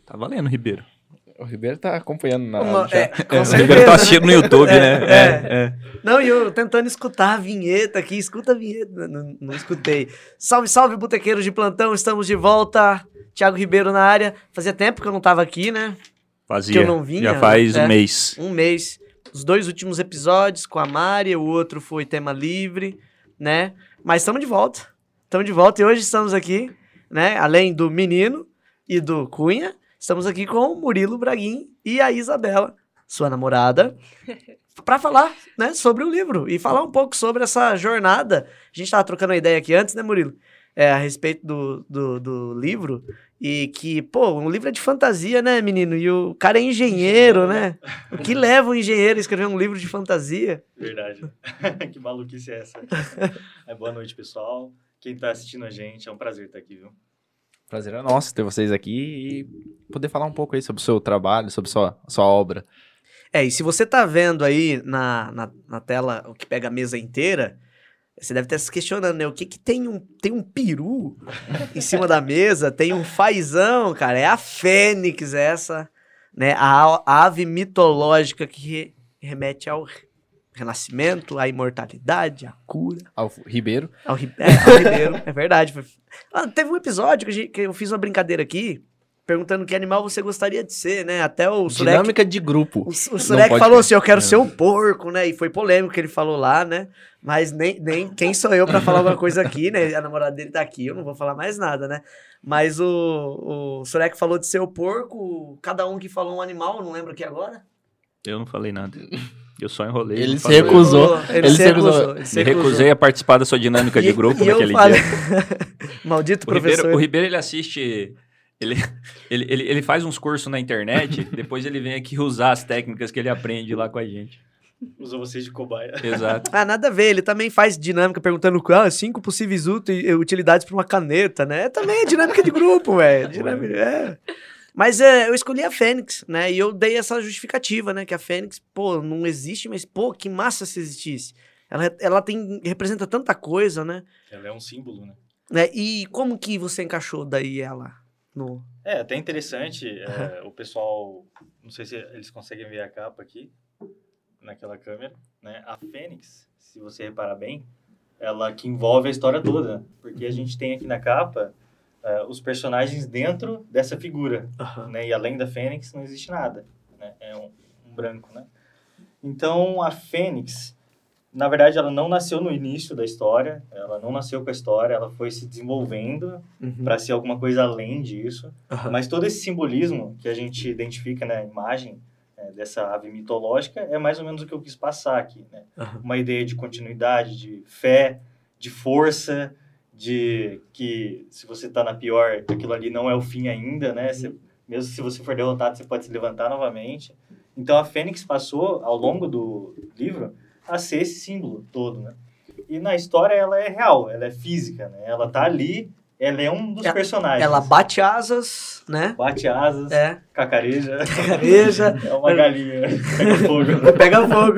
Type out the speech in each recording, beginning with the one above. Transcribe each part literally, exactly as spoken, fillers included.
Tá valendo, Ribeiro. O Ribeiro tá acompanhando na Uma, já. é, com É, o certeza, Ribeiro tá assistindo né? no YouTube, É, né? é. É, é. Não, e eu tentando escutar a vinheta aqui, escuta a vinheta, não, não escutei. Salve, salve, botequeiros de plantão, estamos de volta. Thiago Ribeiro na área. Fazia tempo que eu não tava aqui, né? Fazia. Que eu não vinha, Já faz né? um mês. Um mês. Os dois últimos episódios com a Mari, o outro foi tema livre, né? Mas estamos de volta. Estamos de volta e hoje estamos aqui, né? Além do menino e do Cunha, estamos aqui com o Murilo Braguin e a Isabela, sua namorada, para falar, né, sobre o livro e falar um pouco sobre essa jornada. A gente estava trocando uma ideia aqui antes, né, Murilo? É, a respeito do, do, do livro. E que, pô, um livro é de fantasia, né, menino? E o cara é engenheiro, né? O que leva um engenheiro a escrever um livro de fantasia? Verdade. Que maluquice é essa? É, boa noite, pessoal. Quem tá assistindo a gente, é um prazer estar aqui, viu? Prazer é nosso ter vocês aqui e poder falar um pouco aí sobre o seu trabalho, sobre sua, sua obra. É, e se você tá vendo aí na, na, na tela o que pega a mesa inteira, você deve estar se questionando, né? O que que tem um, tem um peru em cima da mesa, tem um fazão, cara. É a Fênix essa, né? A, a ave mitológica que remete ao renascimento, à imortalidade, à cura. Ao Ribeiro. Ao, ri- é, ao Ribeiro, é verdade. Foi- Ah, teve um episódio que, a gente- que eu fiz uma brincadeira aqui, perguntando que animal você gostaria de ser, né? Até o Surek, Dinâmica de grupo. o, o Não Surek pode falou ser. assim, eu quero É. ser um porco, né? E foi polêmico o que ele falou lá, né? Mas nem, nem quem sou eu pra falar alguma coisa aqui, né? A namorada dele tá aqui, eu não vou falar mais nada, né? Mas o, o Surek falou de ser o porco, cada um que falou um animal, eu não lembro aqui agora. Eu não falei nada. Eu só enrolei. Ele não se falei. recusou. Ele, Ele se se recusou. recusou. Ele se Me recusou. recusei a participar da sua dinâmica de E- grupo e eu naquele falei- dia. Maldito O Ribeiro, professor. o Ribeiro, ele assiste... Ele, ele, ele, ele faz uns cursos na internet, depois ele vem aqui usar as técnicas que ele aprende lá com a gente. Usou vocês de cobaia. Exato. Ah, nada a ver, ele também faz dinâmica perguntando ah, cinco possíveis úti- utilidades para uma caneta, né? Também é dinâmica de grupo, velho. Dinâmica- é. Mas é, eu escolhi a Fênix, né? E eu dei essa justificativa, né? Que a Fênix, pô, não existe, mas, pô, que massa se existisse. Ela, ela tem, representa tanta coisa, né? Ela é um símbolo, né? né? E como que você encaixou daí ela no... É, até interessante, é, o pessoal, não sei se eles conseguem ver a capa aqui, naquela câmera, né? A Fênix, se você reparar bem, ela que envolve a história toda, porque a gente tem aqui na capa é, os personagens dentro dessa figura, né? E além da Fênix não existe nada, né? É um, um branco, né? Então, a Fênix, na verdade, ela não nasceu no início da história, ela não nasceu com a história, ela foi se desenvolvendo Uhum. para ser alguma coisa além disso. Aham. Mas todo esse simbolismo que a gente identifica na imagem é, dessa ave mitológica é mais ou menos o que eu quis passar aqui, né? Aham. Uma ideia de continuidade, de fé, de força, de que se você está na pior, aquilo ali não é o fim ainda, né? Você, mesmo se você for derrotado, você pode se levantar novamente. Então, a Fênix passou, ao longo do livro, a ser esse símbolo todo, né? E na história ela é real, ela é física, né? Ela tá ali, ela é um dos Ela- personagens. Ela bate asas, né? Bate asas, É. cacareja. Careja. É uma galinha, pega fogo. Pega fogo.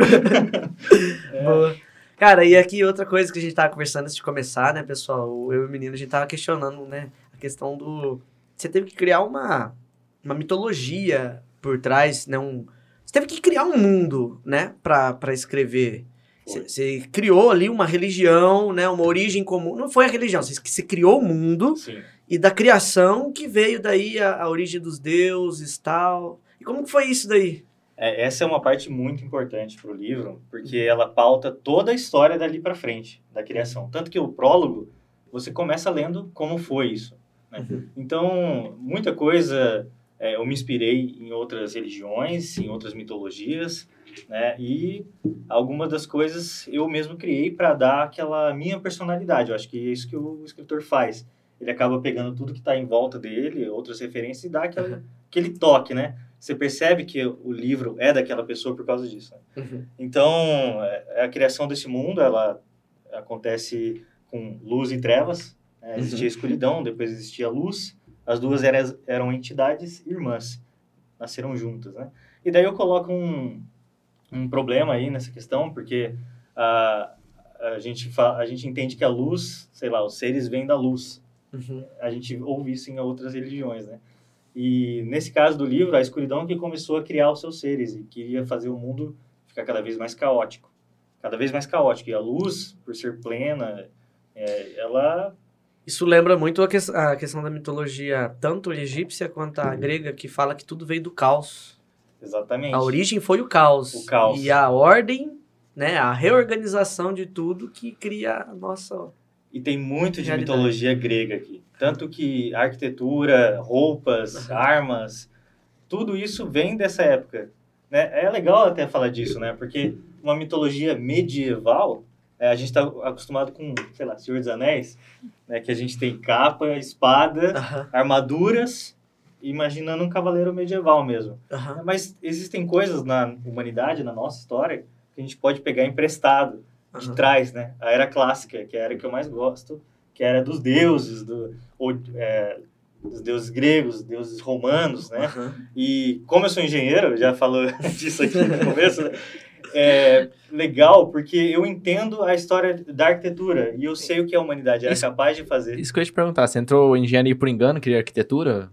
Boa. Cara, e aqui outra coisa que a gente tava conversando antes de começar, né, pessoal? Eu e o menino, a gente tava questionando, né, a questão do... Você teve que criar uma, uma mitologia por trás, né, um... Você teve que criar um mundo, né, pra, pra escrever. Você, Foi. você criou ali uma religião, né, uma origem comum. Não foi a religião, você, você criou o mundo Sim. e da criação que veio daí a, a origem dos deuses e tal. E como que foi isso daí? É, essa é uma parte muito importante para o livro, porque ela pauta toda a história dali para frente, da criação. Tanto que o prólogo, você começa lendo como foi isso, né? Uhum. Então, muita coisa é, eu me inspirei em outras religiões, em outras mitologias, né? E algumas das coisas eu mesmo criei para dar aquela minha personalidade. Eu acho que é isso que o escritor faz. Ele acaba pegando tudo que está em volta dele, outras referências, e dá aquela, Uhum. aquele toque, né? Você percebe que o livro é daquela pessoa por causa disso, né? Uhum. Então, é- a criação desse mundo, ela acontece com luz e trevas, né? Existia a escuridão, depois existia a luz. As duas eram, eram entidades irmãs, nasceram juntas, né? E daí eu coloco um, um problema aí nessa questão, porque a, a, gente fa, a gente entende que a luz, sei lá, os seres vêm da luz. Uhum. A gente ouve isso em outras religiões, né? E nesse caso do livro, a escuridão que começou a criar os seus seres e queria fazer o mundo ficar cada vez mais caótico. Cada vez mais caótico. E a luz, por ser plena, é, ela... Isso lembra muito a, que, a questão da mitologia, tanto egípcia quanto a grega, que fala que tudo veio do caos. Exatamente. A origem foi o caos. O caos. E a ordem, né, a reorganização de tudo que cria a nossa... E tem muito de realidade. mitologia grega aqui. Tanto que arquitetura, roupas, Uhum. armas, tudo isso vem dessa época. Né? É legal até falar disso, né? Porque uma mitologia medieval, é, a gente está acostumado com, sei lá, Senhor dos Anéis, né? Que a gente tem capa, espada, Aham, armaduras, imaginando um cavaleiro medieval mesmo. aham. Mas existem coisas na humanidade, na nossa história, que a gente pode pegar emprestado de Aham. trás, né? A era clássica, que é a era que eu mais gosto, que era dos deuses, do, ou, é, dos deuses gregos, deuses romanos, né? Aham. E como eu sou engenheiro, já falou disso aqui no começo, né? É legal porque eu entendo a história da arquitetura e eu sei o que a humanidade era Isso- capaz de fazer. Isso que eu ia te perguntar, você entrou em engenharia por engano, queria arquitetura?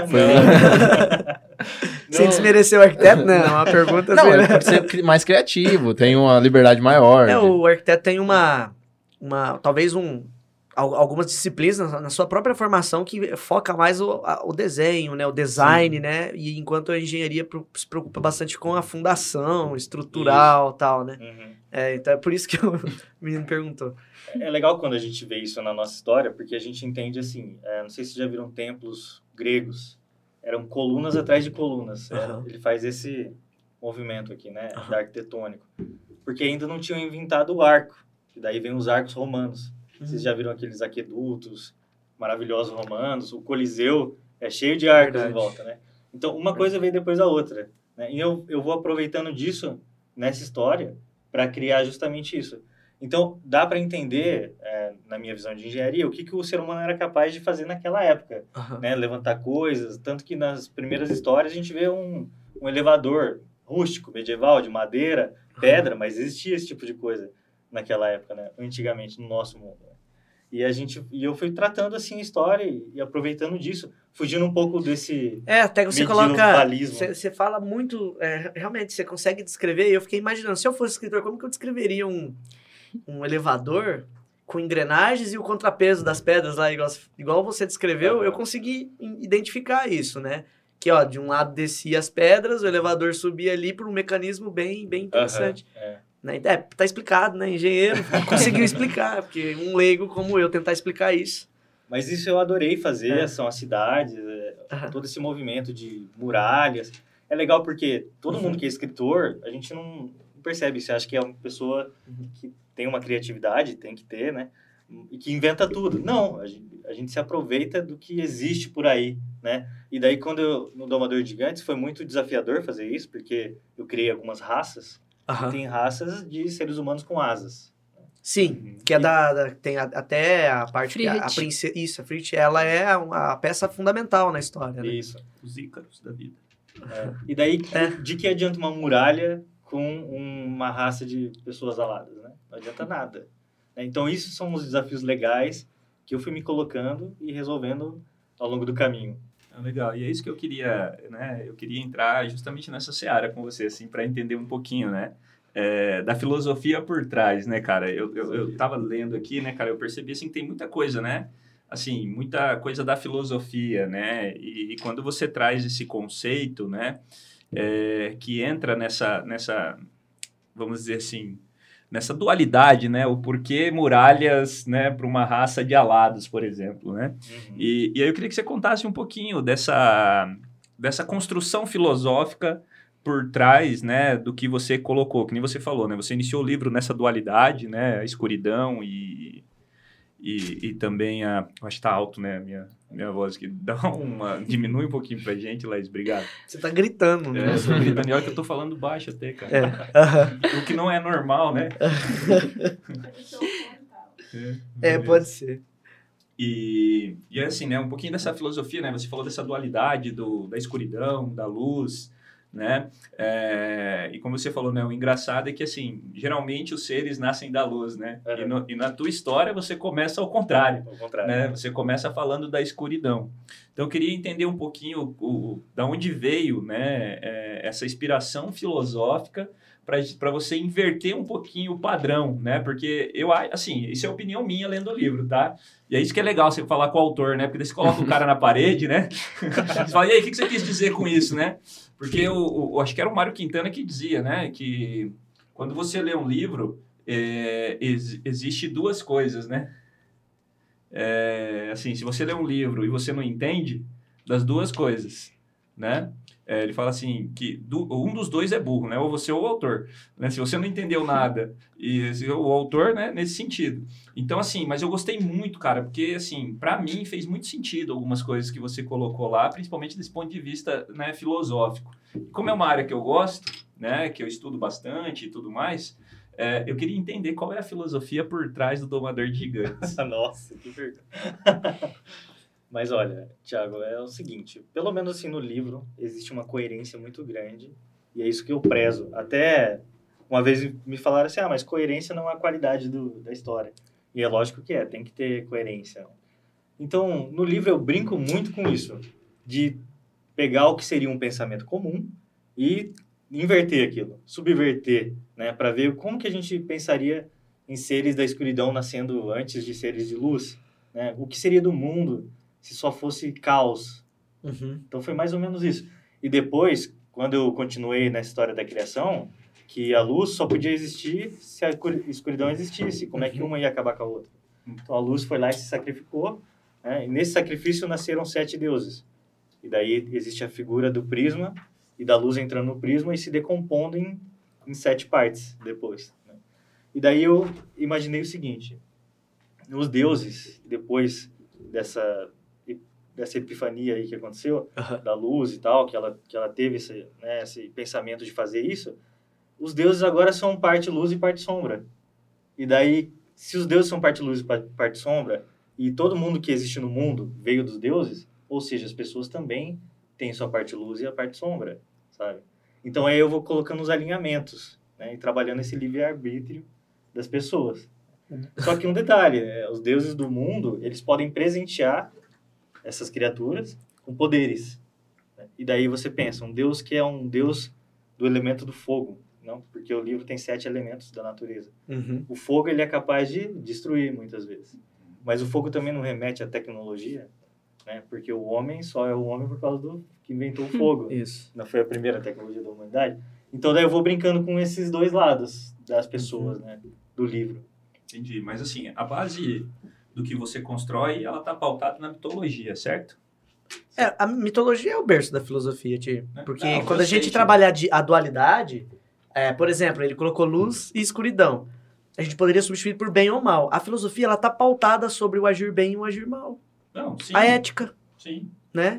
Sem Não. desmerecer o arquiteto, né? É uma pergunta... Não, assim, é né? por ser cri- mais criativo, tem uma liberdade maior. É, de- o arquiteto tem uma, uma talvez um, al- algumas disciplinas na, na sua própria formação que foca mais o, a- o desenho, né, o design, né, e enquanto a engenharia pro- se preocupa bastante com a fundação estrutural e tal, né. Uhum. É, então é por isso que o menino perguntou. É legal quando a gente vê isso na nossa história, porque a gente entende assim, é, não sei se já viram templos gregos, eram colunas atrás de colunas. É, Aham. ele faz esse movimento aqui, né, Aham. da arquitetônico, porque ainda não tinham inventado o arco, e daí vem os arcos romanos. Vocês já viram aqueles aquedutos maravilhosos romanos, o Coliseu é cheio de arcos Verdade. em volta, né? Então, uma coisa vem depois da outra, né? E eu, eu vou aproveitando disso nessa história para criar justamente isso. Então, dá para entender, é, na minha visão de engenharia, o que, que o ser humano era capaz de fazer naquela época, Aham. né? Levantar coisas, tanto que nas primeiras histórias a gente vê um, um elevador rústico, medieval, de madeira, pedra, mas existia esse tipo de coisa naquela época, né? Antigamente, no nosso mundo. Né? E a gente, e eu fui tratando assim a história e, e aproveitando disso, fugindo um pouco desse... É, até que você coloca, medievalismo. você, você fala muito, é, realmente, você consegue descrever, e eu fiquei imaginando, se eu fosse escritor, como que eu descreveria um, um elevador com engrenagens e o contrapeso das pedras lá, igual, igual você descreveu, Uhum. eu consegui i- identificar isso, né? Que, ó, de um lado descia as pedras, o elevador subia ali por um mecanismo bem, bem interessante. Aham, é. Né? É, tá explicado, né? Engenheiro conseguiu explicar, porque um leigo como eu tentar explicar isso. Mas isso eu adorei fazer, É. são as cidades, é, Aham. todo esse movimento de muralhas. É legal porque todo Uhum. mundo que é escritor, a gente não percebe, você acha que é uma pessoa Uhum. que tem uma criatividade, tem que ter, né? E que inventa tudo. Não, a gente, a gente se aproveita do que existe por aí, né? E daí quando eu, no Domador de Gigantes, foi muito desafiador fazer isso, porque eu criei algumas raças, Aham. tem raças de seres humanos com asas. Sim, que é da, da- tem a- até a parte que a, a Frit. princesa, isso, a Frit, ela é uma- a peça fundamental na história, né? Isso. Os ícaros da vida. É. E daí, É. de que adianta uma muralha com um- uma raça de pessoas aladas, né? Não adianta nada. Né? Então, isso são os desafios legais que eu fui me colocando e resolvendo ao longo do caminho. Ah, legal. E é isso que eu queria, né? Eu queria entrar justamente nessa seara com você, assim, para entender um pouquinho, né? É, da filosofia por trás, né, cara? Eu, eu, eu tava lendo aqui, né, cara? Eu percebi, assim, que tem muita coisa, né? Assim, muita coisa da filosofia, né? E, e quando você traz esse conceito, né? É, que entra nessa, nessa, vamos dizer assim, nessa dualidade, né? O porquê muralhas, né? Para uma raça de alados, por exemplo, né? Uhum. E, e aí eu queria que você contasse um pouquinho dessa, dessa construção filosófica por trás, né, do que você colocou, que nem você falou, né? Você iniciou o livro nessa dualidade, né? A escuridão e, e, e também a... Eu acho que tá alto, né? Minha, minha voz aqui. Dá uma... Diminui um pouquinho pra gente, Laís. Obrigado. Você tá gritando, né? É, eu tô gritando. E olha que eu tô falando baixo até, cara. É, aham. O que não é normal, né? É, pode ser. E, e é assim, né, um pouquinho dessa filosofia, né, você falou dessa dualidade do, da escuridão, da luz, né? É, e como você falou, né? O engraçado é que, assim, geralmente os seres nascem da luz, né? Uhum. E, no, e na tua história você começa ao contrário, Ao contrário. né? Você começa falando da escuridão. Então, eu queria entender um pouquinho o, o, da onde veio, né? É, essa inspiração filosófica para você inverter um pouquinho o padrão, né? Porque eu, assim, isso é opinião minha lendo o livro, tá? E é isso que é legal você falar com o autor, né? Porque daí você coloca o cara na parede, né? Você fala, e aí, o que você quis dizer com isso, né? Porque o, o, acho que era o Mário Quintana que dizia, né? Que quando você lê um livro, é, ex, existe duas coisas, né? É, assim, se você lê um livro e você não entende, das duas coisas, né? É, ele fala assim, que do, um dos dois é burro, né? Ou você ou o autor. Né? Se você não entendeu nada, e se, o autor, né? Nesse sentido. Então, assim, mas eu gostei muito, cara, porque, assim, para mim fez muito sentido algumas coisas que você colocou lá, principalmente desse ponto de vista, né, filosófico. E como é uma área que eu gosto, né? Que eu estudo bastante e tudo mais, é, eu queria entender qual é a filosofia por trás do Domador de Gigantes. Nossa, que pergunta. Mas olha, Thiago, é o seguinte, pelo menos assim no livro existe uma coerência muito grande e é isso que eu prezo. Até uma vez me falaram assim, ah, mas coerência não é a qualidade do, da história. E é lógico que é, tem que ter coerência. Então, no livro eu brinco muito com isso, de pegar o que seria um pensamento comum e inverter aquilo, subverter, né, para ver como que a gente pensaria em seres da escuridão nascendo antes de seres de luz, né? O que seria do mundo se só fosse caos. Uhum. Então foi mais ou menos isso. E depois, quando eu continuei na história da criação, que a luz só podia existir se a escuridão existisse. Como é que uma ia acabar com a outra? Então a luz foi lá e se sacrificou, né? E nesse sacrifício nasceram sete deuses. E daí existe a figura do prisma e da luz entrando no prisma e se decompondo em, em sete partes depois, né? E daí eu imaginei o seguinte, os deuses, depois dessa... dessa epifania aí que aconteceu, uhum. da luz e tal, que ela, que ela teve esse, né, esse pensamento de fazer isso, os deuses agora são parte luz e parte sombra. E daí, se os deuses são parte luz e parte sombra, e todo mundo que existe no mundo veio dos deuses, ou seja, as pessoas também têm sua parte luz e a parte sombra, sabe? Então aí eu vou colocando os alinhamentos, né, e trabalhando esse livre-arbítrio das pessoas. Uhum. Só que um detalhe, né, os deuses do mundo, eles podem presentear essas criaturas com poderes. Né? E daí você pensa, um Deus que é um Deus do elemento do fogo, não? Porque o livro tem sete elementos da natureza. Uhum. O fogo ele é capaz de destruir muitas vezes. Mas o fogo também não remete à tecnologia, né? Porque o homem só é o homem por causa do que inventou o fogo. Isso. Não foi a primeira tecnologia da humanidade. Então daí eu vou brincando com esses dois lados das pessoas, uhum. né? Do livro. Entendi. Mas assim, a base do que você constrói, ela está pautada na mitologia, certo? É, a mitologia é o berço da filosofia, Tio. Porque Não, quando a gente sei, trabalhar a dualidade, é, por exemplo, ele colocou luz e escuridão. A gente poderia substituir por bem ou mal. A filosofia, ela está pautada sobre o agir bem e o agir mal. Não, sim. A ética. Sim. Né?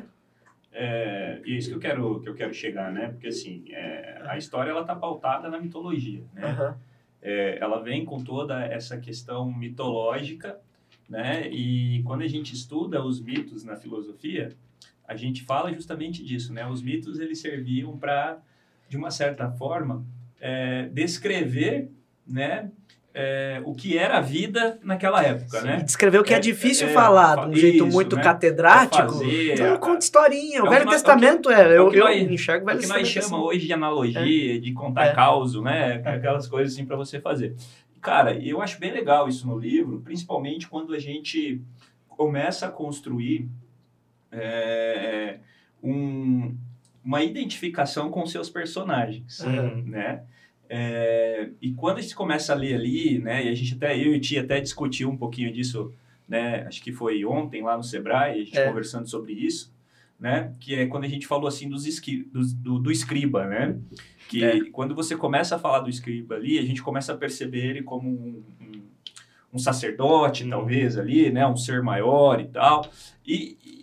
É, e é isso que eu quero, que eu quero chegar, né? Porque, assim, é, a história, ela está pautada na mitologia, né? Uhum. É, ela vem com toda essa questão mitológica, né? E quando a gente estuda os mitos na filosofia, a gente fala justamente disso, né? Os mitos, eles serviam para, de uma certa forma, é, descrever, né? É, o que era a vida naquela época, Sim, né? E descrever o que é, é difícil é, falar de um isso, jeito muito né? catedrático. Fazer, então eu conto historinha. é o o Velho nós, Testamento é... é, é eu, eu nós, enxergo o Velho Testamento. É o que nós chamamos assim. hoje de analogia, é. de contar é. causo, né? Aquelas coisas assim para você fazer. Cara, eu acho bem legal isso no livro, principalmente quando a gente começa a construir é, um, uma identificação com seus personagens, uhum. né? É, e quando a gente começa a ler ali, né? E a gente até, eu e o Tia até discutiu um pouquinho disso, né? Acho que foi ontem lá no Sebrae, a gente é. conversando sobre isso, né? Que é quando a gente falou assim dos esqui, do, do, do escriba, né? Que é. quando você começa a falar do escriba ali, a gente começa a perceber ele como um, um, um sacerdote, hum. talvez, ali, né? Um ser maior e tal. E,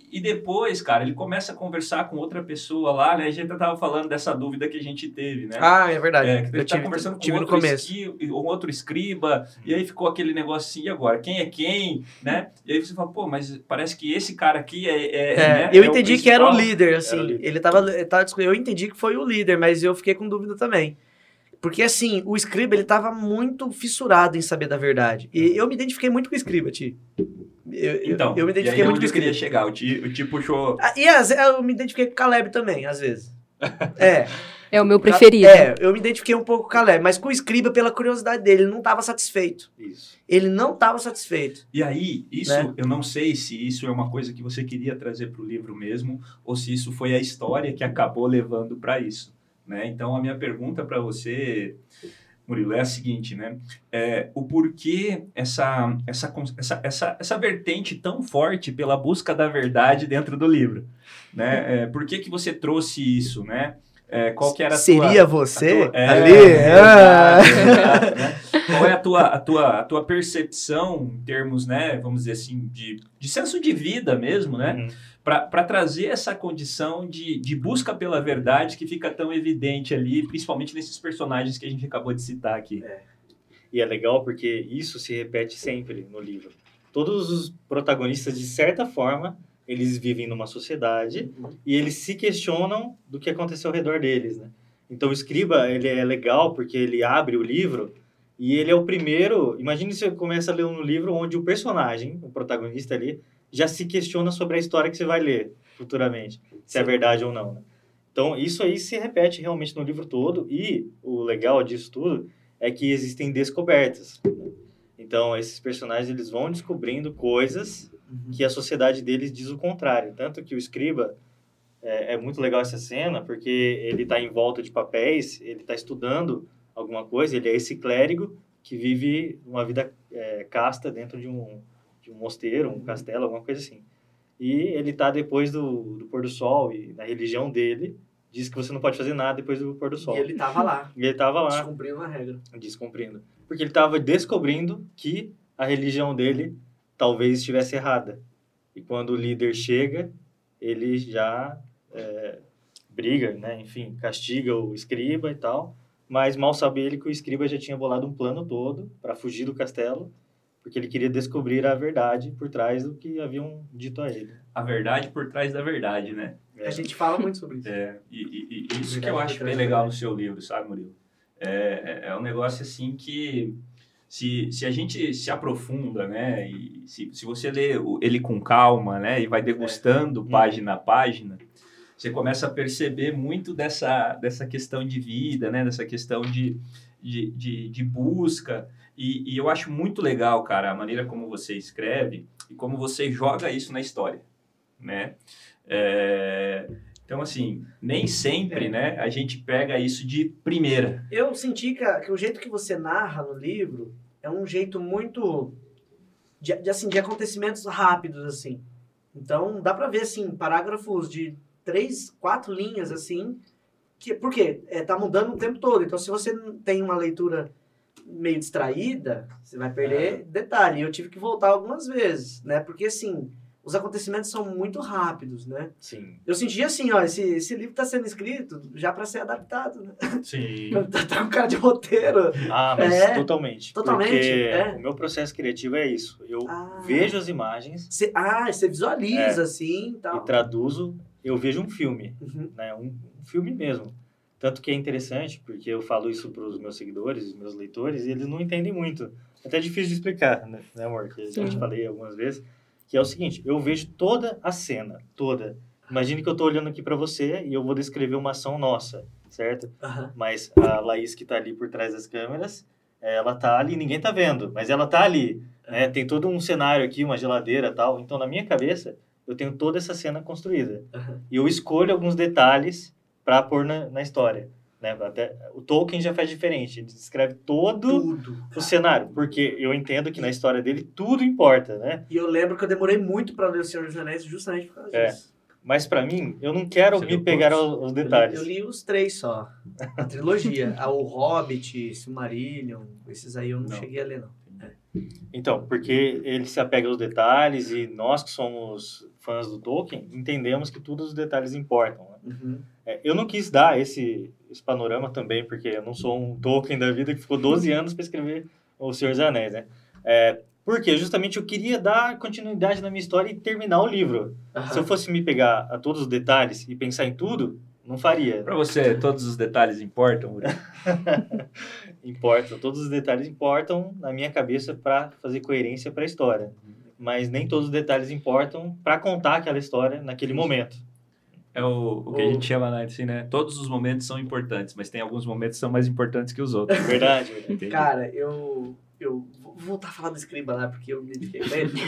e depois, cara, ele começa a conversar com outra pessoa lá, né? A gente tava falando dessa dúvida que a gente teve, né? Ah, é verdade. É, que ele eu tá tive, conversando tive com no outro, começo. esqui, um outro escriba, e aí ficou aquele negócio assim, e agora? Quem é quem, né? E aí você fala, pô, mas parece que esse cara aqui é... é, É, né, eu é o entendi que era o principal. líder, assim. Era o líder. Ele tava, ele tava discutindo. Eu entendi que foi o líder, mas eu fiquei com dúvida também. Porque, assim, o Scriba, ele tava muito fissurado em saber da verdade. E eu me identifiquei muito com o Scriba, Ti. Eu, eu- Então, eu me e aí identifiquei é muito onde com o eu queria Scriba. chegar. O Ti, o ti puxou... Ah, e às vezes, eu me identifiquei com o Caleb também, às vezes. É. É o meu preferido. É, eu me identifiquei um pouco com o Caleb, mas com o Scriba, pela curiosidade dele, ele não tava satisfeito. Isso. Ele não tava satisfeito. E aí, isso, Né? eu não sei se isso é uma coisa que você queria trazer para o livro mesmo, ou se isso foi a história que acabou levando para isso, né? Então, a minha pergunta para você, Murilo, é a seguinte, né? É, o porquê essa, essa, essa, essa, essa vertente tão forte pela busca da verdade dentro do livro, né? É, por que que você trouxe isso, né? É, qual que era a Seria tua, você a tua- é, ali? exato, Ah. exato, né? Qual é a tua, a tua, a tua percepção em termos, né, vamos dizer assim, de, de senso de vida mesmo, né? Uhum. Para trazer essa condição de, de busca pela verdade que fica tão evidente ali, principalmente nesses personagens que a gente acabou de citar aqui. E é legal porque isso se repete sempre no livro. Todos os protagonistas, de certa forma, eles vivem numa sociedade e eles se questionam do que aconteceu ao redor deles, né? Então, o Escriba, ele é legal porque ele abre o livro e ele é o primeiro... Imagine se você começa a ler um livro onde o personagem, o protagonista ali, já se questiona sobre a história que você vai ler futuramente, se é verdade ou não, né? Então, isso aí se repete realmente no livro todo e o legal disso tudo é que existem descobertas. Então, esses personagens eles vão descobrindo coisas que a sociedade deles diz o contrário. Tanto que o Escriba, é, é muito legal essa cena, porque ele está em volta de papéis, ele está estudando alguma coisa, ele é esse clérigo que vive uma vida é, casta dentro de um, de um mosteiro, um castelo, alguma coisa assim. E ele está depois do, do pôr do sol, e na religião dele, diz que você não pode fazer nada depois do pôr do sol. E ele tava lá, E ele estava lá, descumprindo a regra. descumprindo. Porque ele estava descobrindo que a religião dele talvez estivesse errada. E quando o líder chega, ele já é, briga, né? Enfim, castiga o escriba e tal. Mas mal sabe ele que o escriba já tinha bolado um plano todo para fugir do castelo, porque ele queria descobrir a verdade por trás do que haviam dito a ele. A verdade por trás da verdade, né? É. A gente fala muito sobre isso. É, e, e- e isso Verdade que eu por acho trás bem da legal no verdade. seu livro, sabe, Murilo? É, é, é um negócio assim que se, se a gente se aprofunda, né, e se, se você lê o- ele com calma, né, e vai degustando página a página, você começa a perceber muito dessa, dessa questão de vida, né, dessa questão de, de, de, de busca, e, e eu acho muito legal, cara, a maneira como você escreve e como você joga isso na história, né? É, então, assim, nem sempre, É. né, a gente pega isso de primeira. Eu senti que, a- que o jeito que você narra no livro é um jeito muito de, de, assim, de acontecimentos rápidos, assim. Então, dá pra ver, assim, parágrafos de três, quatro linhas, assim, que, por quê? É, tá mudando o tempo todo. Então, se você não tem uma leitura meio distraída, você vai perder detalhe. Eu tive que voltar algumas vezes, né? Porque, assim, os acontecimentos são muito rápidos, né? Sim. Eu senti assim, ó, esse, esse livro tá sendo escrito já pra ser adaptado, né? Sim. Tá, tá com cara de roteiro. Ah, mas É. totalmente. Totalmente, Porque é. o meu processo criativo é isso. Eu Ah. vejo as imagens Cê, ah, você visualiza, É. assim, e tal. traduzo. Eu vejo um filme, Uhum. né? Um, um filme mesmo. Tanto que é interessante, porque eu falo isso para os meus seguidores, os meus leitores, e eles não entendem muito. É até difícil de explicar, né, né amor? Que já te falei algumas vezes. Que é o seguinte, eu vejo toda a cena, toda. Imagine que eu estou olhando aqui para você e eu vou descrever uma ação nossa, certo? Aham. Mas a Laís que está ali por trás das câmeras, ela tá ali, ninguém tá vendo, mas ela tá ali, né? Tem todo um cenário aqui, uma geladeira e tal. Então, na minha cabeça, eu tenho toda essa cena construída. Aham. E eu escolho alguns detalhes para pôr na, na história, né? Até, o Tolkien já faz diferente, ele descreve todo Tudo. o cenário, porque eu entendo que na história dele tudo importa, né? E eu lembro que eu demorei muito pra ler O Senhor dos Anéis justamente por causa É. disso. Mas para mim, eu não quero Você me leu pegar todos? aos, aos Eu li, detalhes. eu li os três só. A trilogia. a, o Hobbit, Silmarillion, esses aí eu não, Não. cheguei a ler, não. Então, porque ele se apega aos detalhes e nós que somos fãs do Tolkien, entendemos que todos os detalhes importam, né? Uhum. É, eu não quis dar esse, esse panorama também, porque eu não sou um Tolkien da vida que ficou doze anos para escrever O Senhor dos Anéis, né? É, porque justamente eu queria dar continuidade na minha história e terminar o livro. Uhum. Se eu fosse me pegar a todos os detalhes e pensar em tudo, não faria. Para você, todos os detalhes importam, Uri? Importam, todos os detalhes importam na minha cabeça para fazer coerência para a história. Mas nem todos os detalhes importam para contar aquela história naquele momento. É o, o que a gente chama, né, assim, né? Todos os momentos são importantes, mas tem alguns momentos que são mais importantes que os outros. Verdade. Entendi. Cara, eu, eu vou voltar a falar do Escriba lá, porque eu me identifiquei com ele.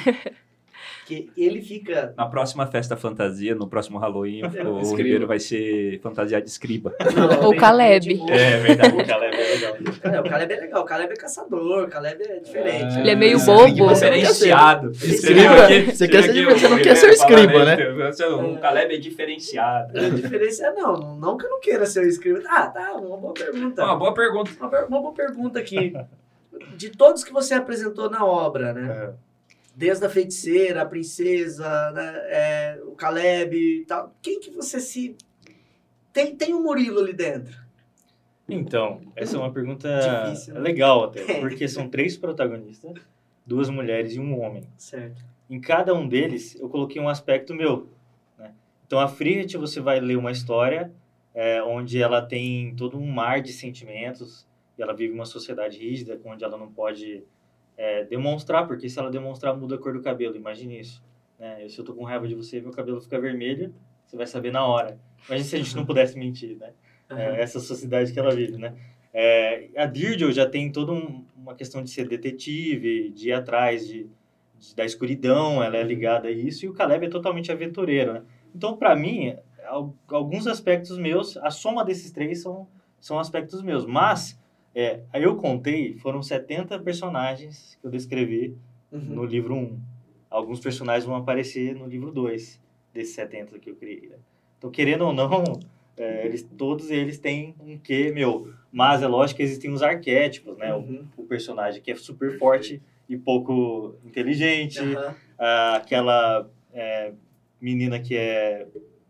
Que ele fica... Na próxima festa fantasia, no próximo Halloween, o Escriba. Ribeiro vai ser fantasiado de escriba. Não, Ou bem- Caleb. bem de boa. É verdade. O Caleb é legal. É, o Caleb é legal, o Caleb é caçador, o Caleb é diferente. Ele é meio Ah, bobo. Diferenciado. Escriba. Você quer ser- você não quer ser o escriba, né? O Caleb é diferenciado. A diferença é não, não, não que eu não queira ser o Escriba. Ah, tá, uma boa pergunta. Uma boa pergunta. Uma, per- uma boa pergunta aqui. De todos que você apresentou na obra, né? É. Desde a feiticeira, a princesa, né? é, o Caleb e tal. Quem que você se... Tem, tem um Murilo ali dentro. Então, essa é uma pergunta Difícil, né? legal até, porque são três protagonistas, duas mulheres e um homem. Certo. Em cada um deles, eu coloquei um aspecto meu, né? Então, a Frihet, você vai ler uma história é, onde ela tem todo um mar de sentimentos, e ela vive uma sociedade rígida, onde ela não pode é, demonstrar, porque se ela demonstrar, muda a cor do cabelo, imagine isso. Né? Se eu tô com raiva de você, meu cabelo fica vermelho, você vai saber na hora. Imagina se a gente não pudesse mentir, né? É, essa sociedade que ela vive, né? É, a Deirdre já tem toda um, uma questão de ser detetive, de ir atrás de, de, da escuridão, ela é ligada a isso, e o Caleb é totalmente aventureiro, né? Então, para mim, al, alguns aspectos meus, a soma desses três são, são aspectos meus, mas, é, aí eu contei, foram setenta personagens que eu descrevi Uhum. no livro um. Alguns personagens vão aparecer no livro dois, desses setenta que eu criei, né? Então, querendo ou não... É, eles, todos eles têm um quê, meu. Mas é lógico que existem os arquétipos, né? Uhum. O, o personagem que é super forte e pouco inteligente. Aham. Ah, aquela é, menina que é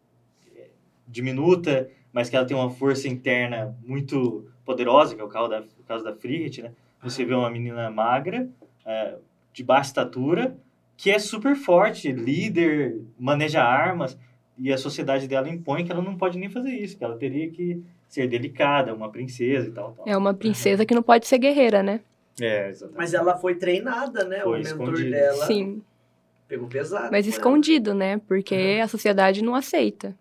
diminuta, mas que ela tem uma força interna muito poderosa, que é o caso da, o caso da Frihet, né? Você vê uma menina magra, é, de baixa estatura, que é super forte, líder, maneja armas... E a sociedade dela impõe que ela não pode nem fazer isso, que ela teria que ser delicada, uma princesa e tal. tal. É uma princesa que não pode ser guerreira, né? É, exatamente. Mas ela foi treinada, né? Foi o mentor escondida. dela Sim. pegou pesado. Mas com escondido, né? Porque a sociedade não aceita.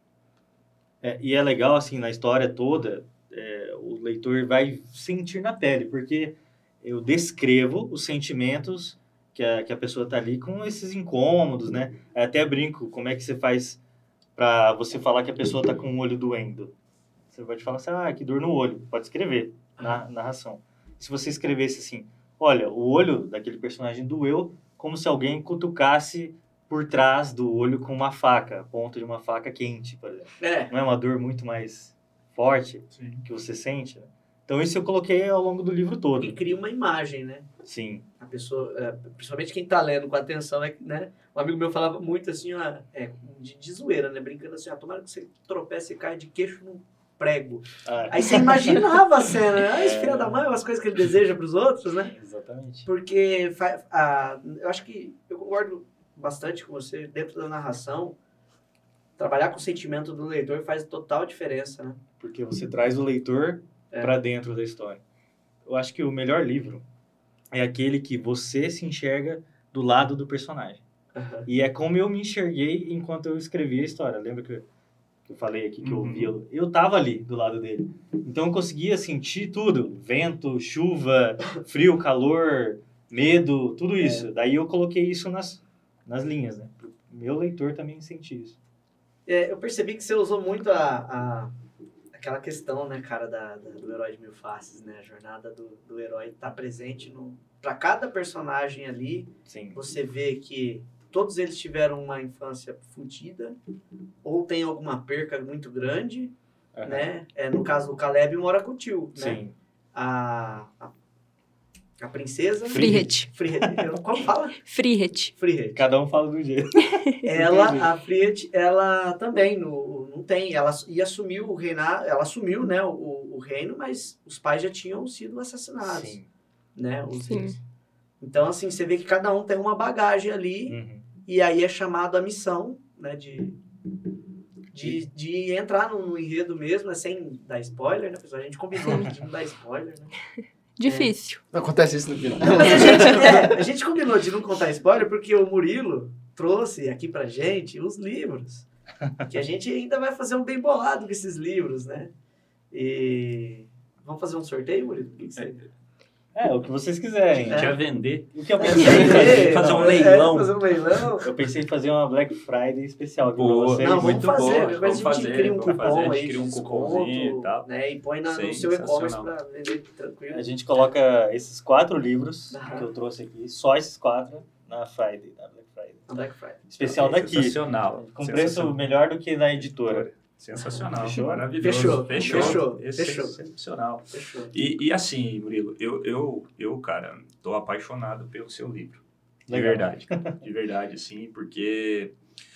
É, e é legal, assim, na história toda, é, o leitor vai sentir na pele, porque eu descrevo os sentimentos que a, que a pessoa tá ali com esses incômodos, né? Até brinco, como é que você faz para você falar que a pessoa tá com o olho doendo? Você pode falar assim, ah, que dor no olho. Pode escrever na narração. Se você escrevesse assim, olha, o olho daquele personagem doeu como se alguém cutucasse por trás do olho com uma faca, a ponta de uma faca quente, por exemplo. É. Não é uma dor muito mais forte Sim. que você sente, né? Então isso eu coloquei ao longo do livro todo. E cria uma imagem, né? Sim. A pessoa, é, principalmente quem tá lendo com atenção, é, né? Um amigo meu falava muito assim, ó, é, de, de zoeira, né? Brincando assim, ó, tomara que você tropece e caia de queixo num prego. Ah, Aí você imaginava a cena, né? Ah, esse filho da mãe, as coisas que ele deseja pros outros, né? exatamente. Porque fa- a, eu acho que eu concordo bastante com você, dentro da narração, trabalhar com o sentimento do leitor faz total diferença, né? Porque você traz o leitor É. para dentro da história. Eu acho que o melhor livro é aquele que você se enxerga do lado do personagem. Aham. E é como eu me enxerguei enquanto eu escrevi a história. Lembra que eu, que eu falei aqui que eu Uhum. ouvia? Eu tava ali do lado dele. Então eu conseguia sentir tudo. Vento, chuva, frio, calor, medo, tudo isso. Daí eu coloquei isso nas, nas linhas, né? Pro meu leitor também sentir isso. É, eu percebi que você usou muito a, a- aquela questão, né, cara, da, da- do herói de mil faces, né? A jornada do, do herói tá presente no... Pra cada personagem ali, Sim. você vê que todos eles tiveram uma infância fodida, ou tem alguma perca muito grande, Aham. né? É, no caso do Caleb, mora com o tio, né? Sim. A, a, A princesa... Frihet. Frihet. Como fala? Frihet. Frihet. Cada um fala de um jeito. Ela, a Frihet, ela também no, não tem, ela ia assumir o reinado, ela assumiu, né, o, o reino, mas os pais já tinham sido assassinados, Sim. né, os Sim. reis. Então, assim, você vê que cada um tem uma bagagem ali, Uhum. e aí é chamado a missão, né, de, de, de entrar no, no enredo mesmo, né, sem dar spoiler, né, pessoal, a gente combinou de não dar spoiler, né. Difícil. Não acontece isso no final. Não, mas a gente, é, a gente combinou de não contar spoiler porque o Murilo trouxe aqui pra gente os livros. Que a gente ainda vai fazer um bem bolado com esses livros, né? E... Vamos fazer um sorteio, Murilo? O que que você... É, o que vocês A quiserem. gente ia vender. O que eu É, pensei... é, fazer um é, leilão. fazer um leilão. Eu pensei em fazer uma Black Friday especial aqui Boa. pra vocês. Não, vamos muito fazer. boa, Depois vamos a gente fazer, cria um vamos cupom fazer, a gente aí, cria um de cupomzinho desconto, e tal. né? E põe na, no seu e-commerce Sensacional. pra vender tranquilo. A gente coloca esses quatro livros Aham. que eu trouxe aqui, só esses quatro, na Friday, na Black Friday. Na Black Friday. Especial daqui. Sensacional. Com preço Sensacional. melhor do que na editora. Sensacional. Fechou? Maravilhoso. Fechou. Fechou. Fechou. Esse é Fechou. Excepcional. Fechou. E, e assim, Murilo, eu, eu, eu, cara, tô apaixonado pelo seu livro. De Legal. verdade. De verdade, sim, porque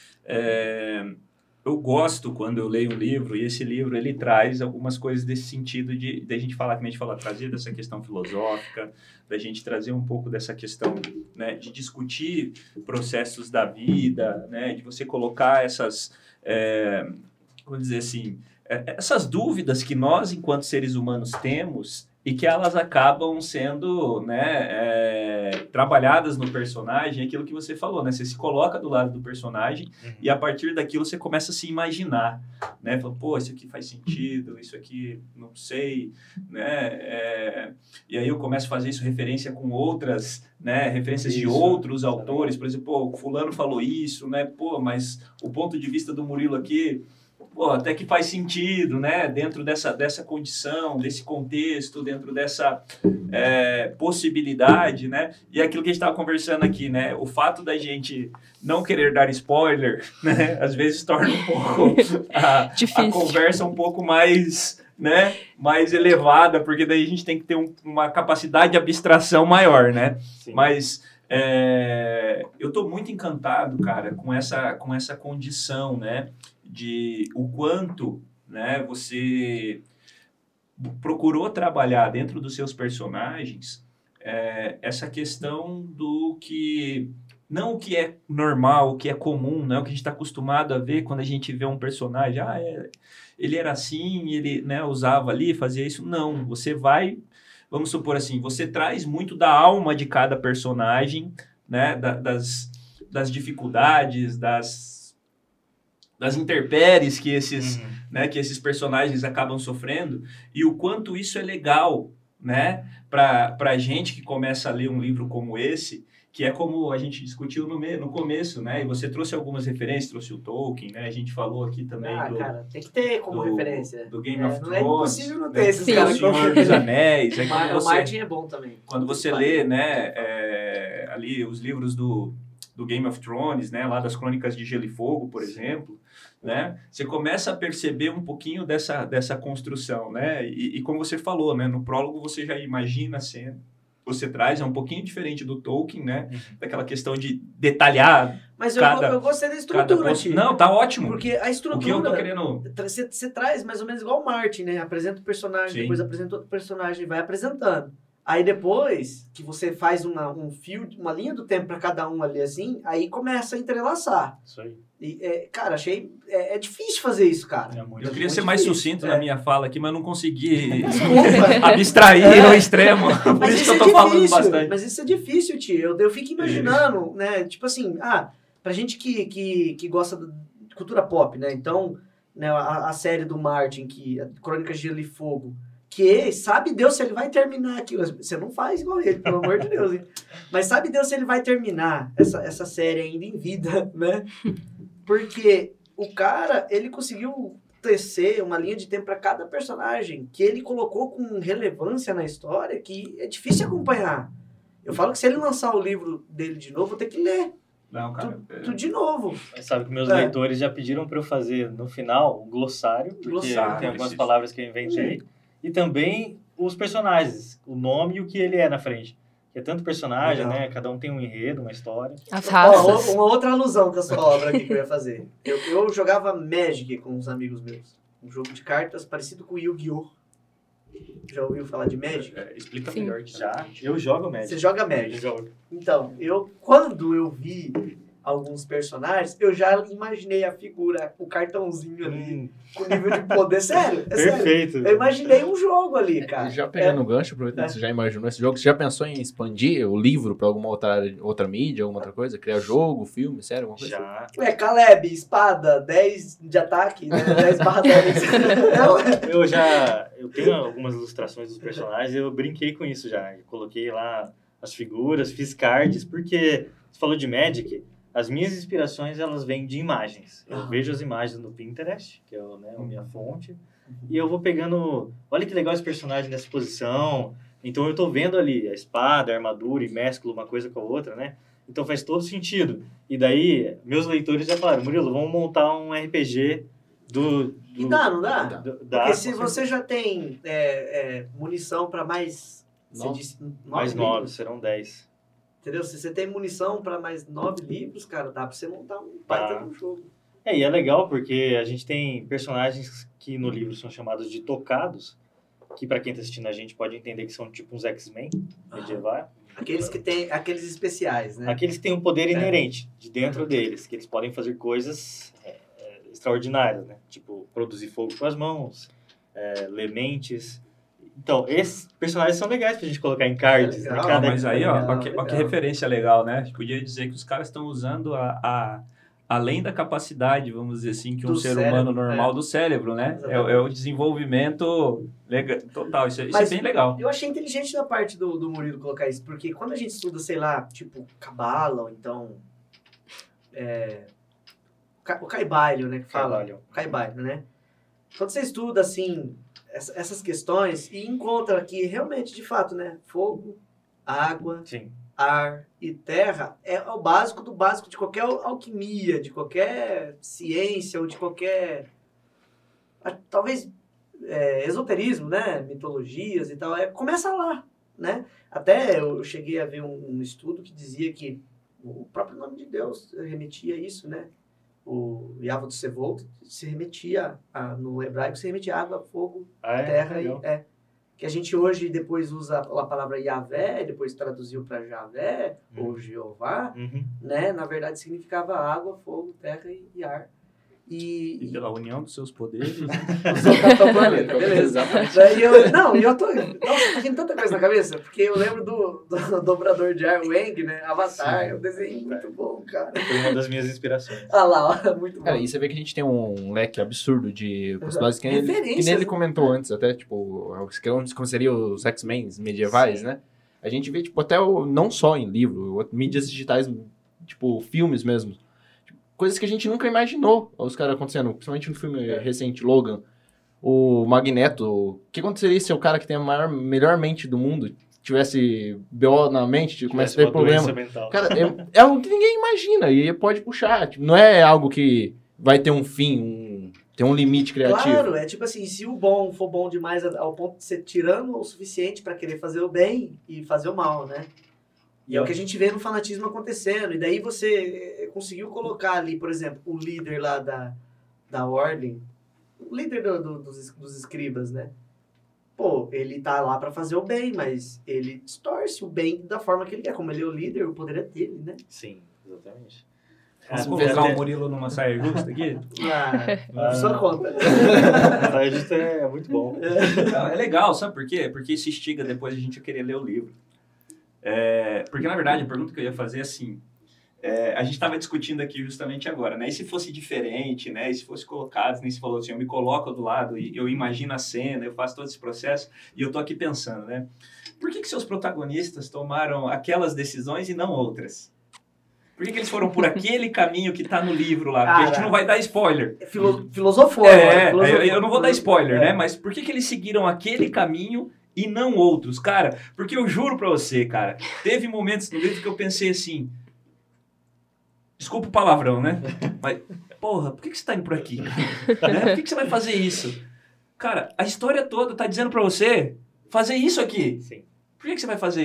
é, eu gosto quando eu leio um livro, e esse livro, ele traz algumas coisas desse sentido de, de a gente falar, como a gente fala, trazer dessa questão filosófica, da gente trazer um pouco dessa questão, né, de discutir processos da vida, né, de você colocar essas, é, vamos dizer assim, é, essas dúvidas que nós, enquanto seres humanos, temos e que elas acabam sendo, né, é, trabalhadas no personagem, aquilo que você falou, né? Você se coloca do lado do personagem Uhum. e a partir daquilo você começa a se imaginar, né? Fala, pô, isso aqui faz sentido, isso aqui não sei, né? É, e aí eu começo a fazer isso referência com outras, né? Referências de Isso, outros exatamente. autores, por exemplo, pô, fulano falou isso, né? Pô, mas o ponto de vista do Murilo aqui... Pô, até que faz sentido, né? Dentro dessa, dessa condição, desse contexto, dentro dessa é, possibilidade, né? E aquilo que a gente estava conversando aqui, né? O fato da gente não querer dar spoiler, né? Às vezes torna um pouco a, a Difícil. conversa um pouco mais, né? Mais elevada, porque daí a gente tem que ter um, uma capacidade de abstração maior, né? Sim. Mas é, eu estou muito encantado, cara, com essa, com essa condição, né? De o quanto, né, você procurou trabalhar dentro dos seus personagens é, essa questão do que não o que é normal, o que é comum, né, o que a gente está acostumado a ver quando a gente vê um personagem, ah, é, ele era assim, ele, né, usava ali, fazia isso. Não, você vai, vamos supor assim, você traz muito da alma de cada personagem, né, da, das, das dificuldades, das das intempéries que esses, Uhum. né, que esses personagens acabam sofrendo, e o quanto isso é legal, né, para a gente que começa a ler um livro como esse, que é como a gente discutiu no, me, no começo, né, e você trouxe algumas referências, trouxe o Tolkien, né, a gente falou aqui também Ah, do, cara, tem que ter como do, referência. do Game É, of não Thrones, é impossível não ter né, esses Sim. caras. do Senhor dos Anéis, aí Mar- quando O você, Martin é bom também. quando você lê, né, é, ali os livros do, do Game of Thrones, né, lá das Crônicas de Gelo e Fogo, por exemplo, né, você começa a perceber um pouquinho dessa, dessa construção, né, e, e como você falou, né, no prólogo você já imagina a cena, você traz, é um pouquinho diferente do Tolkien, né, Uhum. daquela questão de detalhar Mas eu, cada- eu gostei da cada estrutura, ponto. tio. Não, tá ótimo. Porque a O que eu tô estrutura... querendo... Você você traz mais ou menos igual o Martin, né? Apresenta o personagem, Sim. depois apresenta outro personagem, vai apresentando. Aí depois que você faz uma, um fio, uma linha do tempo para cada um ali assim, aí começa a entrelaçar. Isso aí. E, é, cara, achei... É, é difícil fazer isso, cara. É muito Eu queria muito ser mais difícil, sucinto é. na minha fala aqui, mas não consegui Desculpa. abstrair É. ao extremo. Por Mas isso isso que eu é tô falando difícil, bastante. mas isso é difícil, tio. Eu, eu fico imaginando, né? Tipo assim, ah, pra gente que, que, que gosta de cultura pop, né? Então, né, a, a série do Martin, que a Crônicas de Gelo e Fogo, que sabe Deus se ele vai terminar aquilo. Você não faz igual ele, pelo amor de Deus, hein? Mas sabe Deus se ele vai terminar essa, essa série ainda em vida, né? Porque o cara, ele conseguiu tecer uma linha de tempo para cada personagem que ele colocou com relevância na história que é difícil acompanhar. Eu falo que se ele lançar o livro dele de novo, eu vou ter que ler Não, cara. é- tudo de novo. Mas sabe que meus É. leitores já pediram para eu fazer no final um glossário, porque Glossário, tem algumas preciso. palavras que eu inventei, e também os personagens, o nome e o que ele é na frente. Que é tanto personagem, Legal. né? Cada um tem um enredo, uma história. As Ó, raças. uma outra alusão com a sua obra aqui que eu ia fazer. Eu, eu jogava Magic com uns amigos meus. Um jogo de cartas parecido com Yu-Gi-Oh! Já ouviu falar de Magic? É, explica Sim. melhor. cara. Já, eu jogo Magic. Você joga Eu Magic. jogo. Então, eu quando eu vi alguns personagens, eu já imaginei a figura, o cartãozinho ali, Hum, com nível de poder. Sério, é sério. perfeito. Eu imaginei um jogo ali, cara. Já pegando o gancho, aproveitando É. que você já imaginou esse jogo, você já pensou em expandir o livro pra alguma outra, área- outra mídia, alguma outra coisa? Criar jogo, filme, sério, alguma coisa? Já. É, Caleb, espada, dez de ataque, né? dez barra dez. Não, é- Eu já. Eu tenho algumas ilustrações dos personagens, eu brinquei com isso já. Eu coloquei lá as figuras, fiz cards, porque você falou de Magic, as minhas inspirações elas vêm de imagens. Eu Aham. vejo as imagens no Pinterest, que é o, né, a minha fonte, e eu vou pegando. Olha que legal esse personagem nessa posição. Então eu tô vendo ali a espada, a armadura e mesclo uma coisa com a outra, né? Então faz todo sentido. E daí, meus leitores já falaram, Murilo, vamos montar um R P G do. do E dá, não dá? do- dá, Porque se com você já tem é, é, munição para mais... Você Nove. disse mais livros, nove, serão dez. entendeu? Se você tem munição para mais nove livros, cara, dá para você montar um baita Tá. de um jogo. É, e é legal porque a gente tem personagens que no livro são chamados de tocados, que pra quem tá assistindo a gente pode entender que são tipo uns X-Men medieval. Aqueles que tem, aqueles especiais, né? Aqueles que têm um poder inerente de dentro deles, que eles podem fazer coisas é, é, extraordinárias, né? Tipo, produzir fogo com as mãos, é, ler mentes. Então, esses personagens são legais pra gente colocar em cards. Legal, né? Não, Cada mas aí, ó, legal, ó, que, ó que legal. referência legal, né? Podia dizer que os caras estão usando a, a- além da capacidade, vamos dizer assim, que um Do ser cérebro, humano normal é. do cérebro, né? É, Exatamente. é o desenvolvimento lega- total. Isso, é- isso é Mas- bem legal. Eu achei inteligente da parte do, do Murilo colocar isso, porque quando a gente estuda, sei lá, tipo, cabala, ou então... É, ca- o caibalho, né, que fala. Carvalho. Caibalho, né? Quando você estuda, assim, essa- essas questões e encontra que realmente, de fato, né, fogo, água, Sim. ar e terra é o básico do básico de qualquer alquimia, de qualquer ciência ou de qualquer, ah, talvez, é, esoterismo, né? Mitologias e tal. É, começa lá, né? Até eu cheguei a ver um, um estudo que dizia que o próprio nome de Deus remetia a isso, né? O Yahweh do Sevolt se remetia, a, no hebraico, se remetia a água, fogo, Ah, é? terra Legal. e... É, que a gente hoje depois usa a palavra Yahvé, depois traduziu para Javé, Hum. ou Jeová, Uhum. né? Na verdade significava água, fogo, terra e, e ar. E E, e pela união dos seus poderes, usou o Capitão Planeta, beleza. Exatamente. Daí eu, não, e eu tô, nossa, tá vindo tanta coisa na cabeça, porque eu lembro do, do dobrador de ar, o Eng, né? Avatar, Sim. é um desenho muito bom, cara. Foi uma das minhas inspirações. Ah lá, ó, muito bom. Cara, e você vê que a gente tem um leque absurdo de possibilidades que nem ele, que Referências, nem ele né? comentou antes, até, tipo, como seriam os X-Men medievais, né? A gente vê, tipo, até o, não só em livro, mídias digitais, tipo, filmes mesmo. Tipo, coisas que a gente nunca imaginou os caras acontecendo, principalmente no filme recente, Logan. O Magneto, o que aconteceria se o cara que tem a maior, melhor mente do mundo tivesse B O na mente, começa a ter Uma problema. doença mental. Cara, é, é algo que ninguém imagina e pode puxar. Tipo, não é algo que vai ter um fim, um, ter um limite criativo. Claro, é tipo assim, se o bom for bom demais ao ponto de ser tirano o suficiente para querer fazer o bem e fazer o mal, né? E é o que a gente vê no fanatismo acontecendo. E daí você eh, conseguiu colocar ali, por exemplo, o líder lá da, da ordem, o líder do- do- dos, dos escribas, né? Pô, ele tá lá para fazer o bem, mas ele distorce o bem da forma que ele quer. Como ele é o líder, o poder é dele, né? Sim, exatamente. vamos Ah, colocar até- o Murilo numa saia justa aqui? Ah, Ah. só conta. Saia justa é muito bom. Não, é legal, sabe por quê? Porque isso instiga depois a gente a querer ler o livro. É, porque, na verdade, a pergunta que eu ia fazer é assim, é, a gente estava discutindo aqui justamente agora, né? E se fosse diferente, né? E se fosse colocado, nem se falou assim, eu me coloco do lado e eu imagino a cena, eu faço todo esse processo e eu tô aqui pensando, né? Por que que seus protagonistas tomaram aquelas decisões e não outras? Por que que eles foram por aquele caminho que tá no livro lá? Porque a gente não vai dar spoiler. Filo, filosofou. É, né? é, Filosofou. eu, eu não vou dar spoiler, É. né? Mas por que que eles seguiram aquele caminho e não outros? Cara, porque eu juro pra você, cara, teve momentos no livro que eu pensei assim, desculpa o palavrão, né? Mas, porra, por que que você tá indo por aqui? Né? Por que que você vai fazer isso? Cara, a história toda tá dizendo pra você fazer isso aqui. Sim. Por que que você vai fazer isso?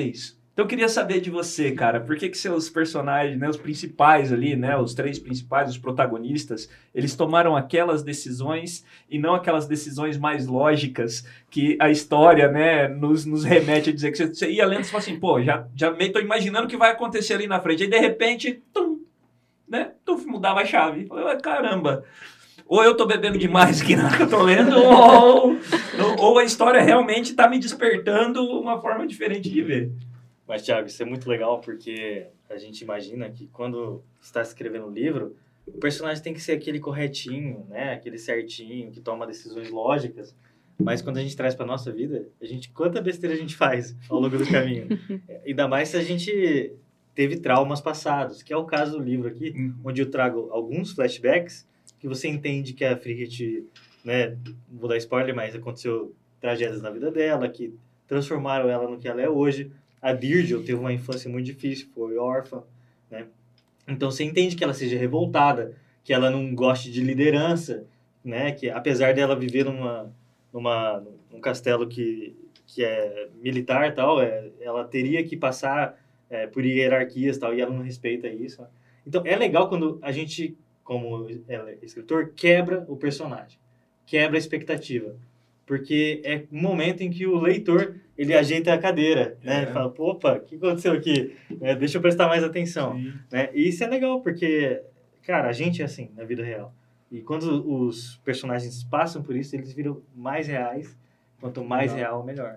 Então eu queria saber de você, cara, por que que seus personagens, né, os principais ali, né, os três principais, os protagonistas, eles tomaram aquelas decisões e não aquelas decisões mais lógicas que a história, né, nos, nos remete a dizer que você, você ia lendo e fala assim, pô, já, já meio tô imaginando o que vai acontecer ali na frente. Aí, de repente, tum, né, tum, mudava a chave. Eu falei, caramba, ou eu tô bebendo demais aqui na hora que eu tô lendo, ou, ou a história realmente tá me despertando uma forma diferente de ver. Mas, Thiago, isso é muito legal porque a gente imagina que quando está escrevendo um livro, o personagem tem que ser aquele corretinho, né? Aquele certinho, que toma decisões lógicas. Mas quando a gente traz para nossa vida, a gente, quanta besteira a gente faz ao longo do caminho. Ainda mais se a gente teve traumas passados, que é o caso do livro aqui, onde eu trago alguns flashbacks que você entende que a Frigate, né? Não vou dar spoiler, mas aconteceu tragédias na vida dela, que transformaram ela no que ela é hoje. A Virgil teve uma infância muito difícil, foi órfã, né? Então você entende que ela seja revoltada, que ela não goste de liderança, né? Que apesar dela viver numa, numa, num castelo que, que é militar e tal, é, ela teria que passar é, por hierarquias e tal, e ela não respeita isso. Né? Então é legal quando a gente, como é, escritor, quebra o personagem, quebra a expectativa. Porque é um momento em que o leitor, ele ajeita a cadeira, né? É. Ele fala, opa, o que aconteceu aqui? É, deixa eu prestar mais atenção. Né? E isso é legal, porque, cara, a gente é assim, na vida real. E quando os personagens passam por isso, eles viram mais reais. Quanto mais Legal. real, melhor.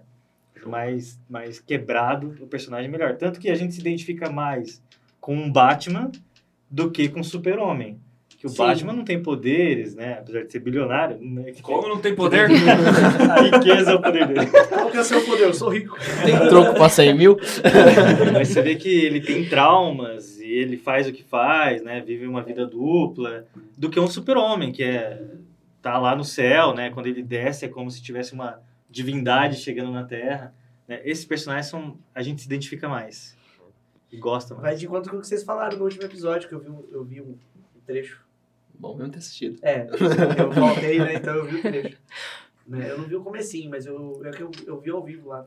Mais, mais quebrado o personagem, melhor. Tanto que a gente se identifica mais com um Batman do que com um Super-Homem. Que o Sim. Batman não tem poderes, né? Apesar de ser bilionário. Né? Como não tem poder? A riqueza é o poder dele. Qual que é o seu poder? Eu sou rico. Tem troco pra cem mil? Mas você vê que ele tem traumas e ele faz o que faz, né? Vive uma vida dupla. Do que um super-homem, que é tá lá no céu, né? Quando ele desce é como se tivesse uma divindade chegando na Terra. Né? Esses personagens são... A gente se identifica mais. E gosta mais. Vai de encontro com o que vocês falaram no último episódio, que eu vi um, eu vi um trecho. Bom mesmo ter assistido. É, eu voltei, né? Então eu vi o trecho. Né? Eu não vi o comecinho, mas eu, eu, eu, eu vi ao vivo lá. Né?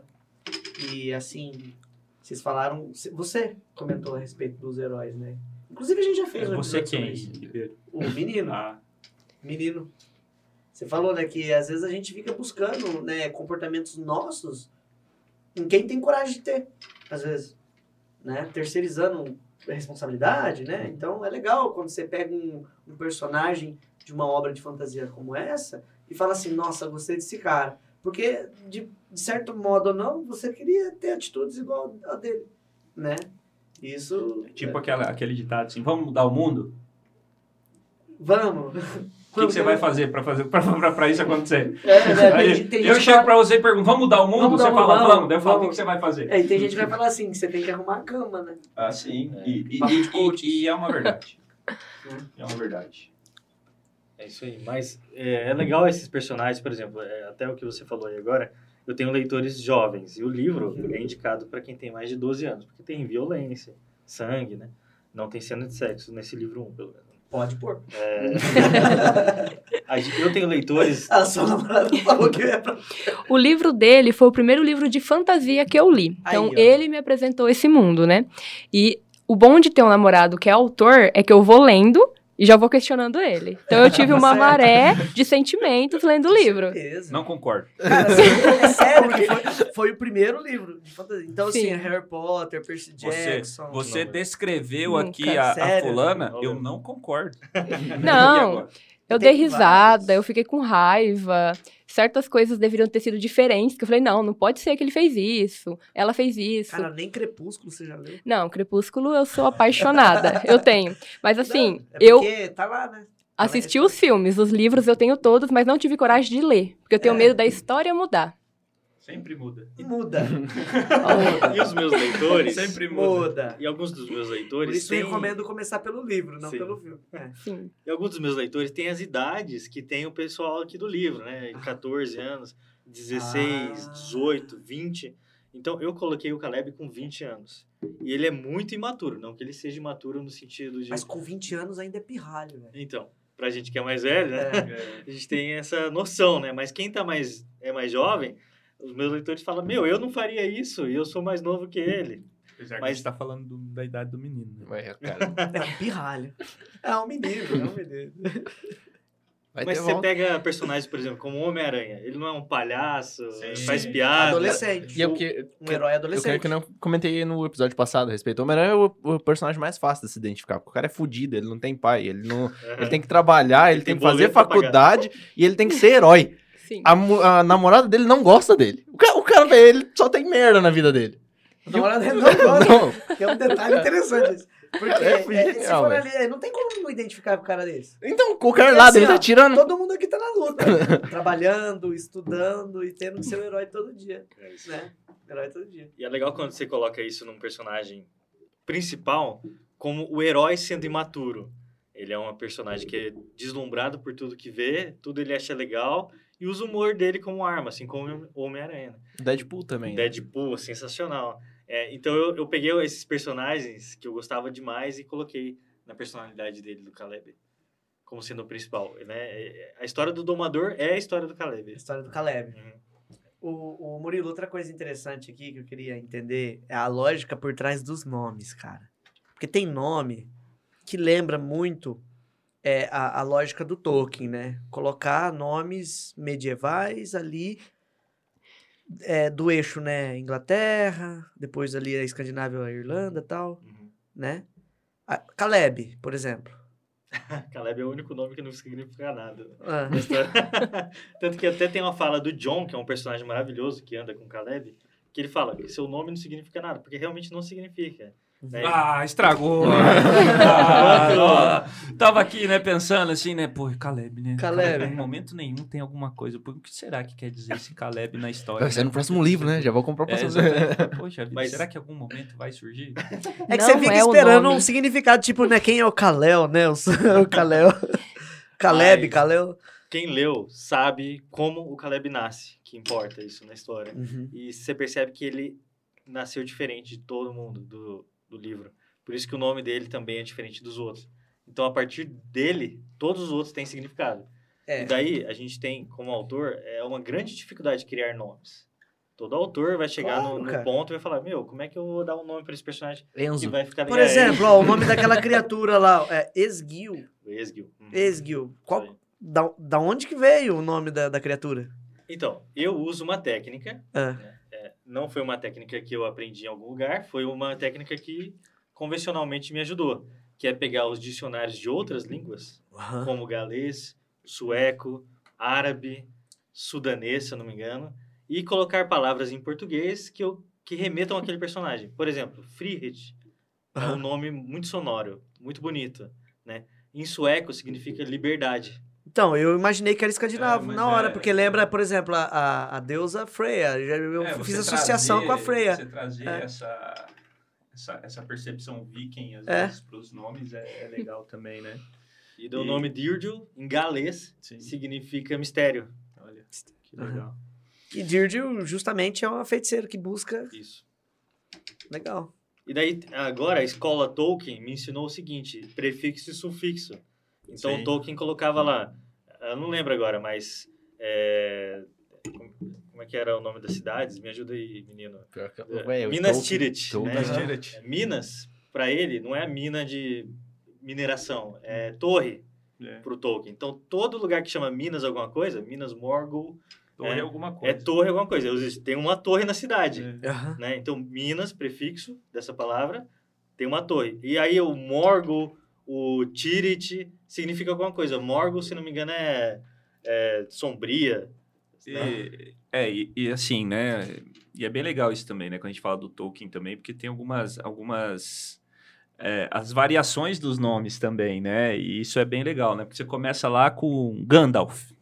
E assim, vocês falaram... Você comentou a respeito dos heróis, né? Inclusive a gente já fez um Você episódio quem, sobre isso. Ribeiro? O menino. Ah, Menino. Você falou, né, que às vezes a gente fica buscando, né, comportamentos nossos em quem tem coragem de ter, às vezes, né, terceirizando a responsabilidade, né, então é legal quando você pega um, um personagem de uma obra de fantasia como essa e fala assim, nossa, gostei desse cara, porque de, de certo modo ou não, você queria ter atitudes igual a dele, né, isso... tipo é, aquela, aquele ditado assim, vamos mudar o mundo? vamos... O que, que você vai fazer para fazer para isso acontecer? É, né, Aí, tem, tem eu gente chego que para você e pergunto, vamos mudar o mundo? Vamos mudar Você o mundo, fala, vamos, vamos. Daí eu falo, o que, vamos. que você vai fazer? É, e tem gente que vai falar assim, que você tem que arrumar a cama, né? Ah, sim. É. E, e, Papo de e, coach. e, e é uma verdade. É uma verdade. É isso aí. Mas é, é legal esses personagens, por exemplo, é, até o que você falou aí agora, eu tenho leitores jovens. E o livro é indicado para quem tem mais de doze anos, porque tem violência, sangue, né? Não tem cena de sexo nesse livro um, pelo menos. Pode pôr. É... A gente- eu tenho leitores... A sua namorada falou que é pra... O livro dele foi o primeiro livro de fantasia que eu li. Então, Aí, ó. ele me apresentou esse mundo, né? E o bom de ter um namorado que é autor é que eu vou lendo e já vou questionando ele. Então, eu tive uma Certo. maré de sentimentos lendo o livro. Certeza. Não concordo. Cara, assim, é sério que foi, foi o primeiro livro de fantasia. Então, assim, Sim. é Harry Potter, Percy Você, Jackson... você Não, descreveu Nunca. aqui a, a Sério? fulana, Não, eu não. não concordo. Não. E agora? Eu Tem dei risada, vários. eu fiquei com raiva. Certas coisas deveriam ter sido diferentes, que eu falei, não, não pode ser que ele fez isso, ela fez isso. Cara, nem Crepúsculo você já leu? Não, Crepúsculo eu sou apaixonada, eu tenho. Mas assim, Não, é eu porque tá lá, né? assisti os filmes, os livros eu tenho todos, mas não tive coragem de ler, porque eu tenho É. medo da história mudar. Sempre muda. Muda. E os meus leitores... Sempre muda. Muda. E alguns dos meus Por leitores isso eu têm... recomendo começar pelo livro, não Sim. pelo filme. É. Sim. E alguns dos meus leitores têm as idades que tem o pessoal aqui do livro, né? catorze anos, dezesseis, Ah. dezoito, vinte. Então, eu coloquei o Caleb com vinte anos. E ele é muito imaturo. Não que ele seja imaturo no sentido de... Mas com vinte anos ainda é pirralho, velho. Então, pra gente que é mais velho, né? É. A gente tem essa noção, né? Mas quem tá mais, é mais jovem, os meus leitores falam, meu, eu não faria isso e eu sou mais novo que ele. Apesar que Mas- a gente tá falando do- da idade do menino. Né? Ué, cara, É um pirralho. É um menino, é um menino. vai Mas ter você volta. pega personagens, por exemplo, como o Homem-Aranha. Ele não é um palhaço, Sim. faz piada. Adolescente. E eu, que, Um herói eu adolescente. quero que eu não comentei no episódio passado a respeito. O Homem-Aranha é o, o personagem mais fácil de se identificar. Porque o cara é fudido, ele não tem pai, ele, não, ele tem que trabalhar, ele, Ele tem tem que fazer boleto pra faculdade e ele tem que ser herói. Sim. A, mu- a namorada dele não gosta dele. O cara, o cara, velho, ele só tem merda na vida dele. O namorado dele não gosta. Não. Que é um detalhe interessante isso. Porque É, é, genial, se for velho. ali, não tem como não identificar com um cara desse. Então, qualquer Porque, lado, assim, ele tá ó, tirando. Todo mundo aqui tá na luta. Trabalhando, estudando e tendo que ser o herói todo dia. É isso. Né? Herói todo dia. E é legal quando você coloca isso num personagem principal como o herói sendo imaturo. Ele é um personagem que é deslumbrado por tudo que vê, tudo ele acha legal e usa o humor dele como arma, assim como o Homem-Aranha. Né? Deadpool também. né? Deadpool, sensacional. É, então eu, eu peguei esses personagens que eu gostava demais e coloquei na personalidade dele, do Caleb, como sendo o principal. Né? É- A história do Domador é a história do Caleb. A história do Caleb. Uhum. O, o Murilo, outra coisa interessante aqui que eu queria entender é a lógica por trás dos nomes, cara. Porque tem nome que lembra muito é, a, a lógica do Tolkien, né? Colocar nomes medievais ali é, do eixo, né? Inglaterra, depois ali a Escandinávia, a Irlanda e tal, Uhum. né? A, Caleb, por exemplo. Caleb é o único nome que não significa nada. Né? Ah, Tanto que até tem uma fala do John, que é um personagem maravilhoso que anda com Caleb, que ele fala que seu nome não significa nada, porque realmente não significa. Né? Ah, estragou. Ah, ó, tava aqui, né, pensando assim, né, pô, Caleb, né? Caleb. Em momento nenhum tem alguma coisa. Pô, o que será que quer dizer esse Caleb na história? Vai ser né? no próximo livro, né? Já vou comprar o É, próximo livro. exatamente. Poxa vida, Mas- será que em algum momento vai surgir? É que Não você fica é o esperando nome. um significado, tipo, né? Quem é o Kalel, né? O, o Kalel. Caleb, Mas- Kalel. Quem leu sabe como o Caleb nasce, que importa isso na história. Uhum. E você percebe que ele nasceu diferente de todo mundo do, do livro. Por isso que o nome dele também é diferente dos outros. Então, a partir dele, todos os outros têm significado. É. E daí, a gente tem, como autor, é uma grande dificuldade de criar nomes. Todo autor vai chegar Claro, no, no cara. ponto e vai falar, meu, como é que eu vou dar um nome para esse personagem que Enzo. vai ficar Por legal? exemplo, ó, o nome daquela criatura lá é Esgil. Esgil. Uhum. Esgil. Qual, Isso aí. da, da onde que veio o nome da, da criatura? Então, eu uso uma técnica, Ah, é, não foi uma técnica que eu aprendi em algum lugar, foi uma técnica que convencionalmente me ajudou, que é pegar os dicionários de outras línguas, aham. como galês, sueco, árabe, sudanês, se eu não me engano, e colocar palavras em português que, eu, que remetam àquele personagem. Por exemplo, Frihet é um Aham. nome muito sonoro, muito bonito, né? Em sueco significa liberdade. Então, eu imaginei que era escandinavo É, mas na hora, é- porque lembra, por exemplo, a, a, a deusa Freya. Já- Eu É, fiz você associação trazer- com a Freya. Você trazer É. essa, essa, essa percepção viking, às É. vezes, pros nomes é, é legal também, né? E do E- nome Dirgil, em galês, Sim. significa mistério. Olha, que legal. E Dirgil, justamente, é uma feiticeira que busca... Isso. Legal. E daí, agora, a escola Tolkien me ensinou o seguinte, prefixo e sufixo. Então, Sim. Tolkien colocava lá, eu não lembro agora, mas... é, como é que era o nome das cidades? Me ajuda aí, menino. Pior que- É, Ué, o Minas Tolkien- Tirith, Tolkien- né? Minas Aham. Tirith. Minas, para ele, não é a mina de mineração, é torre É. pro Tolkien. Então, todo lugar que chama Minas alguma coisa, Minas Morgul, Torre É. alguma é coisa. torre alguma coisa. Tem uma torre na cidade. É. Aham. Né? Então, Minas, prefixo dessa palavra, tem uma torre. E aí o Morgul, o Tirith, significa alguma coisa. Morgul, se não me engano, é, é sombria. né? E, é, e, e assim, né? E é bem legal isso também, né? Quando a gente fala do Tolkien também, porque tem algumas, algumas é, as variações dos nomes também, né? E isso é bem legal, né? Porque você começa lá com Gandalf.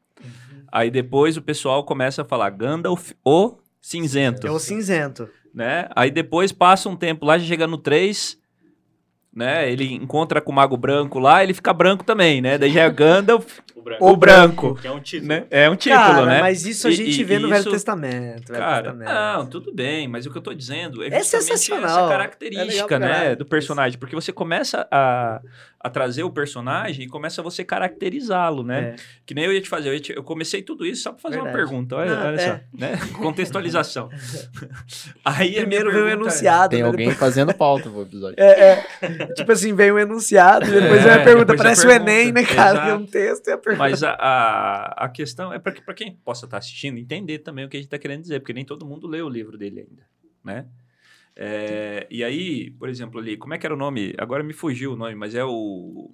Aí depois o pessoal começa a falar Gandalf o cinzento, É o cinzento. né? Aí depois passa um tempo lá, já chega no três, né? Ele encontra com o Mago Branco lá, ele fica branco também, né? Daí já é Gandalf, O branco. O branco. Que é um título. Né? É um título, Cara, né? mas isso a E- gente e- vê no e Velho isso- Testamento. Velho Cara, Testamento. não, tudo bem, mas o que eu tô dizendo é É justamente sensacional. essa É legal característica, pra né, caralho. do personagem, porque você começa a, a trazer o personagem e começa você caracterizá-lo, né? É. Que nem eu ia te fazer, eu, ia te- eu comecei tudo isso só pra fazer Verdade. uma pergunta, olha, Não, olha é. só, né? Contextualização. Aí a minha Primeiro veio o pergunta é- enunciado. Tem né? alguém fazendo pauta pro episódio. É, é. Tipo assim, vem o enunciado, depois É, vem a pergunta. depois a Parece pergunta. o Enem, né, cara? Tem Exato. um texto e a pergunta. Mas a, a, a questão é para quem possa estar assistindo entender também o que a gente está querendo dizer, porque nem todo mundo leu o livro dele ainda, né? É, e aí, por exemplo, ali, como é que era o nome? Agora me fugiu o nome, mas é o...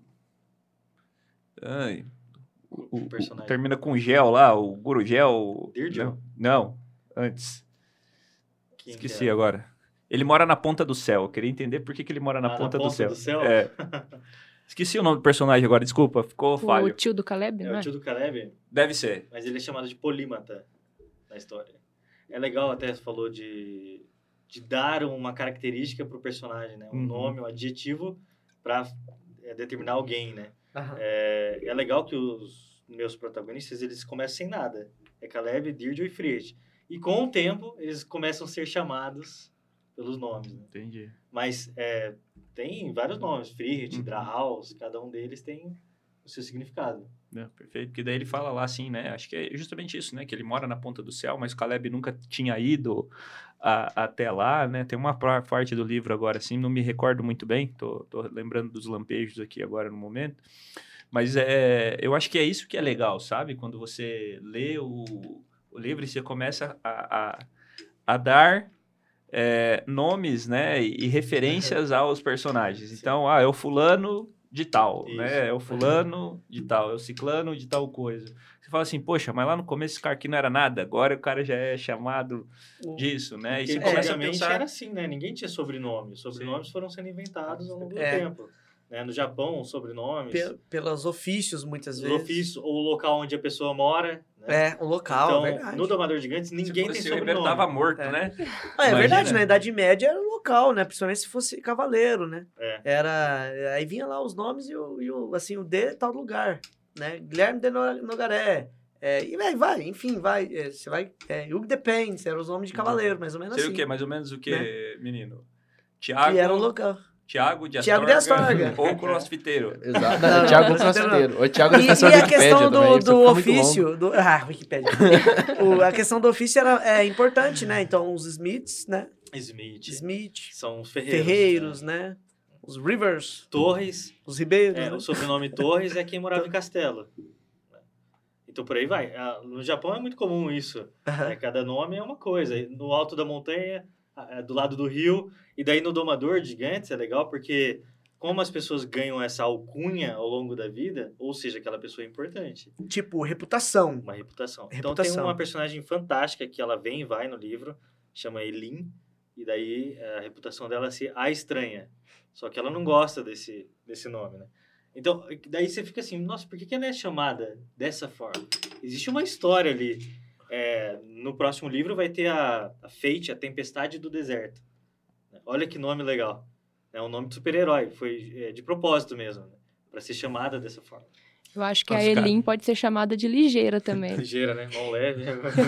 Ai, o, o- personagem. termina com gel lá, o Gurugel... Dirgil? Não, não, antes. Quem Esqueci que é? agora. Ele mora na ponta do céu. Eu queria entender por que, que ele mora na, Ah, na ponta, do ponta céu. do céu? É. Esqueci o nome do personagem agora, desculpa, ficou O falho. tio do Caleb, É não o é? tio do Caleb, Deve ser. mas ele é chamado de polímata na história. É legal, até você falou de, de dar uma característica pro personagem, né? Um Uhum. nome, um adjetivo para determinar alguém, né? Aham. É, é legal que os meus protagonistas, eles começam sem nada. É Caleb, Dirgil e Fried. E com o tempo, eles começam a ser chamados pelos nomes, né? Entendi. Mas é, tem vários nomes. Fried, Uhum. Drahaus, cada um deles tem o seu significado. É, perfeito, porque daí ele fala lá assim, né? Acho que é justamente isso, né? Que ele mora na ponta do céu, mas o Caleb nunca tinha ido a- até lá, né? Tem uma par- parte do livro agora, assim, não me recordo muito bem, tô, tô lembrando dos lampejos aqui agora no momento. Mas é, eu acho que é isso que é legal, sabe? Quando você lê o, o livro e você começa a, a, a dar é, nomes, né? E, e referências aos personagens. Então, ah, é o fulano de tal, Isso. né? É o fulano de tal, é o ciclano de tal coisa. Você fala assim, poxa, mas lá no começo esse cara aqui não era nada, agora o cara já é chamado disso, né? E Porque você começa a antigamente pensar... era assim, né? Ninguém tinha sobrenome. Os sobrenomes foram sendo inventados ao longo do É. tempo. Né? No Japão, os sobrenomes, Pe- pelos ofícios, muitas os vezes. ofícios, ou o local onde a pessoa mora. Né? É, o local, Então, é verdade. no Domador de Gigantes, ninguém tem se o Ribeiro sobrenome. tava morto, É. né? Ah, é Imagina. verdade, na Idade Média era o local, né? Principalmente se fosse cavaleiro, né? É. Era... Aí vinha lá os nomes e o, e o assim, o de tal lugar, né? Guilherme de No- Nogaré. É, e vai, vai, enfim, vai. é, Você vai... É, Hugo de Pence, eram os nomes de cavaleiro, mais ou menos Seria assim. o quê? Mais ou menos o quê, Né? menino? Tiago, Que era o local. Tiago de Tiago de Astorga, Astorga. ou crossfiteiro. Exato. Não, Não, não, Thiago não, Crossfiteiro. O Thiago é E, defensor e da a Wikipédia questão também, do, isso do fica muito longo. ofício. Do, ah, Wikipédia. O- a questão do ofício era, é importante, né? Então, os Smiths, né? Smith, Smith, são os ferreiros. Ferreiros, né? né? Os Rivers, Torres, os Ribeiros, é, né? o sobrenome Torres é quem morava em Castelo. Então, por aí vai. Ah, No Japão é muito comum isso. Aham. né? Cada nome é uma coisa. No alto da montanha, ah, é do lado do rio. E daí no Domador de Gigantes é legal porque como as pessoas ganham essa alcunha ao longo da vida, ou seja, aquela pessoa é importante. Tipo, reputação. Uma reputação. Então Reputação. tem uma personagem fantástica que ela vem e vai no livro, chama Elin, e daí a reputação dela é ser a estranha. Só que ela não gosta desse, desse nome, né? Então, daí você fica assim, nossa, por que, que ela é chamada dessa forma? Existe uma história ali. É, no próximo livro vai ter a, a Fate, a Tempestade do Deserto. Olha que nome legal. É um nome de super-herói, foi é, de propósito mesmo, né? Para ser chamada dessa forma. Eu acho que Nossa, a cara. Elin pode ser chamada de ligeira também. Ligeira, né? Mão leve.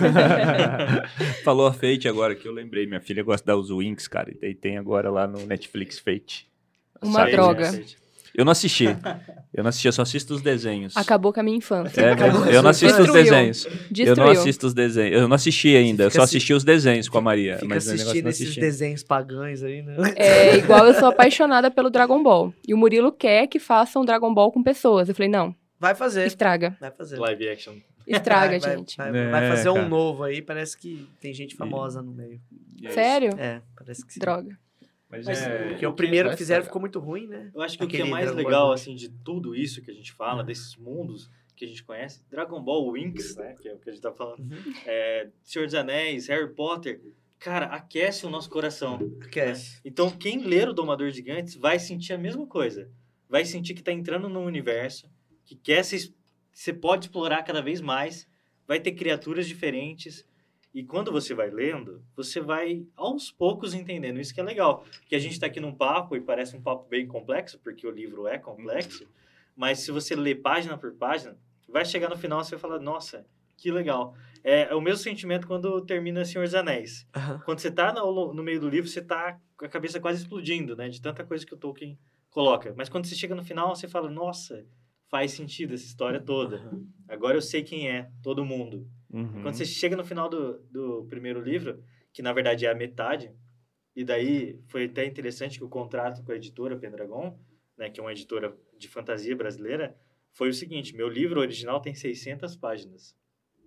Falou a Fate agora que eu lembrei. Minha filha gosta de dar os Winx, cara. E daí tem agora lá no Netflix Fate. Uma Sabe? droga. Eu não assisti. Eu não assisti, eu só assisto os desenhos. Acabou com a minha infância. É, mas eu não assisto os Destruiu. desenhos. Eu Destruiu. não assisto os desenhos. Eu não assisti ainda. Eu Fica só assi- assisti os desenhos com a Maria. Fica mas o negócio assistindo não esses assisti. desenhos pagãos aí, né? É igual eu sou apaixonada pelo Dragon Ball. E o Murilo quer que faça um Dragon Ball com pessoas. Eu falei, não, Vai fazer. estraga. Vai fazer. Live action. Estraga, vai, gente. Vai, vai, É, vai fazer um cara. novo aí, parece que tem gente famosa no meio. E é isso. Sério? É, parece que sim. Droga. Mas, Mas, é... Porque o que primeiro vai que fizeram estragar. ficou muito ruim, né? Eu acho que o que é Aquele mais Dragon Ball legal, Evolution. assim, de tudo isso que a gente fala, desses mundos que a gente conhece, Dragon Ball, Winx, né, que é o que a gente tá falando, Uhum. é, Senhor dos Anéis, Harry Potter, cara, aquece o nosso coração. Aquece. Então, quem ler o Domador de Gigantes vai sentir a mesma coisa. Vai sentir que tá entrando num universo, que quer se, você pode explorar cada vez mais, vai ter criaturas diferentes. E quando você vai lendo, você vai aos poucos entendendo. Isso que é legal. Que a gente está aqui num papo e parece um papo bem complexo, porque o livro é complexo. Mas se você ler página por página, vai chegar no final e você vai falar, nossa, que legal. É, é o mesmo sentimento quando termina Senhor dos Anéis. Aham. Quando você tá no, no meio do livro, você tá com a cabeça quase explodindo, né? De tanta coisa que o Tolkien coloca. Mas quando você chega no final, você fala, nossa, faz sentido essa história toda. Aham. Agora eu sei quem é todo mundo. Uhum. Quando você chega no final do, do primeiro livro, que na verdade é a metade, e daí foi até interessante que o contrato com a editora Pendragon, né, que é uma editora de fantasia brasileira, foi o seguinte, meu livro original tem seiscentas páginas.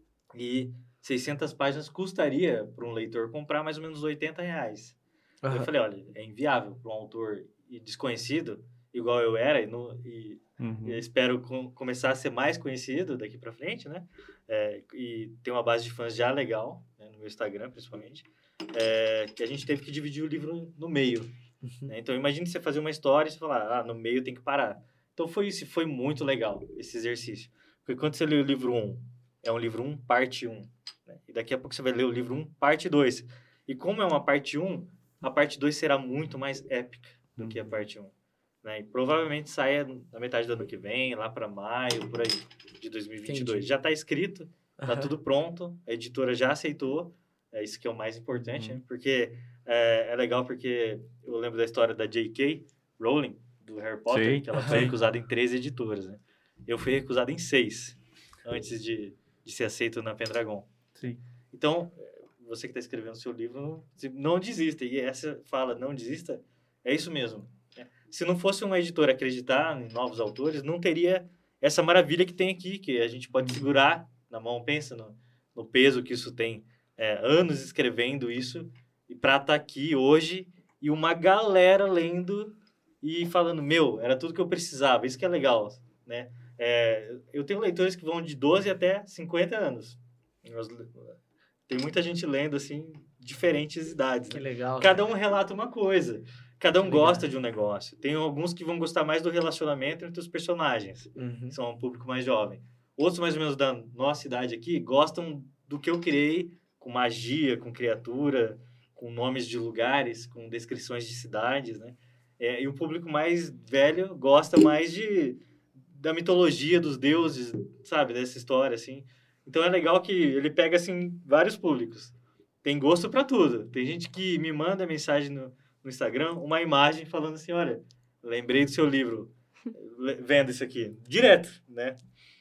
E seiscentas páginas custaria para um leitor comprar mais ou menos oitenta reais. Eu Aham. falei, olha, é inviável para um autor desconhecido, igual eu era, e, no, e Uhum. eu espero com, começar a ser mais conhecido daqui para frente, né? É, e ter uma base de fãs já legal, né, no meu Instagram, principalmente, é, que a gente teve que dividir o livro no meio. Uhum. Né? Então, imagine você fazer uma história e você falar, ah, no meio tem que parar. Então, foi isso, foi muito legal, esse exercício. Porque quando você lê o livro um, é um livro um, parte um. Né? E daqui a pouco você vai ler o livro um, parte dois. E como é uma parte um, a parte dois será muito mais épica do que a parte um. Né? E provavelmente saia na metade do ano que vem, lá para maio, por aí, de dois mil e vinte e dois. Entendi. Já está escrito, está Aham. tudo pronto, a editora já aceitou, é isso que é o mais importante, Uhum. né? Porque é, é legal porque eu lembro da história da J K Rowling, do Harry Potter, Sim. que ela foi Aham. recusada em treze editoras, né? Eu fui recusado em seis, antes de, de ser aceito na Pendragon. Sim. Então, você que está escrevendo seu livro, não desista. E essa fala, não desista, é isso mesmo. Se não fosse uma editora acreditar em novos autores, não teria essa maravilha que tem aqui, que a gente pode segurar na mão. Pensa no, no peso que isso tem. É, anos escrevendo isso, e para estar aqui hoje, e uma galera lendo e falando, meu, era tudo que eu precisava. Isso que é legal, né? É, eu tenho leitores que vão de doze até cinquenta anos. Tem muita gente lendo, assim, diferentes idades. Que Né? legal. Cada um relata uma coisa. Cada um Que legal. gosta de um negócio. Tem alguns que vão gostar mais do relacionamento entre os personagens. Uhum. São um público mais jovem. Outros, mais ou menos da nossa idade aqui, gostam do que eu criei, com magia, com criatura, com nomes de lugares, com descrições de cidades, né? É, e o público mais velho gosta mais de da mitologia, dos deuses, sabe? Dessa história, assim. Então é legal que ele pega, assim, vários públicos. Tem gosto para tudo. Tem gente que me manda mensagem no, no Instagram, uma imagem falando assim, olha, lembrei do seu livro, vendo isso aqui. Direto, né?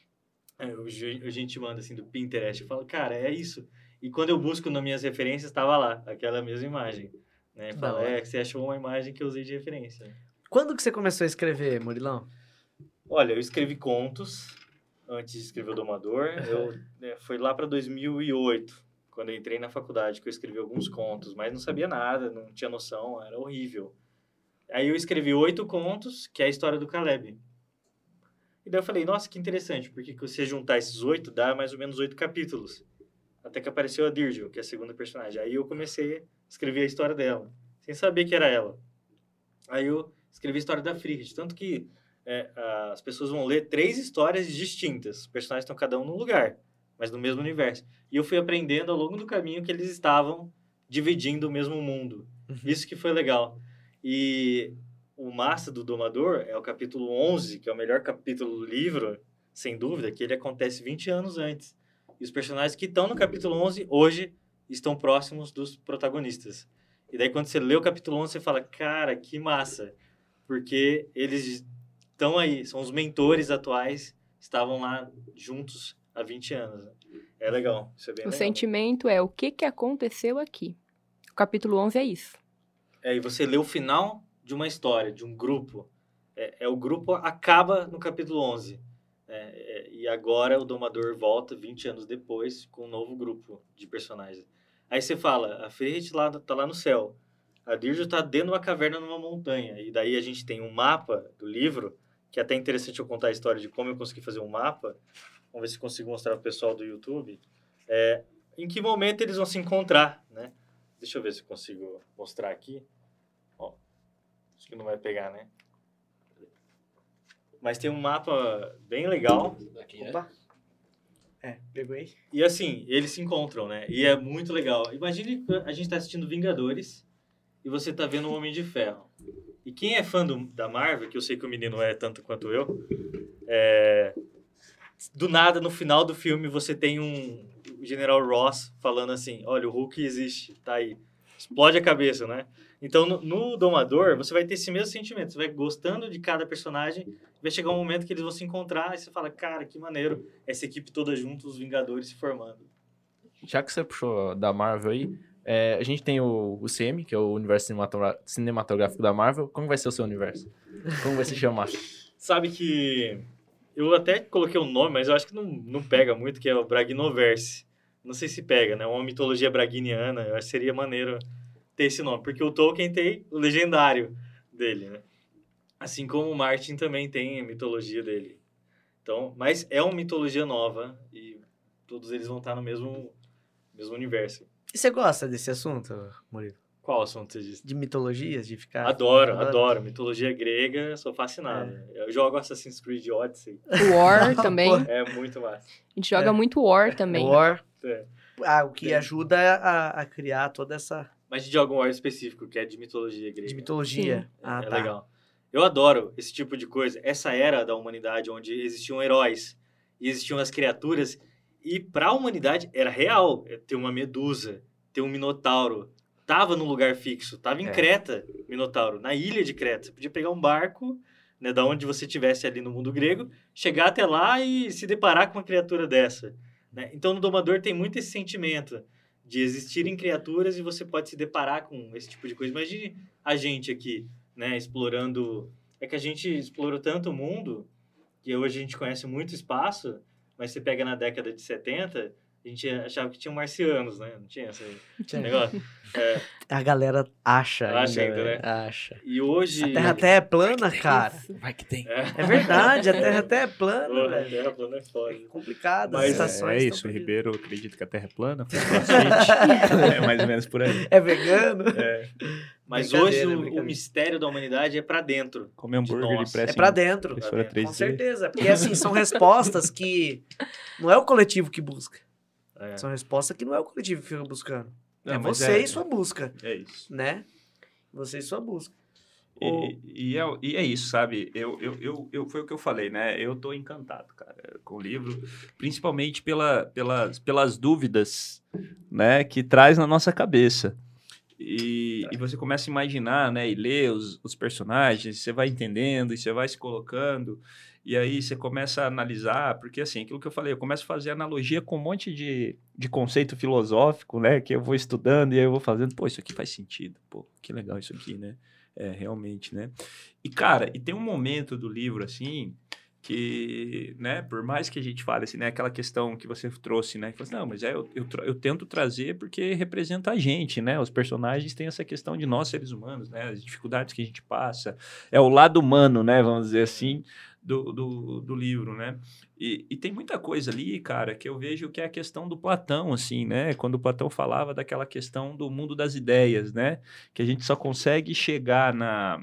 A gente manda, assim, do Pinterest. Eu falo, cara, é isso. E quando eu busco nas minhas referências, estava lá, aquela mesma imagem. Né? Fala, é, que você achou uma imagem que eu usei de referência. Quando que você começou a escrever, Murilão? Olha, eu escrevi contos antes de escrever O Domador. Eu, né, foi lá para dois mil e oito, quando eu entrei na faculdade, que eu escrevi alguns contos, mas não sabia nada, não tinha noção, era horrível. Aí eu escrevi oito contos, que é a história do Caleb. E daí eu falei, nossa, que interessante, porque se você juntar esses oito, dá mais ou menos oito capítulos. Até que apareceu a Dirgil, que é a segunda personagem. Aí eu comecei a escrever a história dela, sem saber que era ela. Aí eu escrevi a história da Frigid, tanto que é, as pessoas vão ler três histórias distintas. Os personagens estão cada um num lugar, mas no mesmo universo. E eu fui aprendendo ao longo do caminho que eles estavam dividindo o mesmo mundo. Uhum. Isso que foi legal. E o massa do Domador é o capítulo onze, que é o melhor capítulo do livro, sem dúvida, que ele acontece vinte anos antes. E os personagens que estão no capítulo onze, hoje, estão próximos dos protagonistas. E daí, quando você lê o capítulo onze, você fala, cara, que massa. Porque eles estão aí, são os mentores atuais, estavam lá juntos há vinte anos. É legal, isso é bem o legal. sentimento é o que, que aconteceu aqui. O capítulo onze é isso. É, e você lê o final de uma história, de um grupo. É, é o grupo acaba no capítulo onze. É, é, e agora o Domador volta vinte anos depois com um novo grupo de personagens. Aí você fala, a Frigid lá, tá lá no céu. A Dirgil está dentro de uma caverna numa montanha. E daí a gente tem um mapa do livro, que é até interessante eu contar a história de como eu consegui fazer um mapa. Vamos ver se consigo mostrar para o pessoal do YouTube. É, em que momento eles vão se encontrar, né? Deixa eu ver se eu consigo mostrar aqui. Ó, acho que não vai pegar, né? Mas tem um mapa bem legal. Aqui, né? Opa. É, pegou aí. E assim, eles se encontram, né? E é muito legal. Imagine que a gente tá assistindo Vingadores e você tá vendo o Homem de Ferro. E quem é fã do, da Marvel, que eu sei que o menino é tanto quanto eu, é... Do nada, no final do filme, você tem um o General Ross falando assim, olha, o Hulk existe, tá aí. Explode a cabeça, né? Então, no, no Domador, você vai ter esse mesmo sentimento. Você vai gostando de cada personagem, vai chegar um momento que eles vão se encontrar e você fala, cara, que maneiro, essa equipe toda junto, os Vingadores se formando. Já que você puxou da Marvel aí, é, a gente tem o U C M, que é o universo cinematogra- cinematográfico da Marvel. Como vai ser o seu universo? Como vai se chamar? Sabe que eu até coloquei um nome, mas eu acho que não, não pega muito, que é o Bragnoverse. Não sei se pega, né? Uma mitologia braguiniana, eu acho que seria maneiro ter esse nome, porque o Tolkien tem o legendário dele, né? Assim como o Martin também tem a mitologia dele. Então, mas é uma mitologia nova e todos eles vão estar no mesmo, mesmo universo. E você gosta desse assunto, Murilo? Qual assunto você disse? De mitologias, de ficar... Adoro, Adoro. adoro. Mitologia grega, sou fascinado. Eu jogo Assassin's Creed Odyssey. War também. É muito massa. A gente joga É. muito War também. War. É. Ah, o que Tem. ajuda a, a criar toda essa... Mas a gente joga um War específico, que é de mitologia grega. De mitologia. É, Ah, é tá. legal. Eu adoro esse tipo de coisa. Essa era da humanidade, onde existiam heróis e existiam as criaturas. E para a humanidade era real é ter uma medusa, ter um minotauro. Tava num lugar fixo, tava em É. Creta, minotauro, na ilha de Creta. Você podia pegar um barco, né, da onde você estivesse ali no mundo grego, chegar até lá e se deparar com uma criatura dessa. Né? Então, no Domador tem muito esse sentimento de existirem criaturas e você pode se deparar com esse tipo de coisa. Imagine a gente aqui, né, explorando... É que a gente explorou tanto o mundo, que hoje a gente conhece muito espaço, mas você pega na década de setenta, a gente achava que tinha marcianos, né? Não tinha esse Tinha. negócio. É, A galera acha Acha ainda, ainda, né? né? Acha. e hoje... A Terra até é plana, cara. Vai que tem. É, É verdade, a Terra até é plana, Pô, a velho. Terra plana é foda. É complicado, Mas as É, estações é estão isso, o perdidas. Ribeiro acredita que a Terra é plana, faz crossfit. É mais ou menos por aí. É vegano? É, Mas Brincadeira, hoje o, brincadeira. o mistério da humanidade é pra dentro. comer hambúrguer nós. de pressa É pra em dentro. impressora Com três D. Com certeza. Porque, assim, são respostas que não é o coletivo que busca. É. São respostas que não é o coletivo que fica buscando. Não, é mas você é- e sua busca, É isso. né? Você e sua busca. E, e, é, e é isso, sabe? Eu, eu, eu, eu, foi o que eu falei, né? Eu tô encantado, cara, com o livro, principalmente pela, pelas, pelas dúvidas, né, que traz na nossa cabeça. E, e você começa a imaginar, né, e ler os, os personagens, você vai entendendo e você vai se colocando, e aí você começa a analisar, porque assim, aquilo que eu falei, eu começo a fazer analogia com um monte de, de conceito filosófico, né, que eu vou estudando e aí eu vou fazendo, pô, isso aqui faz sentido, pô, que legal isso aqui, né? É, realmente, né? E, cara, e tem um momento do livro, assim, que, né, por mais que a gente fale, assim, né, aquela questão que você trouxe, né, que você, não, mas é, eu, eu, tra- eu tento trazer porque representa a gente, né? Os personagens têm essa questão de nós, seres humanos, né? As dificuldades que a gente passa, é o lado humano, né, vamos dizer assim, do, do, do livro, né? E, e tem muita coisa ali, cara, que eu vejo que é a questão do Platão, assim, né? Quando o Platão falava daquela questão do mundo das ideias, né? Que a gente só consegue chegar na...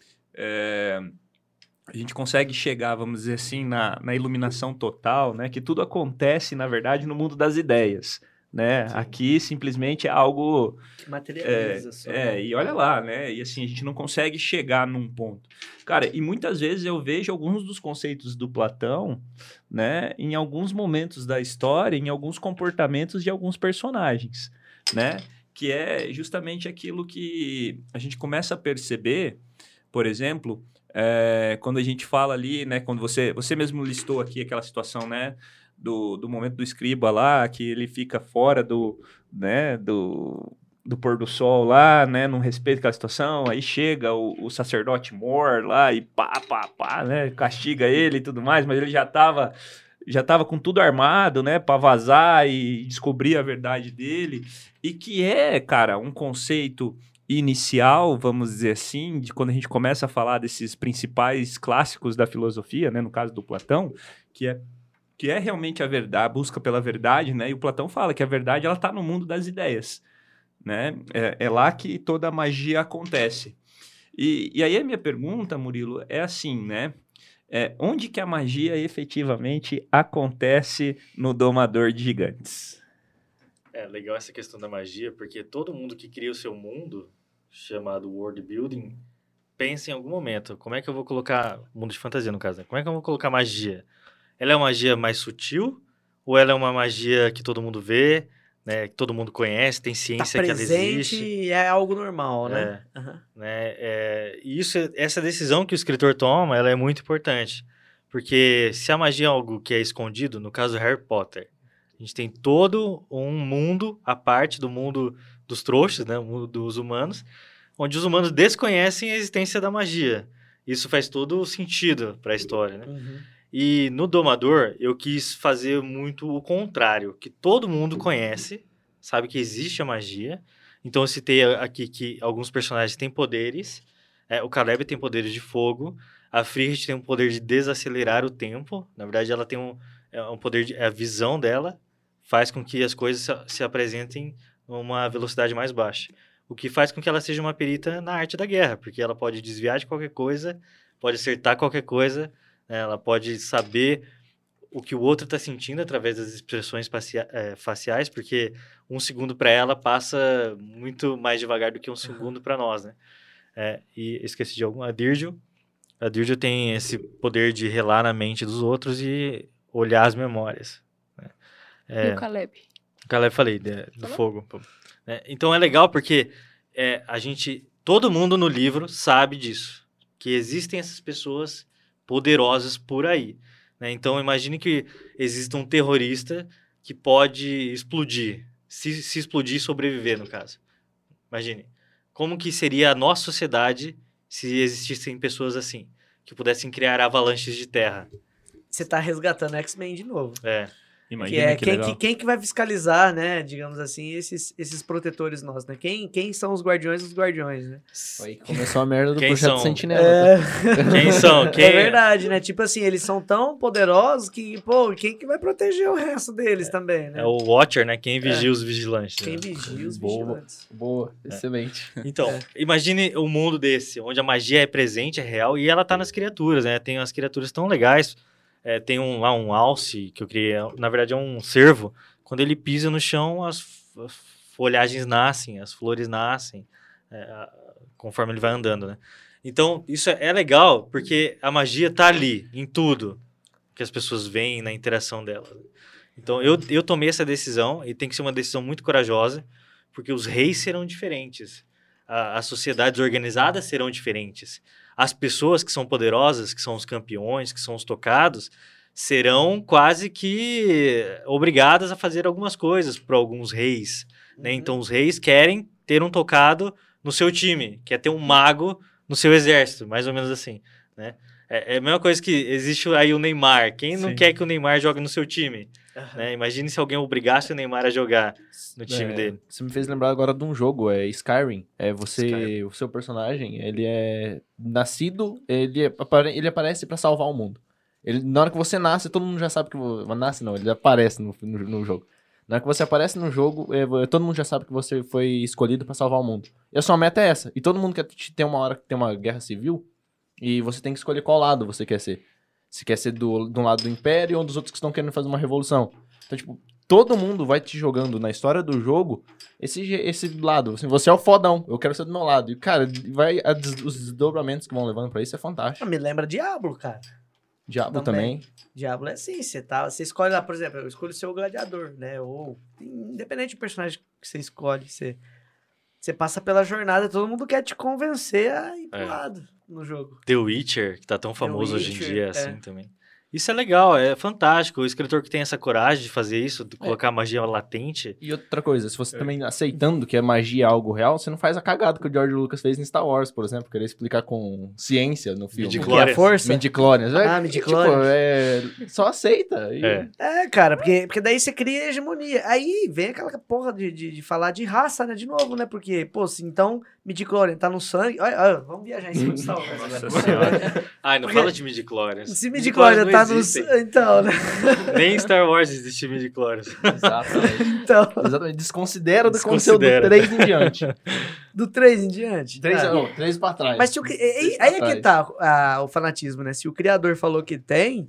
é, a gente consegue chegar, vamos dizer assim, na, na iluminação total, né? Que tudo acontece, na verdade, no mundo das ideias, né? Aqui, simplesmente, é algo... Que materializa É, só. é, e olha lá, né? E assim, a gente não consegue chegar num ponto. Cara, e muitas vezes eu vejo alguns dos conceitos do Platão, né? Em alguns momentos da história, em alguns comportamentos de alguns personagens, né? Que é justamente aquilo que a gente começa a perceber, por exemplo, é, quando a gente fala ali, né? Quando você, você mesmo listou aqui aquela situação, né? Do, do momento do escriba lá, que ele fica fora do, né? Do... do pôr do sol lá, né, não respeita aquela situação, aí chega o, o sacerdote Mor lá e pá, pá, pá, né, castiga ele e tudo mais, mas ele já tava, já tava com tudo armado, né, para vazar e descobrir a verdade dele, e que é, cara, um conceito inicial, vamos dizer assim, de quando a gente começa a falar desses principais clássicos da filosofia, né, no caso do Platão, que é que é realmente a verdade, a busca pela verdade, né, e o Platão fala que a verdade, ela tá no mundo das ideias, né? É, é lá que toda a magia acontece. E, e aí a minha pergunta, Murilo, é assim, né? É, onde que a magia efetivamente acontece no Domador de Gigantes? É legal essa questão da magia, porque todo mundo que cria o seu mundo, chamado world building, pensa em algum momento, como é que eu vou colocar, mundo de fantasia no caso, né? Como é que eu vou colocar magia? ela é uma magia mais sutil ou ela é uma magia que todo mundo vê, né, que todo mundo conhece, tem Tá ciência que ela presente existe? e é algo normal, né? Aham. Né? É, e isso, essa decisão que o escritor toma, ela é muito importante. Porque se a magia é algo que é escondido, no caso Harry Potter, a gente tem todo um mundo, a parte do mundo dos trouxas, né? O mundo dos humanos, onde os humanos desconhecem a existência da magia. Isso faz todo sentido para a história, né? Uhum. E no Domador, eu quis fazer muito o contrário, que todo mundo conhece, sabe que existe a magia. Então eu citei aqui que alguns personagens têm poderes. É, o Caleb tem poderes de fogo. A Frigid tem um poder de desacelerar o tempo. Na verdade, ela tem um, é um poder de... A visão dela faz com que as coisas se, se apresentem numa velocidade mais baixa. O que faz com que ela seja uma perita na arte da guerra, porque ela pode desviar de qualquer coisa, pode acertar qualquer coisa, né? Ela pode saber o que o outro está sentindo através das expressões facia- é, faciais, porque um segundo para ela passa muito mais devagar do que um segundo para nós, né? É, e esqueci de algum. A Dirgil. A Dirgil tem esse poder de relar na mente dos outros e olhar as memórias. Né? É, E o Caleb? o Caleb falei, de- do Falou? fogo. Né? Então é legal porque é, a gente, todo mundo no livro sabe disso, que existem essas pessoas poderosas por aí. Né? Então imagine que exista um terrorista que pode explodir, se, se explodir e sobreviver, no caso. Imagine, como que seria a nossa sociedade se existissem pessoas assim, que pudessem criar avalanches de terra. Você tá resgatando X-Men de novo. É. Que Imagina é que quem, legal. que, quem que vai fiscalizar, né, digamos assim, esses, esses protetores nossos, né? Quem, quem são os guardiões dos guardiões, né? Aí começou a merda do Quem Projeto são? Sentinela. É, Quem são? Quem é verdade, né? Tipo assim, eles são tão poderosos que, pô, quem que vai proteger o resto deles também, né? É o Watcher, né? Quem vigia os vigilantes. Quem né? vigia os Boa. vigilantes. Boa, excelente. Então, É. imagine um mundo desse, onde a magia é presente, é real, e ela tá nas criaturas, né? Tem umas criaturas tão legais. É, tem um, lá um alce que eu criei, na verdade é um cervo. Quando ele pisa no chão, as, f- as folhagens nascem, as flores nascem, é, a- conforme ele vai andando, né? Então, isso é, é legal, porque a magia tá ali, em tudo que as pessoas veem na interação delas. Então, eu, eu tomei essa decisão, e tem que ser uma decisão muito corajosa, porque os reis serão diferentes, a- as sociedades organizadas serão diferentes. As pessoas que são poderosas, que são os campeões, que são os tocados, serão quase que obrigadas a fazer algumas coisas para alguns reis. Né? Uhum. Então, os reis querem ter um tocado no seu time, quer ter um mago no seu exército, mais ou menos assim. Né? É, é a mesma coisa que existe aí o Neymar. Quem não Sim. quer que o Neymar jogue no seu time? Aham. Né? Imagine se alguém obrigasse o Neymar a jogar no time É, dele. Você me fez lembrar agora de um jogo, é Skyrim. É você, Skyrim. o seu personagem, ele é nascido, ele, apare- ele aparece pra salvar o mundo. Ele, na hora que você nasce, todo mundo já sabe que você nasce não, ele aparece no, no, no jogo. Na hora que você aparece no jogo, é, vo- todo mundo já sabe que você foi escolhido pra salvar o mundo. E a sua meta é essa. E todo mundo quer te- tem uma hora que tem uma guerra civil e você tem que escolher qual lado você quer ser. Se quer ser do, de um lado do Império ou dos outros que estão querendo fazer uma revolução. Então, tipo, todo mundo vai te jogando na história do jogo esse, je- esse lado. Assim, você é o fodão, eu quero ser do meu lado. E, cara, vai, a des- os desdobramentos que vão levando pra isso é fantástico. Me lembra Diablo, cara. Diablo Também. também. Diablo é assim, você tá, você escolhe lá, por exemplo, eu escolho ser o gladiador, né? Ou independente do personagem que você escolhe, você, você passa pela jornada, todo mundo quer te convencer a ir pro É. lado no jogo. The Witcher, que tá tão famoso hoje em Witcher, dia, é. assim, também. Isso é legal, é fantástico. O escritor que tem essa coragem de fazer isso, de colocar magia latente. E outra coisa, se você também aceitando que a magia é algo real, você não faz a cagada que o George Lucas fez em Star Wars, por exemplo, querer explicar com ciência no filme. O que? Midi-chlorians. A força? Midi-chlorians. É, Ah, tipo, midi-chlorians. é, só aceita. E- É. É, cara, porque, porque daí você cria hegemonia. Aí vem aquela porra de, de, de falar de raça, né? De novo, né? Porque, pô, se então midi-chlorian tá no sangue... Olha, olha, vamos viajar em cima de Star Wars agora. Nossa senhora. Ai, não Porque- fala de midi-chlorians. Se midi-chlorian tá no existem. sangue... Então, né? Nem em Star Wars existe midi-chlorians. Exatamente. Então, Exatamente. Desconsidera do que aconteceu do Desconsidera. três em diante. do três em diante. três, cara. não, três pra trás. Mas se o, cri- aí, Três aí é pra que trás. tá ah, o fanatismo, né? Se o criador falou que tem,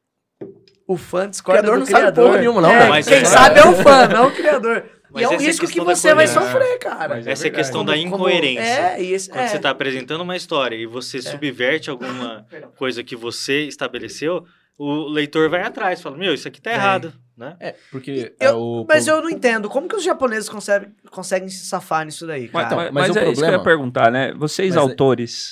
o fã discorda criador do não sabe criador. porra nenhuma, não, É, velho. Mas quem é- sabe é o fã, não o criador. Mas e é um essa é a risco que questão da você vai coerência. sofrer, cara. Mas é Essa é a verdade. questão da Como- como- incoerência. É, e esse, Quando é. você está apresentando uma história e você subverte alguma coisa que você estabeleceu, o leitor vai atrás, fala, meu, isso aqui tá É. errado, né? É, porque Eu- é o... Mas eu não entendo. Como que os japoneses conseguem, conseguem se safar nisso daí, Mas, cara? mas, mas mas o é isso que eu ia problema- perguntar, né? Vocês, Mas é- autores...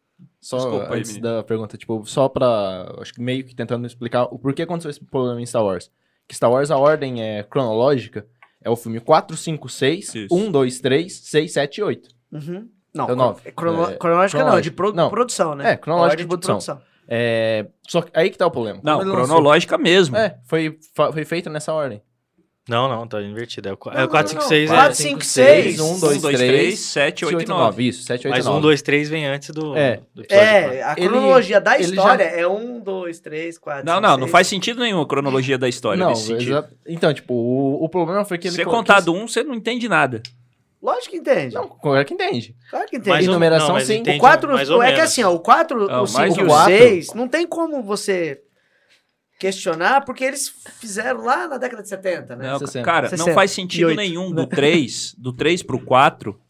Só Desculpa aí, antes menino. da pergunta, tipo, só pra... Acho que meio que tentando explicar o porquê aconteceu esse problema em Star Wars. Que Star Wars, a ordem é cronológica, é o filme quatro, cinco, seis, Isso. um, dois, três, seis, sete e oito. Uhum. Não, É o nove. é crono- É, cronológica não, de pro- não. produção, né? É, cronológica Ordem de produção. É, só que aí que tá o problema. Não, Quando ele lançou- cronológica mesmo. É, foi, fa- foi feito nessa ordem. Não, não, tá invertido. É o qu- Não, é o não, quatro, cinco, não. seis, quatro, é... cinco, seis. um, um, dois, dois, três, três, sete, oito e nove. Isso, sete, oito e Mas nove. um, dois, três vem antes do, É. do episódio É, quatro. a Ele- cronologia da ele história é um, dois, três, quatro, Não, cinco, não, não seis. faz sentido nenhum a cronologia da história Não, nesse sentido. exa- então, tipo, o, o problema foi que Se ele... você co- contar quis- do um, você não entende nada. Lógico que entende. Não, claro que entende. Claro que entende. Mais ou- numeração, não, mas sim. entende O quatro, mais ou é que menos. assim, ó, o quatro, Não, o mais cinco e ou o quatro. seis, não tem como você questionar, porque eles fizeram lá na década de setenta, né? Não, sessenta. cara, sessenta. não faz sentido E oito. nenhum do três, do três pro quatro,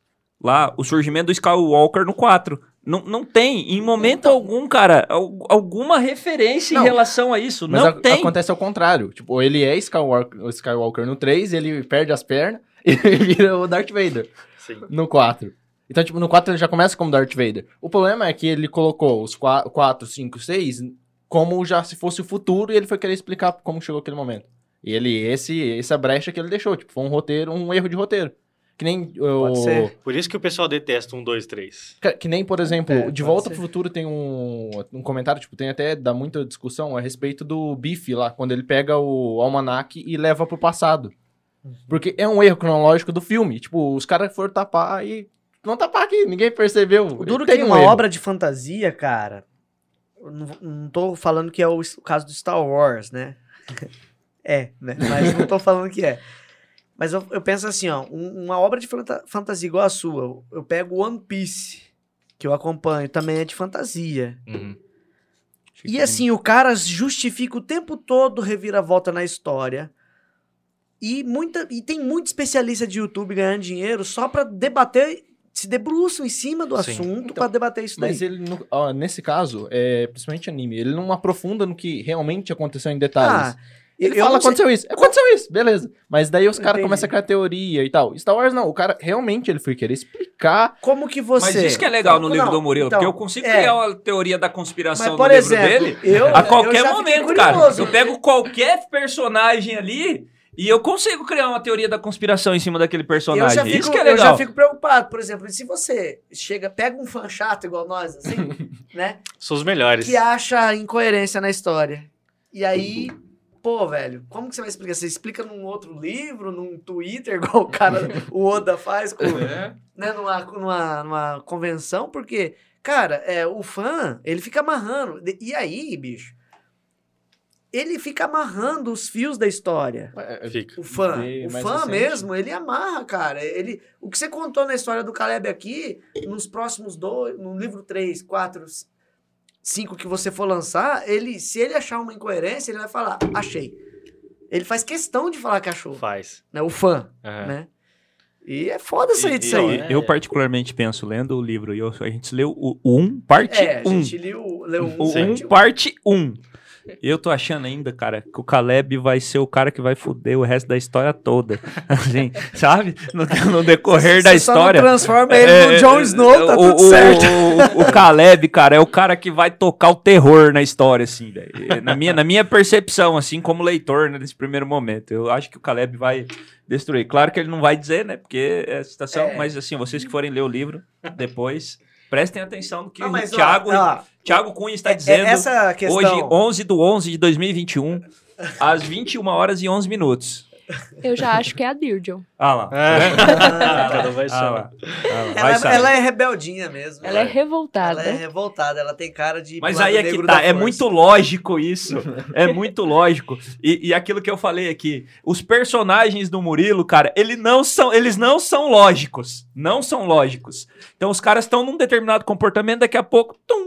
lá, o surgimento do Skywalker no quatro. Não, não tem, em momento algum, cara, al- alguma referência Não, em relação a isso. Mas não a- tem. acontece ao contrário. Tipo, ele é Skywalker, o Skywalker no três, ele perde as pernas e vira o Darth Vader Sim. no quatro. Então, tipo, no quatro ele já começa como Darth Vader. O problema é que ele colocou os quatro, cinco, seis como já se fosse o futuro e ele foi querer explicar como chegou aquele momento. E ele, esse, essa brecha que ele deixou, tipo, foi um roteiro, um erro de roteiro. Que nem Pode o... ser. Por isso que o pessoal detesta um, dois, três. Que, que nem, por exemplo, É, De pode Volta ser. pro Futuro tem um, um comentário, tipo, tem até, dá muita discussão a respeito do Biff lá, quando ele pega o almanaque e leva pro passado. Uhum. Porque é um erro cronológico do filme. Tipo, os caras foram tapar e... Não tapar aqui, ninguém percebeu. O duro Tem que um uma erro. obra de fantasia, cara. Eu não, não tô falando que é o, o caso do Star Wars, né? É, né? Mas não tô falando que é. Mas eu, eu penso assim, ó, um- uma obra de fanta- fantasia igual a sua, eu, eu pego One Piece, que eu acompanho, também é de fantasia. Uhum. E assim, o cara justifica o tempo todo reviravolta na história. E, muita, e tem muito especialista de YouTube ganhando dinheiro só pra debater, se debruçam em cima do Sim. assunto Então, pra debater isso daí. Mas ele, no- ó, nesse caso, é, principalmente anime, ele não aprofunda no que realmente aconteceu em detalhes. Ah, Ele eu fala, não sei- aconteceu isso. Aconteceu isso, beleza. Mas daí os caras Entendi. começam a criar teoria e tal. Star Wars não, o cara realmente ele foi querer explicar. Como que você... Mas isso que é legal no Não, livro do Murilo, então, porque eu consigo é. criar uma teoria da conspiração Mas, no por livro exemplo, dele eu, a qualquer eu já fiquei momento, cara. curioso. Eu pego qualquer personagem ali e eu consigo criar uma teoria da conspiração em cima daquele Eu personagem. já, fico, isso que é eu já legal. fico preocupado, por exemplo, se você chega, pega um fã chato igual nós, assim, né? São os melhores. Que acha incoerência na história. E aí, pô, velho, como que você vai explicar? Você explica num outro livro, num Twitter, igual o cara, o Oda faz, com, É. né, numa, numa, numa convenção, porque, cara, é, o fã, ele fica amarrando. E aí, bicho, ele fica amarrando os fios da história. Fica. O fã, Vê o mais fã recente. mesmo, ele amarra, cara. Ele, o que você contou na história do Caleb aqui, nos próximos dois, no livro três, quatro, cinco que você for lançar, ele, se ele achar uma incoerência, ele vai falar, achei. Ele faz questão de falar que achou, Faz. né? O fã, Aham. né? E é foda sair E- disso e- aí. é. Eu particularmente penso, lendo o livro, e eu- a gente leu o um, parte É, a um. gente leu, leu um, O Sim. um, parte um. Eu tô achando ainda, cara, que o Caleb vai ser o cara que vai foder o resto da história toda. Assim, sabe? No, no decorrer da Você só não história. transforma ele É, no Jon Snow, tá o, tudo o- certo. O, o Caleb, cara, é o cara que vai tocar o terror na história, assim, velho. Na minha, na minha percepção, assim, como leitor, né, nesse primeiro momento. Eu acho que o Caleb vai destruir. Claro que ele não vai dizer, né, porque é a situação, É. mas assim, vocês que forem ler o livro depois, prestem atenção no que Não, o mas, ó, Thiago, ó, Thiago Cunha está é- dizendo. essa questão... Hoje, onze de onze de dois mil e vinte e um, às vinte e uma horas e onze minutos. Eu já acho que é a Dirgel. Ah lá. Ah, Cada vai Ah saber. lá. Ah lá. Vai ela, saber. ela é rebeldinha mesmo. Ela é Ela revoltada. é revoltada, ela tem cara de. Mas lado aí é que negro tá, da é força. muito lógico isso. É muito lógico. E, e aquilo que eu falei aqui, os personagens do Murilo, cara, ele não são, eles não são lógicos. Não são lógicos. Então os caras estão num determinado comportamento, daqui a pouco, tum,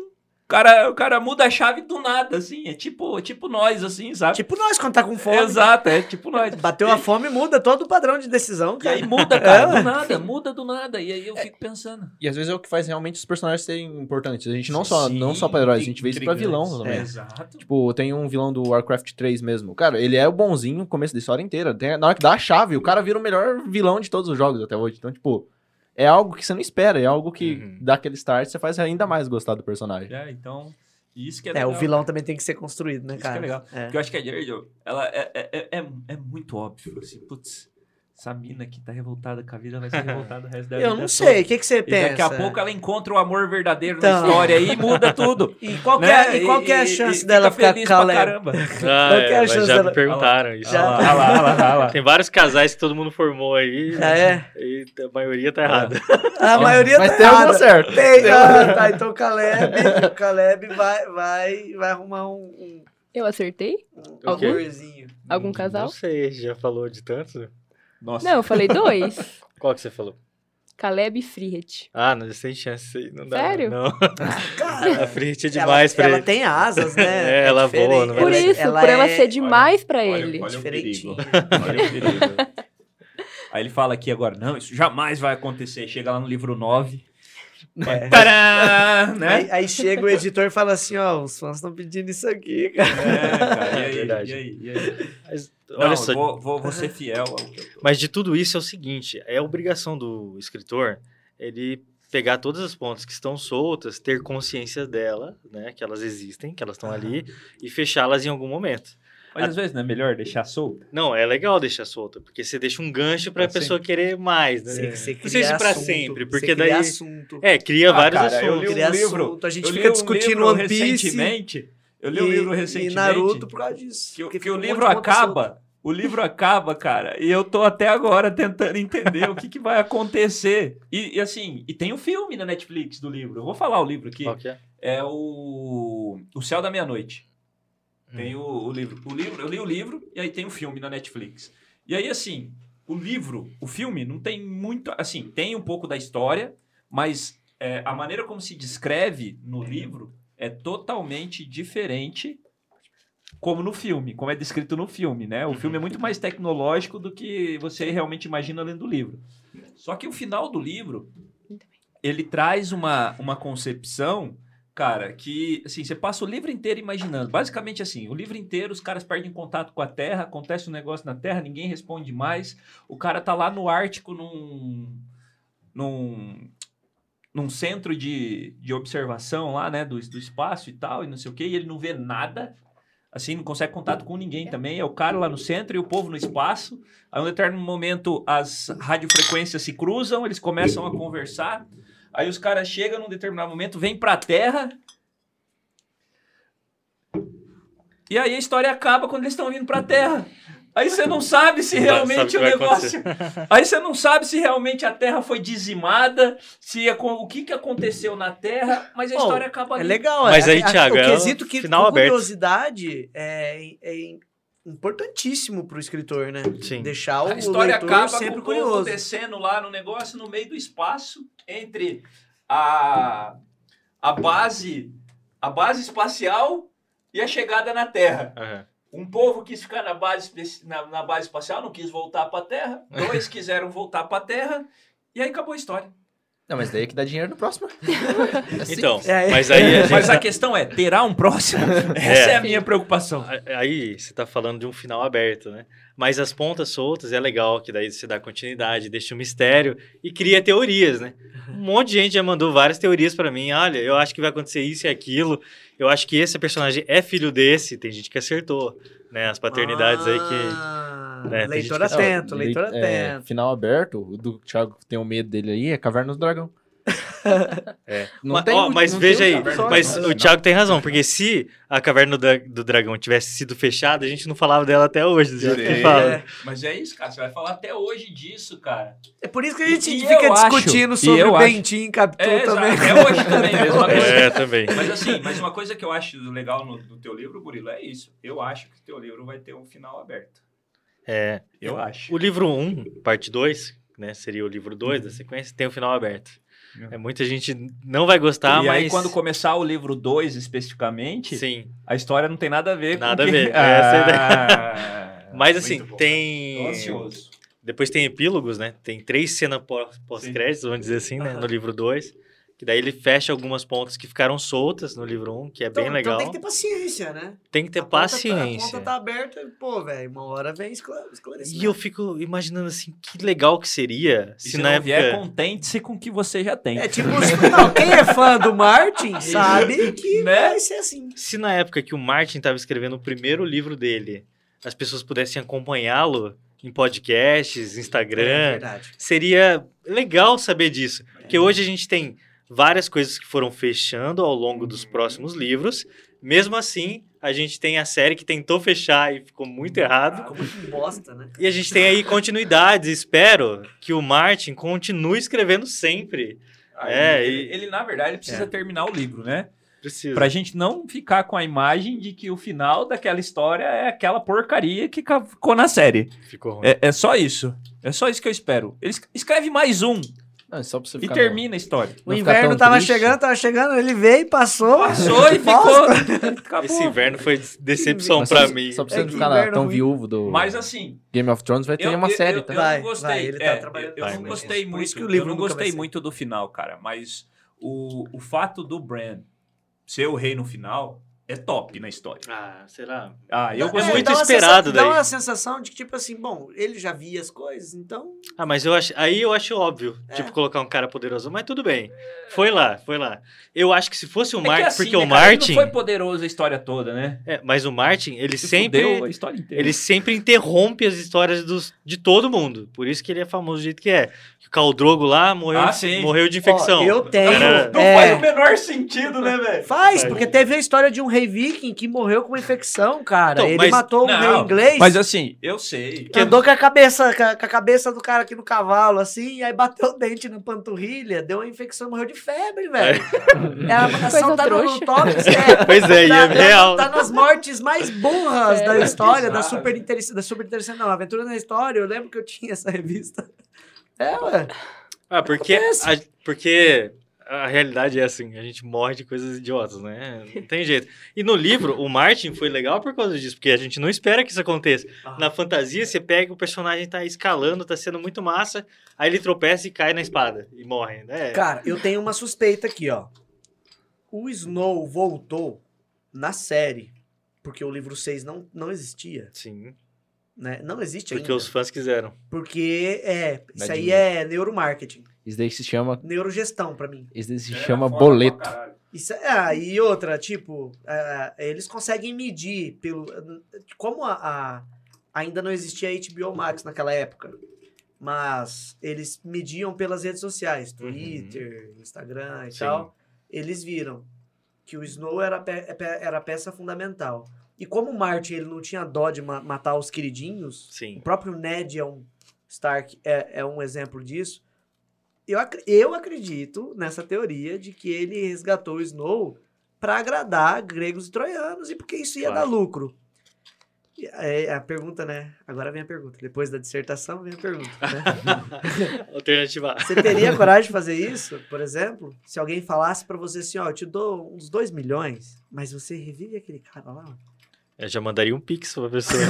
cara, o cara muda a chave do nada, assim. É tipo, tipo nós, assim, sabe? Tipo nós, quando tá com fome. Exato, é tipo nós. Bateu a fome, muda todo o padrão de decisão, E cara. aí muda, cara, É, do nada, muda do nada. E aí eu fico pensando. E às vezes é o que faz realmente os personagens serem importantes. A gente não só, Sim, não só pra heróis, a gente vê isso pra vilão intrigantes. também. É, exato. Tipo, tem um vilão do Warcraft três mesmo. Cara, ele é o bonzinho no começo da história inteira. Tem, na hora que dá a chave, o cara vira o melhor vilão de todos os jogos até hoje. Então, tipo, é algo que você não espera. É algo que Uhum. dá aquele start, você faz ainda mais gostar do personagem. É, então, isso que é É, legal. o vilão também tem que ser construído, né, Isso cara? que é legal. É. Porque eu acho que a Daredevil, ela é, é, é, é, é muito óbvio, assim, putz, essa mina que tá revoltada com a vida vai ser revoltada o resto da vida Eu não toda. sei, o que, que você E pensa? daqui a pouco ela encontra o amor verdadeiro Então. na história e muda tudo. E qual, que né? é, e qual que é a E- chance e dela fica ficar feliz com a pra Caleb? Ah, caramba. Qual que é a é, mas chance já dela- me perguntaram isso. Olha lá, olha lá, olha lá, olha lá. Tem vários casais que todo mundo formou aí. Ah, é? E a maioria tá errada. A maioria Mas tá tem alguma errada. certo. Tem, ah, tá, então o Caleb, o Caleb vai, vai, vai arrumar um, um, Eu acertei? um O quê? amorzinho. Algum casal? Não sei, já falou de tantos? Nossa. Não, eu falei dois. Qual que você falou? Caleb e Frihet. Ah, não, sem chance isso aí. Não dá. Sério? Não. Cara, A Frihet é demais ela, pra ela ele. tem asas, né? É, ela voa, diferente. não vai Por Ela- isso, por ela é- ser demais pra olha- ele. olha o Diferentinho. perigo. Olha o perigo. Aí ele fala aqui agora, não, isso jamais vai acontecer. Chega lá no livro nove. É. Tadã, né? Aí, aí chega o editor e fala assim, ó, os fãs estão pedindo isso aqui, cara. É, cara, e aí, Verdade. e aí, e aí? Mas, Não, olha eu só, vou, vou, vou ser fiel ao que eu tô. mas de tudo isso é o seguinte, é obrigação do escritor ele pegar todas as pontas que estão soltas, ter consciência dela, né, que elas existem, que elas estão ali, e fechá-las em algum momento. Mas às vezes não é melhor deixar solto? Não, é legal deixar solta, porque você deixa um gancho pra Pra pessoa querer mais, né? Você, você Não sei se cria pra assunto, sempre, você porque cria daí- assunto. É, cria Ah, vários cara, eu assuntos. li um Cria livro, assunto. A gente eu li fica um discutindo livro One Piece recentemente. Eu li um e, livro e recentemente. Naruto por causa disso. Que, o- porque que o fica um livro monte de ponta solta. acaba. O livro acaba, cara, e eu tô até agora tentando entender o que, que vai acontecer. E, e assim, e tem o filme na Netflix do livro. Eu vou falar o livro aqui. Qual que é? É o O Céu da Meia-Noite. Tem Hum. o, o livro. O livro. Eu li o livro e aí tem o filme na Netflix. E aí, assim, o livro, o filme, não tem muito. Assim, tem um pouco da história, mas é, a maneira como se descreve no livro é totalmente diferente como no filme, como é descrito no filme, né? O filme é muito mais tecnológico do que você realmente imagina lendo o livro. Só que o final do livro, ele traz uma, uma concepção, cara, que, assim, você passa o livro inteiro imaginando. Basicamente assim, o livro inteiro os caras perdem contato com a Terra, acontece um negócio na Terra, ninguém responde mais, o cara tá lá no Ártico num... num num centro de, de observação lá, né, do, do espaço e tal, e não sei o que, e ele não vê nada, assim, não consegue contato com ninguém também, é o cara lá no centro e o povo no espaço, aí em um determinado momento as radiofrequências se cruzam, eles começam a conversar, aí os caras chegam num determinado momento, vêm pra Terra, e aí a história acaba quando eles estão vindo pra Terra. Aí você não sabe se Sabe realmente o que o vai negócio... Aí você não sabe se realmente a Terra foi dizimada, se o que, que aconteceu na Terra, mas a Bom, história acaba É ali. legal. Mas é, aí, a- Thiago, o é quesito um que final com aberto. curiosidade é, é importantíssimo pro escritor, né? Sim. Deixar o A história leitor acaba sempre com o povo curioso. descendo lá no negócio, no meio do espaço, entre a, a base a base espacial e a chegada na Terra. Aham. Um povo quis ficar na base, espe- na, na base espacial, não quis voltar para a Terra. Dois quiseram voltar para a Terra. E aí acabou a história. Não, mas daí é que dá dinheiro no próximo. Então, É, é. mas aí a gente Mas a tá- questão é, terá um próximo? Essa é a minha preocupação. Aí você tá falando de um final aberto, né? Mas as pontas soltas é legal, que daí você dá continuidade, deixa um mistério e cria teorias, né? Um monte de gente já mandou várias teorias pra mim. Olha, eu acho que vai acontecer isso e aquilo. Eu acho que esse personagem é filho desse. Tem gente que acertou, né? As paternidades aí que... Ah, né, tem gente leitor que- atento, leitor É, atento. final aberto, o do Thiago que tem o medo dele aí é Caverna do Dragão. É. Não mas tem ó, um- mas não veja tem aí, um episódio, mas né? o Thiago tem razão, porque se a Caverna do, Dra- do Dragão tivesse sido fechada, a gente não falava dela até hoje, do jeito que É. fala. Mas é isso, cara. Você vai falar até hoje disso, cara. É por isso que a gente E fica eu acho, discutindo e sobre eu o acho. Bentinho em Capitu É, também. exato. É hoje também, mesma coisa. É, também. Mas assim, mas uma coisa que eu acho legal no, no teu livro, Murilo, é isso. Eu acho que o teu livro vai ter um final aberto. É, Eu acho. o livro um, parte dois, né, seria o livro dois da sequência, tem o final aberto. É, muita gente não vai gostar, e mas... aí, quando começar o livro dois, especificamente, Sim, a história não tem nada a ver nada com a que... ver. Essa é a ideia. Ah, Mas assim, muito bom. tem... Tô ansioso. Depois tem epílogos, né? Tem três cenas pós- pós-créditos, vamos dizer assim, né? No livro dois. Que daí ele fecha algumas pontas que ficaram soltas no livro um, que é Então, bem legal. então tem que ter paciência, né? Tem que ter A conta tá- paciência. A conta tá aberta, pô, velho, uma hora vem escla- esclarecimento. E eu fico imaginando assim, que legal que seria E se, se na não época... vier, contente-se com o que você já tem. É tipo, não, quem é fã do Martin sabe que Né? vai ser assim. Se na época que o Martin estava escrevendo o primeiro livro dele, as pessoas pudessem acompanhá-lo em podcasts, É Instagram, verdade. seria legal saber disso. Porque hoje a gente tem várias coisas que foram fechando ao longo dos próximos livros. Mesmo assim, a gente tem a série que tentou fechar e ficou muito errado. Ficou muito bosta, né? E a gente tem aí continuidades. Espero que o Martin continue escrevendo sempre. Aí, É, ele, e- ele, na verdade, ele precisa É. terminar o livro, né? Precisa. Pra gente não ficar com a imagem de que o final daquela história é aquela porcaria que ca- ficou na série. Ficou ruim. É, é só isso. É só isso que eu espero. Ele es- escreve mais um Não, é só pra você e ficar termina a história. O Não ficar inverno tão tava triste. chegando, tava chegando, ele veio, passou. Passou e Bosta. ficou. Acabou. Esse inverno foi decepção Mas pra só, mim. Só pra você É não que ficar lá inverno tão ruim. viúvo do Mas assim, Game of Thrones, vai ter uma série, eu, tá? eu Vai, não gostei. vai, ele tá é, trabalhando eu, eu nisso. não Vai, gostei por muito. isso que o livro eu não nunca vai gostei ser. muito do final, cara. Mas o, o fato do Bran ser o rei no final é top na história. Ah, será? Ah, eu É, gostei. muito dá uma esperado sensa- daí. Dá uma sensação de que, tipo assim, bom, ele já via as coisas, então... Ah, mas eu acho, aí eu acho óbvio, É. tipo, colocar um cara poderoso. Mas tudo bem. Foi lá, foi lá. Eu acho que se fosse o É que Martin, assim, porque né, o cara, ele Martin... não foi poderoso a história toda, né? É, mas o Martin, ele Se sempre... fudeu a história inteira. Ele sempre interrompe as histórias dos, de todo mundo. Por isso que ele é famoso do jeito que é. O Khal Drogo lá morreu, Ah, de- sim. morreu de infecção. Ó, eu tenho... Era- Não é, faz o menor sentido, né, velho? Faz, Faz. porque teve a história de um rei viking que morreu com uma infecção, cara. Então, ele mas- matou um Não, rei inglês, Mas assim, eu sei. que andou com a cabeça, com a, com a cabeça do cara aqui no cavalo, assim, e aí bateu o dente na panturrilha, deu uma infecção, morreu de febre, velho. É. A ação Coisa tá no, no trouxa. top, é, Pois é, e tá, é tá- real. tá nas mortes mais burras É, da é história, da bizarro. super interessante, da super interessante, não, Aventura na História, eu lembro que eu tinha essa revista. É, ué. Ah, porque Acontece. a, porque a realidade é assim, a gente morre de coisas idiotas, né? Não tem jeito. E no livro, o Martin foi legal por causa disso, porque a gente não espera que isso aconteça. Ah. Na fantasia, você pega o personagem tá escalando, tá sendo muito massa, aí ele tropeça e cai na espada e morre, né? Cara, eu tenho uma suspeita aqui, ó. O Snow voltou na série, porque o livro seis não, não existia, Sim, né? Não existe porque ainda. os fãs quiseram. Porque, é, isso Dá aí dinheiro. é neuromarketing, Isso daí se chama, neurogestão pra mim. isso daí se É, chama foda boleto. pra caralho. Isso, é- ah, e outra, tipo, ah, eles conseguem medir pelo... Como a, a- ainda não existia H B O Max naquela época, mas eles mediam pelas redes sociais, Twitter, Instagram e Sim. tal, eles viram que o Snow era, a pe- é pe- era a peça fundamental. E como o Martin ele não tinha dó de ma- matar os queridinhos, o Sim. próprio Ned é um, Stark é, é um exemplo disso, eu, ac- eu acredito nessa teoria de que ele resgatou o Snow para agradar gregos e troianos e porque isso ia Claro. dar lucro. E é a pergunta, né? Agora vem a pergunta. Depois da dissertação vem a pergunta. Né? Alternativa A. Você teria coragem de fazer isso, por exemplo? Se alguém falasse para você assim, ó, eu te dou uns dois milhões, mas você revive aquele cara lá? Eu já mandaria um pix pra pessoa.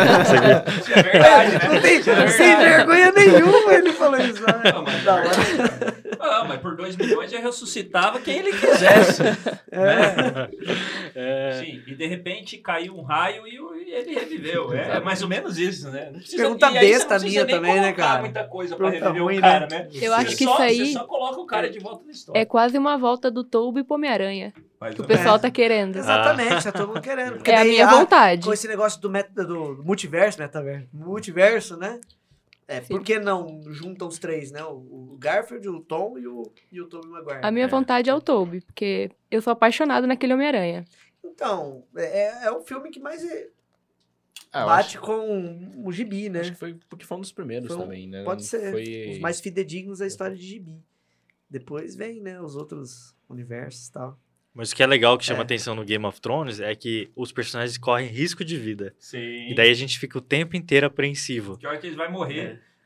Isso é verdade, né? Não tem, Isso é sem verdade. vergonha nenhuma ele falou isso. Né? Não, mas, Da hora. ah, mas por dois milhões já ressuscitava quem ele quisesse. É. Né? É, Sim, e de repente caiu um raio e, o- e ele reviveu. É, é mais ou menos isso, né? Não precisa, Pergunta e aí você besta não precisa minha nem também, né, colocar cara? muita coisa pra Pergunta reviver ruim, o cara, né? né? Eu Você acho que só, isso aí Você só coloca o cara de volta na história. É quase uma volta do Toby pro Homem-Aranha, Mais que o ou menos. pessoal tá querendo. Exatamente, tá todo mundo querendo. Porque É a daí, minha ah, vontade. com esse negócio do, meta, do multiverso, metaverso, multiverso, né? É, Sim. por que não juntam os três, né? O, o Garfield, o Tom e o, e o Tobey Maguire. A minha É. vontade é o Toby, porque eu sou apaixonado naquele Homem-Aranha. Então, é, é o filme que mais é- Ah, eu bate acho, com o gibi, né? acho que foi porque foi um dos primeiros Foi um- também, né? Pode Não ser. Foi... Os mais fidedignos da história de gibi. Depois vem, né, os outros universos e tal. Mas o que é legal, que chama É. atenção no Game of Thrones, é que os personagens correm risco de vida. Sim. E daí a gente fica o tempo inteiro apreensivo. Que hora que eles vão morrer.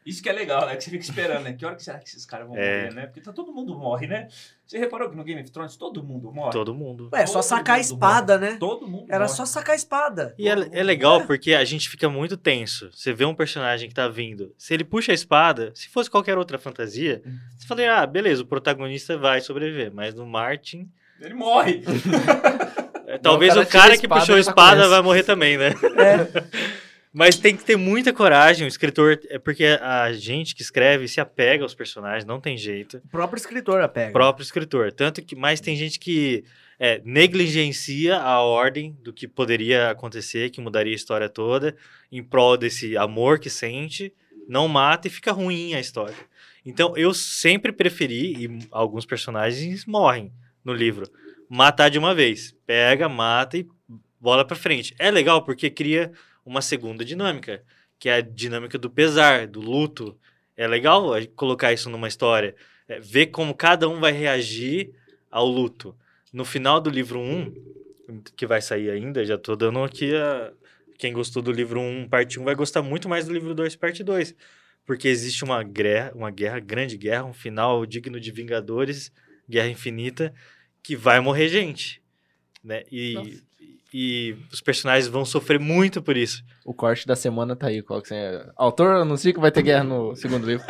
Isso que é legal, né? Que você fica esperando, né? Que hora que será que esses caras vão É. morrer, né? Porque tá, todo mundo morre, né? Você reparou que no Game of Thrones todo mundo morre? Todo mundo. Ué, só Todo sacar a mundo espada, morre. né? Todo mundo Era morre. só sacar a espada. E é, é legal porque a gente fica muito tenso. Você vê um personagem que tá vindo. Se ele puxa a espada, se fosse qualquer outra fantasia, você fala, ah, beleza, o protagonista vai sobreviver. Mas no Martin, Ele morre. é, talvez cara o cara tira a que espada puxou a e já espada começa. vai morrer também, né? É. Mas tem que ter muita coragem, o escritor, é porque a gente que escreve se apega aos personagens, não tem jeito. O próprio escritor a pega. O próprio escritor. Tanto que, mas tem gente que é, negligencia a ordem do que poderia acontecer, que mudaria a história toda, em prol desse amor que sente, não mata e fica ruim a história. Então, eu sempre preferi, e alguns personagens morrem no livro, matar de uma vez. Pega, mata e bola pra frente. É legal porque cria uma segunda dinâmica, que é a dinâmica do pesar, do luto. É legal colocar isso numa história, é, ver como cada um vai reagir ao luto. No final do livro um, que vai sair ainda, já tô dando aqui a... Quem gostou do livro um, parte um, vai gostar muito mais do livro dois, parte dois. Porque existe uma guerra, uma guerra, grande guerra, um final digno de Vingadores, Guerra Infinita, que vai morrer gente, né? E... E os personagens vão sofrer muito por isso. O corte da semana tá aí. Qual que é? Autor anuncia que vai ter guerra no segundo livro.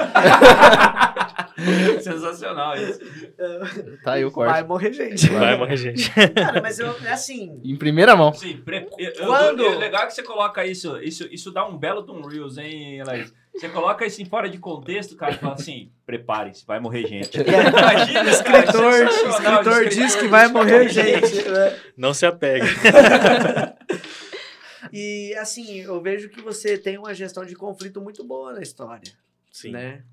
Sensacional isso. Tá aí o corte. Vai morrer gente. Vai morrer gente. Cara, mas eu, é assim... Em primeira mão. Sim, pre... eu, eu Quando- dou- é legal que você coloca isso, isso, isso dá um belo de um Reels, hein, Laís? Você coloca isso em fora de contexto, cara, e fala assim, prepare-se, vai morrer gente. Imagina, Escritor, cara, sensacional, escritor diz que vai morrer gente. né? Não se apegue. E assim, eu vejo que você tem uma gestão de conflito muito boa na história, Sim. né?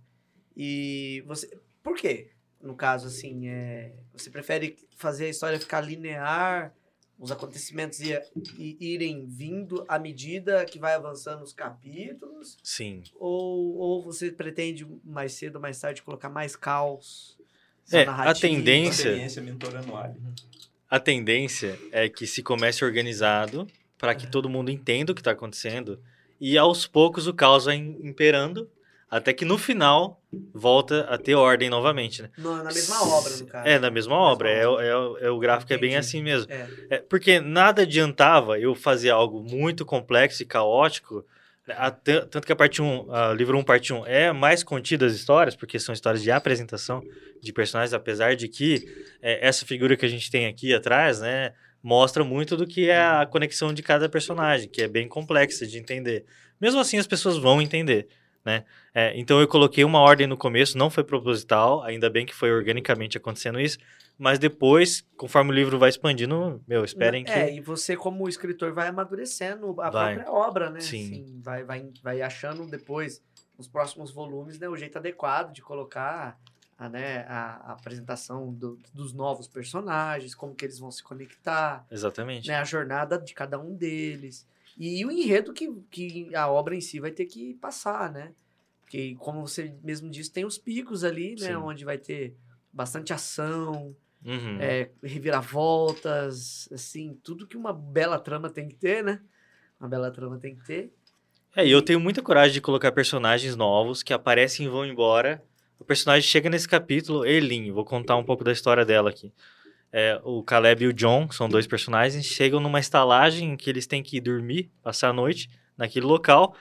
E você... Por quê? No caso, assim, é... você prefere fazer a história ficar linear, os acontecimentos ia- i- irem vindo à medida que vai avançando os capítulos? Sim. Ou, ou você pretende mais cedo ou mais tarde colocar mais caos? só É, a narrativa? tendência- Experiência mentorando Ali. A tendência é que se comece organizado para que todo mundo entenda o que está acontecendo e aos poucos o caos vai imperando até que no final volta a ter ordem novamente, né? No- na mesma obra, no caso. É, na mesma Na obra. mesma É, o- é, o- é o gráfico é bem Entendi. assim mesmo. É. É, porque nada adiantava eu fazer algo muito complexo e caótico, né, a- tan- tanto que a parte um, a livro um, parte um é mais contida as histórias, porque são histórias de apresentação de personagens, apesar de que é, essa figura que a gente tem aqui atrás, né, mostra muito do que é a conexão de cada personagem, que é bem complexa de entender. Mesmo assim, as pessoas vão entender, né? É, então eu coloquei uma ordem no começo, não foi proposital, ainda bem que foi organicamente acontecendo isso, mas depois, conforme o livro vai expandindo, meu, esperem que... É, e você como escritor vai amadurecendo a Vai. própria obra, né? Sim. Assim, vai, vai, vai achando depois, nos próximos volumes, né, o jeito adequado de colocar a, né, a, a apresentação do- dos novos personagens, como que eles vão se conectar, Exatamente. né, a jornada de cada um deles. E o enredo que, que a obra em si vai ter que passar, né? Porque, como você mesmo disse, tem os picos ali, né? Sim. Onde vai ter bastante ação, Uhum. é, reviravoltas, assim, tudo que uma bela trama tem que ter, né? Uma bela trama tem que ter. É, e eu tenho muita coragem de colocar personagens novos que aparecem e vão embora. O personagem chega nesse capítulo, Elin, vou contar um pouco da história dela aqui. É, o Caleb e o John, que são dois personagens, chegam numa estalagem em que eles têm que ir dormir, passar a noite naquele local.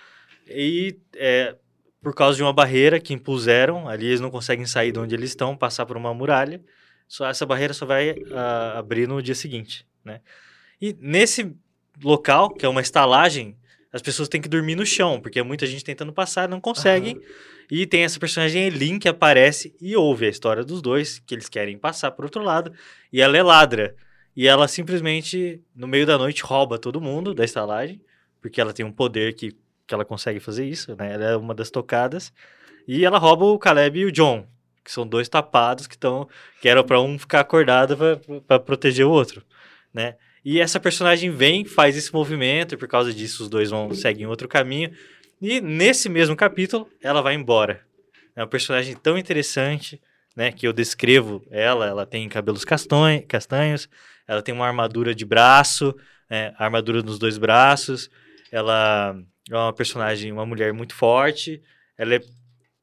E é, por causa de uma barreira que impuseram, ali eles não conseguem sair de onde eles estão, passar por uma muralha. Só essa barreira só vai ah, abrir no dia seguinte, né? E nesse local, que é uma estalagem, as pessoas têm que dormir no chão, porque é muita gente tentando passar, não conseguem. E tem essa personagem Elin que aparece e ouve a história dos dois, que eles querem passar por outro lado, e ela é ladra. E ela simplesmente, no meio da noite, rouba todo mundo da estalagem, porque ela tem um poder que, que ela consegue fazer isso, né? Ela é uma das tocadas. E ela rouba o Caleb e o John, que são dois tapados que estão que era para um ficar acordado para proteger o outro, né? E essa personagem vem, faz esse movimento, e por causa disso os dois vão seguem outro caminho. E nesse mesmo capítulo, ela vai embora. É uma personagem tão interessante, né, que eu descrevo ela. Ela tem cabelos castanhos, castanhos, ela tem uma armadura de braço, né, armadura nos dois braços. Ela é uma personagem, uma mulher muito forte. Ela é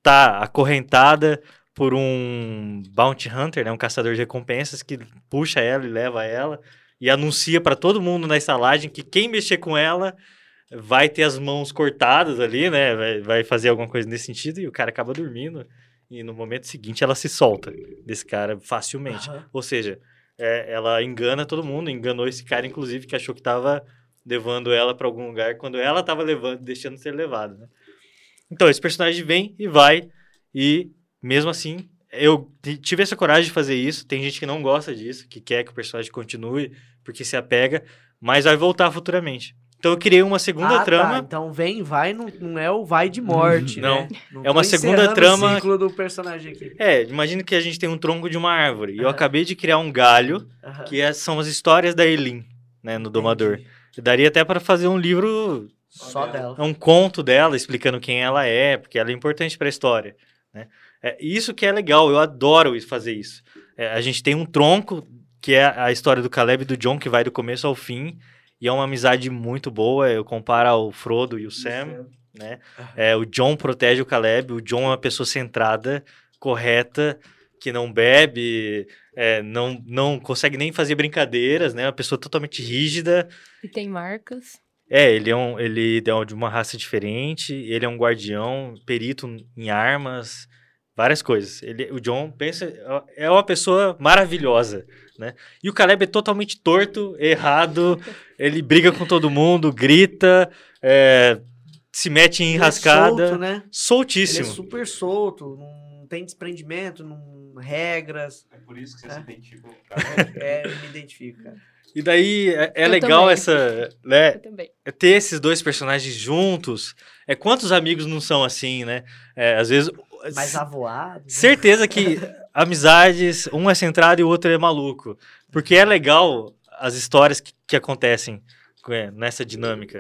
tá acorrentada por um bounty hunter, né, um caçador de recompensas que puxa ela e leva ela e anuncia para todo mundo na estalagem que quem mexer com ela vai ter as mãos cortadas ali, né, vai, vai fazer alguma coisa nesse sentido e o cara acaba dormindo e no momento seguinte ela se solta desse cara facilmente. Aham. Ou seja, é, ela engana todo mundo, enganou esse cara inclusive que achou que tava levando ela para algum lugar quando ela tava levando, deixando ser levada, né? Então, esse personagem vem e vai e mesmo assim, eu tive essa coragem de fazer isso. Tem gente que não gosta disso, que quer que o personagem continue, porque se apega, mas vai voltar futuramente. Então eu criei uma segunda Ah, trama. Tá. Então vem, vai, não, não é o vai de morte, Não. né? Não É uma tô segunda encerrando trama- o ciclo do personagem aqui. É, imagina que a gente tem um tronco de uma árvore. E eu Aham. acabei de criar um galho, Aham. que é- são as histórias da Eileen, né, no Domador. Entendi. E daria até para fazer um livro, Só dela. um conto dela, explicando quem ela é, porque ela é importante para a história, né? É isso que é legal, eu adoro fazer isso. É, a gente tem um tronco, que é a história do Caleb e do John, que vai do começo ao fim, e é uma amizade muito boa. Eu comparo ao Frodo e o Sam, né? É, o John protege o Caleb, o John é uma pessoa centrada, correta, que não bebe, é, não, não consegue nem fazer brincadeiras, né? Uma pessoa totalmente rígida. E tem marcas. É, ele é, um, ele é de uma raça diferente, ele é um guardião, perito em armas, várias coisas. Ele, o John pensa, é uma pessoa maravilhosa, né? E o Caleb é totalmente torto, errado, ele briga com todo mundo, grita, é, se mete em Ele é enrascada, solto, né? Ele soltíssimo. é super solto, não tem desprendimento, não regras. É por isso que você É. se identificou com o cara. É, eu me identifico, cara. E daí é, é Eu legal também. essa, né? Eu também. É ter esses dois personagens juntos. É quantos amigos não são assim, né? É, às vezes Mais avoado. né? certeza que amizades, um é centrado e o outro é maluco. Porque é legal as histórias que, que acontecem é, nessa dinâmica.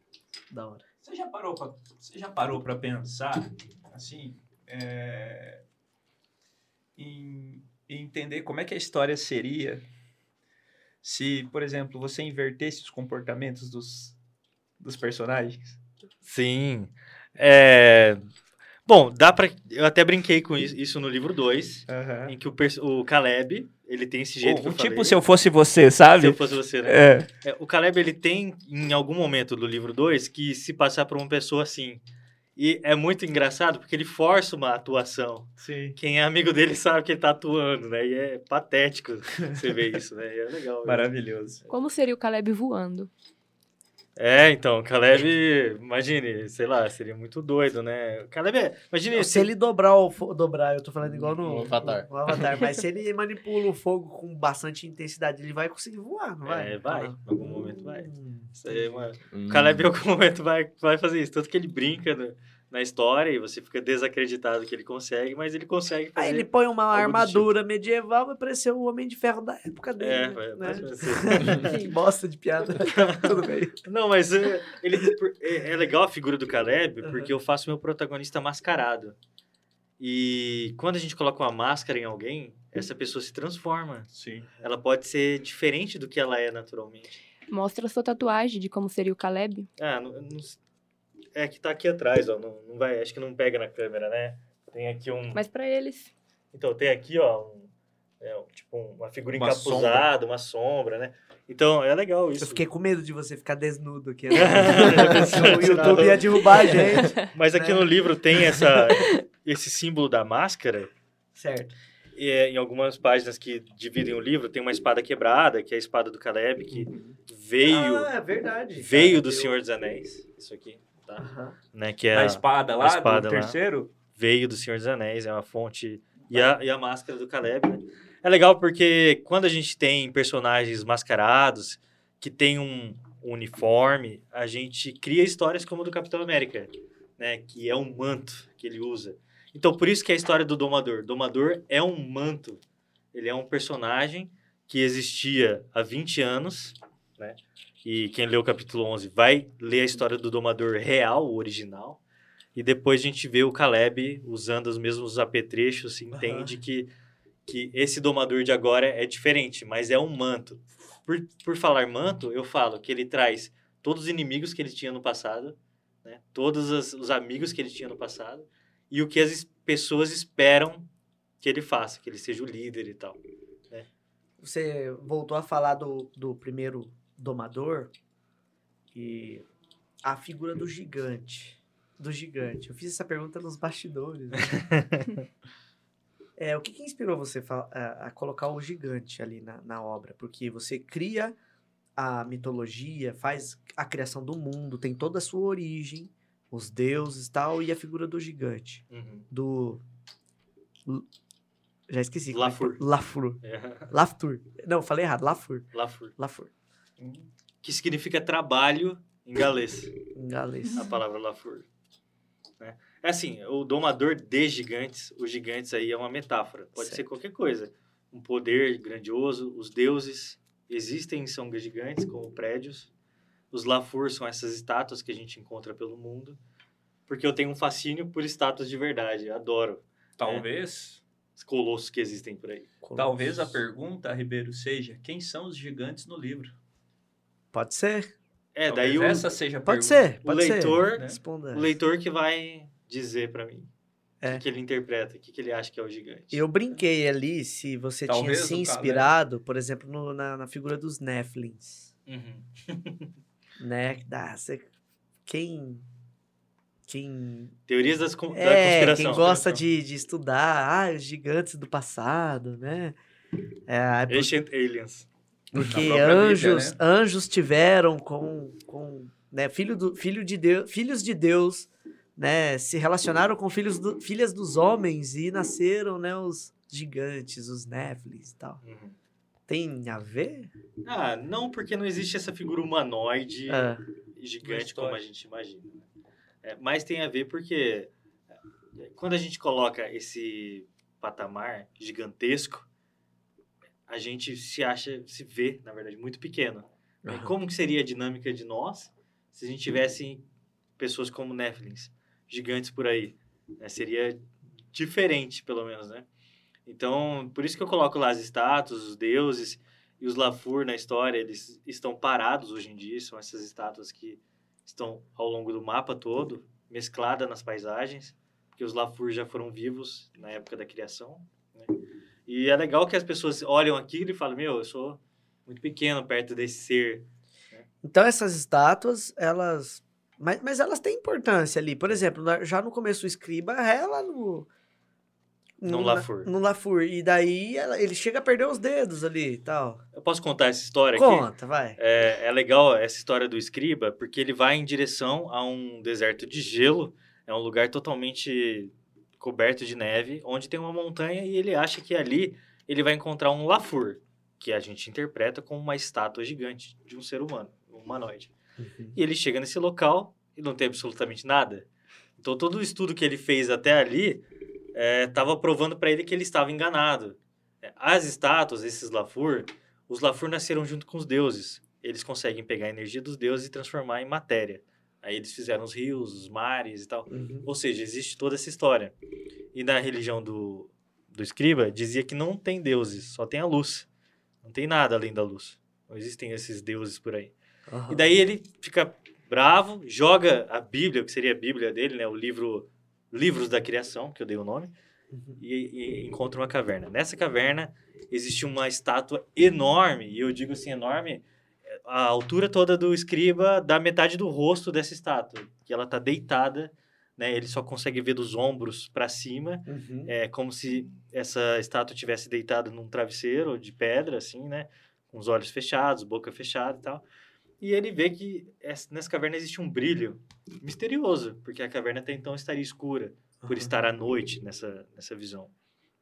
Da hora. Você já parou pra, você já parou para pensar, assim, é, em, em entender como é que a história seria se, por exemplo, você invertesse os comportamentos dos, dos personagens? Sim. É... Bom, dá pra... Eu até brinquei com isso, isso no livro dois, em que o, pers- o Caleb, ele tem esse jeito O, que eu o tipo falei. se eu fosse você, sabe? Se eu fosse você, né? É. É, o Caleb, ele tem, em algum momento do livro dois, que se passar por uma pessoa assim. E é muito engraçado, porque ele força uma atuação. Sim. Quem é amigo dele sabe que ele tá atuando, né? E é patético você ver isso, né? E é legal. Maravilhoso. Como seria o Caleb voando? É, então, o Caleb, imagine, sei lá, seria muito doido, né? O Caleb é... Imagine... Se ele dobrar o fogo, dobrar, eu tô falando igual no, No Avatar. no Avatar, mas se ele manipula o fogo com bastante intensidade, ele vai conseguir voar, não vai? É, vai. Ah. Em algum momento vai. Hum. Isso aí, mano. Hum. O Caleb em algum momento vai, vai fazer isso. Tanto que ele brinca no- na história e você fica desacreditado que ele consegue, mas ele consegue fazer. Aí ele põe uma algo do armadura medieval, vai parecer o Homem de Ferro da época dele. É, né? vai, né? vai ser. Bosta de piada. Tudo bem. Não, mas é, ele, por- é, é legal a figura do Caleb, Uhum. porque eu faço meu protagonista mascarado. E quando a gente coloca uma máscara em alguém, essa pessoa se transforma. Sim. Ela pode ser diferente do que ela é naturalmente. Mostra a sua tatuagem de como seria o Caleb. Ah, não, não- é que tá aqui atrás, ó. Não, não vai, acho que não pega na câmera, né? Tem aqui um. Mas pra eles. Então, tem aqui, ó, um, é, um- tipo uma figura Uma encapuzada, uma sombra, né? Então, é legal isso. Eu fiquei com medo de você ficar desnudo aqui. É, o YouTube ia derrubar a gente. Mas aqui né? no livro tem essa, esse símbolo da máscara. Certo. E, é, em algumas páginas que dividem o livro, tem uma espada quebrada, que é a espada do Caleb, que veio, Ah, é verdade. veio cara. do Eu- Senhor dos Anéis. Isso aqui, tá? Aham. Né? Que é A a- espada lá, a espada do lá. terceiro? veio do Senhor dos Anéis, é uma fonte... E a, e a máscara do Caleb, né? É legal porque quando a gente tem personagens mascarados, que tem um, um uniforme, a gente cria histórias como a do Capitão América, né? Que é um manto que ele usa. Então, por isso que é a história do Domador. Domador é um manto. Ele é um personagem que existia há vinte anos, né? E quem lê o capítulo onze vai ler a história do Domador real, o original. E depois a gente vê o Caleb usando os mesmos apetrechos, e entende que, que esse Domador de agora é diferente, mas é um manto. Por, por falar manto, eu falo que ele traz todos os inimigos que ele tinha no passado, né? Todos as- os amigos que ele tinha no passado, e o que as es- pessoas esperam que ele faça, que ele seja o líder e tal. Você voltou a falar do, do primeiro domador e a figura do gigante. Do gigante. Eu fiz essa pergunta nos bastidores. Né? é, o que, que inspirou você fa- a, a colocar o gigante ali na, na obra? Porque você cria a mitologia, faz a criação do mundo, tem toda a sua origem, os deuses e tal, e a figura do gigante. Uhum. Do... Já esqueci. como é que- Lafur. Lafur. É. Laftur. Não, falei errado. Lafur. Lafur. Lafur. Que significa trabalho em galês. Em galês. A palavra Lafur. Né? É assim, o domador de gigantes, os gigantes aí é uma metáfora. Pode Certo. ser qualquer coisa. Um poder grandioso, os deuses existem, são gigantes, como prédios. Os Lafur são essas estátuas que a gente encontra pelo mundo. Porque eu tenho um fascínio por estátuas de verdade, eu adoro Talvez, os colossos que existem por aí. talvez a pergunta, Ribeiro, seja quem são os gigantes no livro? Pode ser. É, Talvez daí o, essa seja a Pode pergunta. ser. o Pode leitor, ser. né? Responda. o leitor que vai dizer pra mim É. o que, que ele interpreta, o que, que ele acha que é o gigante. Eu brinquei ali se você Talvez tinha se o cara- inspirado, por exemplo, no- na, na figura dos Nephilims. Uhum. Né? Da, cê- quem... Quem... Teorias das, con- da É, conspiração. quem gosta de, de estudar, ah, os gigantes do passado, né? É, por- Ancient Aliens. porque Na própria anjos, Bíblia, anjos tiveram com, com né, filho, do, filho de Deus, filhos de Deus, né, se relacionaram com filhos do, filhas dos homens e nasceram, né, os gigantes, os Néfilis e tal. Uhum. Tem a ver? Ah, não, porque não existe essa figura humanoide Ah, gigante história. como a gente imagina. É, mas tem a ver porque é, quando a gente coloca esse patamar gigantesco, a gente se acha, se vê, na verdade, muito pequeno. E Aham. como que seria a dinâmica de nós se a gente tivesse pessoas como Nephilims, gigantes por aí? Né? Seria diferente, pelo menos, né? Então, por isso que eu coloco lá as estátuas, os deuses e os Lafur na história, eles estão parados hoje em dia, são essas estátuas que estão ao longo do mapa todo, mescladas nas paisagens, porque os Lafur já foram vivos na época da criação, né? E é legal que as pessoas olham aquilo e falam, meu, eu sou muito pequeno perto desse ser. Então essas estátuas, elas... Mas, mas elas têm importância ali. Por exemplo, na- já no começo o escriba rela no... No Lafur. No Lafur. E daí ela- ele chega a perder os dedos ali e tal. Eu posso contar essa história aqui? Conta, vai. É, é legal essa história do escriba, porque ele vai em direção a um deserto de gelo, é um lugar totalmente coberto de neve, onde tem uma montanha e ele acha que ali ele vai encontrar um Lafur, que a gente interpreta como uma estátua gigante de um ser humano, um humanoide. E ele chega nesse local e não tem absolutamente nada. Então todo o estudo que ele fez até ali estava provando para ele que ele estava enganado. É, As estátuas, esses Lafur, os Lafur nasceram junto com os deuses. Eles conseguem pegar a energia dos deuses e transformar em matéria. Aí eles fizeram os rios, os mares e tal. Uhum. Ou seja, existe toda essa história. E na religião do, do escriba, dizia que não tem deuses, só tem a luz. Não tem nada além da luz. Não existem esses deuses por aí. Aham. E daí ele fica bravo, joga a Bíblia, que seria a Bíblia dele, né? O livro Livros da Criação, que eu dei o nome, Uhum. e, e encontra uma caverna. Nessa caverna existe uma estátua enorme, e eu digo assim, enorme, a altura toda do escriba dá metade do rosto dessa estátua, que ela está deitada, né? Ele só consegue ver dos ombros para cima, Uhum. é como se essa estátua tivesse deitada num travesseiro de pedra, assim, né? Com os olhos fechados, boca fechada e tal. E ele vê que essa- nessa caverna existe um brilho misterioso, porque a caverna até então estaria escura, por Aham. estar à noite nessa, nessa visão,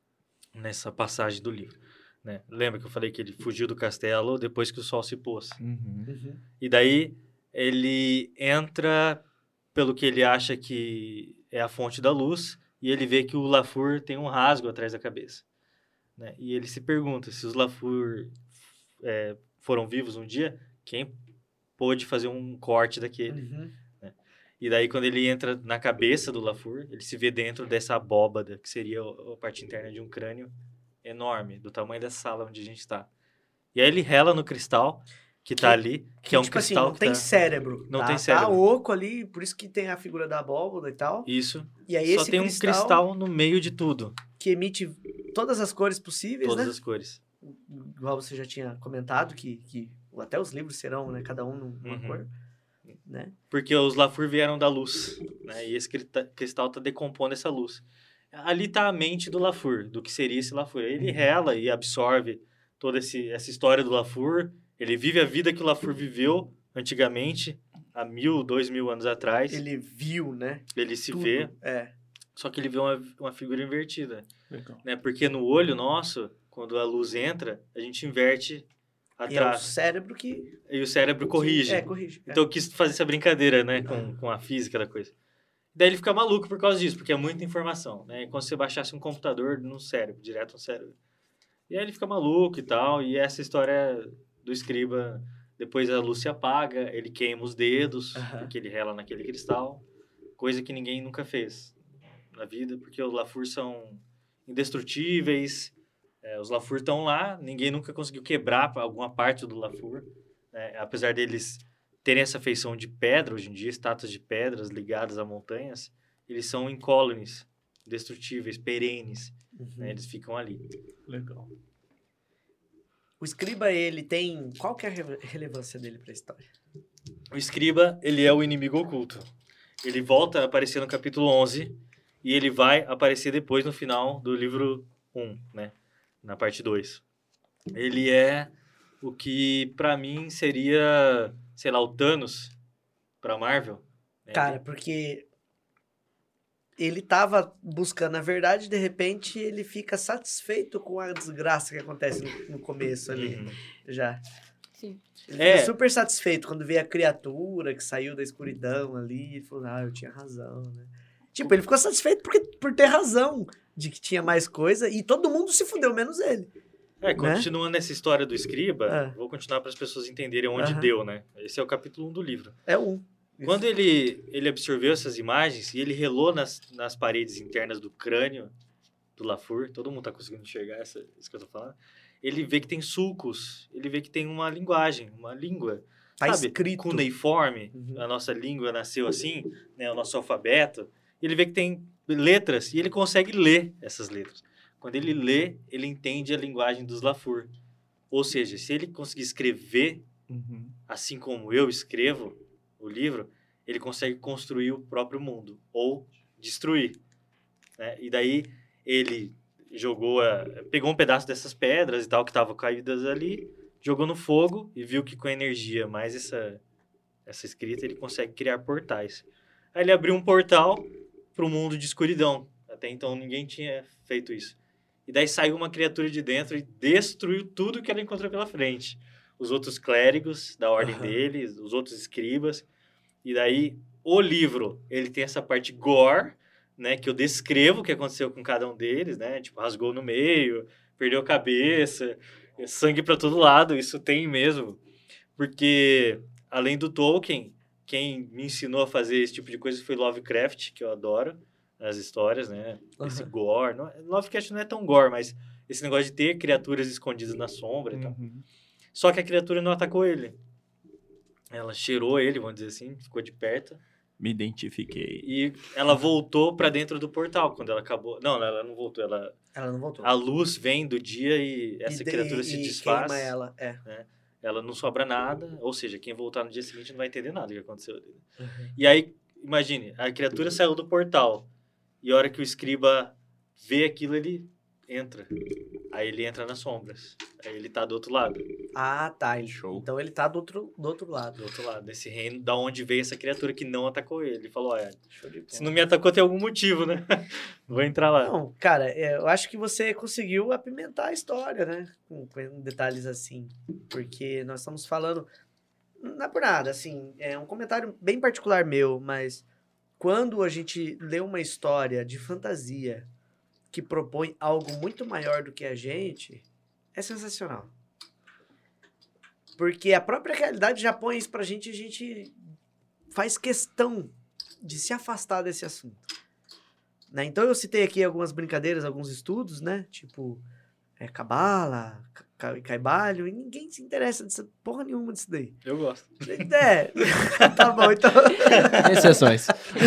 nessa passagem do livro. Né? Lembra que eu falei que ele fugiu do castelo depois que o sol se pôs? Uhum. Uhum. E daí ele entra pelo que ele acha que é a fonte da luz e ele vê que o Lafur tem um rasgo atrás da cabeça. Né? E ele se pergunta se os Lafur é, foram vivos um dia, quem pôde fazer um corte daquele? Uhum. E daí quando ele entra na cabeça do Lafur, ele se vê dentro dessa abóbada, que seria a parte interna de um crânio enorme, do tamanho da sala onde a gente está. E aí ele rela no cristal que tá ali, que, Que, é um tipo assim, cristal não que tem tá... cérebro. Não tá? tem Tá cérebro. oco ali, por isso que tem a figura da abóbora e tal. Isso. E aí Só esse tem um cristal, cristal no meio de tudo. que emite todas as cores possíveis, Todas né? as cores. Igual você já tinha comentado, que, que até os livros serão, né? Cada um numa Uhum. cor, né? Porque os Lafur vieram da luz, né? E esse crita- cristal tá decompondo essa luz. Ali tá a mente do Lafur, do que seria esse Lafur. Ele rela e absorve toda esse, essa história do Lafur. Ele vive a vida que o Lafur viveu antigamente, há mil, dois mil anos atrás. Ele, Ele viu, né? se Tudo. vê, É. só que ele vê uma, uma figura invertida. Legal. Né? Porque no olho nosso, quando a luz entra, a gente inverte a E é o traça. cérebro que... E o cérebro corrige. É, corrige. é. Então eu quis fazer essa brincadeira, né, com, com a física da coisa. Daí ele fica maluco por causa disso, porque é muita informação, né? É como se você baixasse um computador no cérebro, direto no cérebro. E aí ele fica maluco e tal, e essa história do escriba, depois a luz se apaga, ele queima os dedos, Aham. porque ele rela naquele cristal, coisa que ninguém nunca fez na vida, porque os Lafur são indestrutíveis, é, os Lafur estão lá, ninguém nunca conseguiu quebrar alguma parte do Lafur, né? Apesar deles terem essa feição de pedra, hoje em dia, estátuas de pedras ligadas a montanhas, eles são incólumes, indestrutíveis, perenes, Uhum. né? Eles ficam ali. Legal. O escriba, ele tem... Qual que é a re- relevância dele pra história? O escriba, ele é o inimigo oculto. Ele volta a aparecer no capítulo onze e ele vai aparecer depois no final do livro um, né? Na parte dois. Ele é o que, pra mim, seria, sei lá, o Thanos pra Marvel. né? Cara, porque... Ele tava buscando a verdade e, de repente, ele fica satisfeito com a desgraça que acontece no, no começo ali, Uhum. já. Sim. Ele É. fica super satisfeito quando vê a criatura que saiu da escuridão ali. Ele falou, ah, eu tinha razão, né? Tipo, ele ficou satisfeito porque, por ter razão de que tinha mais coisa e todo mundo se fudeu, menos ele. É, continuando essa história do escriba, É. vou continuar para as pessoas entenderem onde Aham. deu, né? Esse é o capítulo um do livro. É um. Quando ele, ele absorveu essas imagens e ele relou nas, nas paredes internas do crânio do Lafur, todo mundo tá conseguindo enxergar essa, isso que eu tô falando, ele vê que tem sulcos, ele vê que tem uma linguagem, uma língua, Tá sabe? escrito. Cuneiforme, Uhum. a nossa língua nasceu assim, né? O nosso alfabeto, e ele vê que tem letras e ele consegue ler essas letras. Quando ele lê, ele entende a linguagem dos Lafur. Ou seja, se ele conseguir escrever Uhum. assim como eu escrevo o livro, ele consegue construir o próprio mundo ou destruir, né? E daí ele jogou, a, pegou um pedaço dessas pedras e tal que estavam caídas ali, jogou no fogo e viu que com a energia mais essa essa escrita ele consegue criar portais. Aí ele abriu um portal para o mundo de escuridão. Até então ninguém tinha feito isso. E daí saiu uma criatura de dentro e destruiu tudo que ela encontrou pela frente. Os outros clérigos da ordem Aham. deles, os outros escribas. E daí, o livro, ele tem essa parte gore, né? Que eu descrevo o que aconteceu com cada um deles, né? Tipo, rasgou no meio, perdeu a cabeça, sangue para todo lado. Isso tem mesmo. Porque, além do Tolkien, quem me ensinou a fazer esse tipo de coisa foi Lovecraft, que eu adoro as histórias, né? Esse Aham. gore. Não, Lovecraft não é tão gore, mas esse negócio de ter criaturas escondidas na sombra e tal. Uhum. Só que a criatura não atacou ele. Ela cheirou ele, vamos dizer assim, ficou de perto. Me identifiquei. E ela voltou pra dentro do portal quando ela acabou. Não, ela não voltou. Ela... Ela não voltou. A luz vem do dia e essa E de- criatura e- se e desfaz. queima ela, é. Ela não sobra nada. Ou seja, quem voltar no dia seguinte não vai entender nada do que aconteceu ali. Uhum. E aí, imagine, a criatura saiu do portal. E a hora que o escriba vê aquilo, ele entra. Aí ele entra nas sombras. Aí ele tá do outro lado. Ah, tá. Ele- Show. Então ele tá do outro, do outro lado. Do outro lado, desse reino, da onde veio essa criatura que não atacou ele. Ele falou, olha, Show de se bola. não me atacou tem algum motivo, né? Vou entrar lá. Não, cara, é, eu acho que você conseguiu apimentar a história, né? Com, com detalhes assim. Porque nós estamos falando. Não é por nada, assim. É um comentário bem particular meu, mas quando a gente lê uma história de fantasia que propõe algo muito maior do que a gente, é sensacional. Porque a própria realidade já põe isso pra gente e a gente faz questão de se afastar desse assunto. Né? Então eu citei aqui algumas brincadeiras, alguns estudos, né? Tipo, é cabala, ca- caibalho, e ninguém se interessa dessa porra nenhuma disso daí. Eu gosto. É, tá bom, então... Exceções.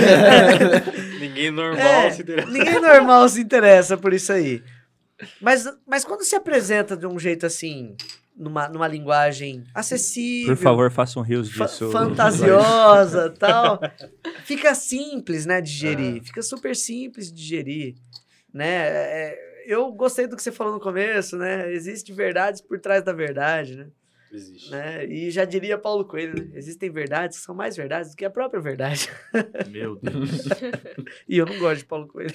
Ninguém normal É, se interessa. ninguém normal se interessa por isso aí. Mas, mas quando se apresenta de um jeito assim, numa, numa linguagem acessível... Por favor, façam rios fa- disso. fantasiosa e tal, fica simples, né, de digerir. Fica super simples de digerir, né? É, eu gostei do que você falou no começo, né? Existem verdades por trás da verdade, né? Existe. né? E já diria Paulo Coelho, né? Existem verdades que são mais verdades do que a própria verdade. Meu Deus. E eu não gosto de Paulo Coelho.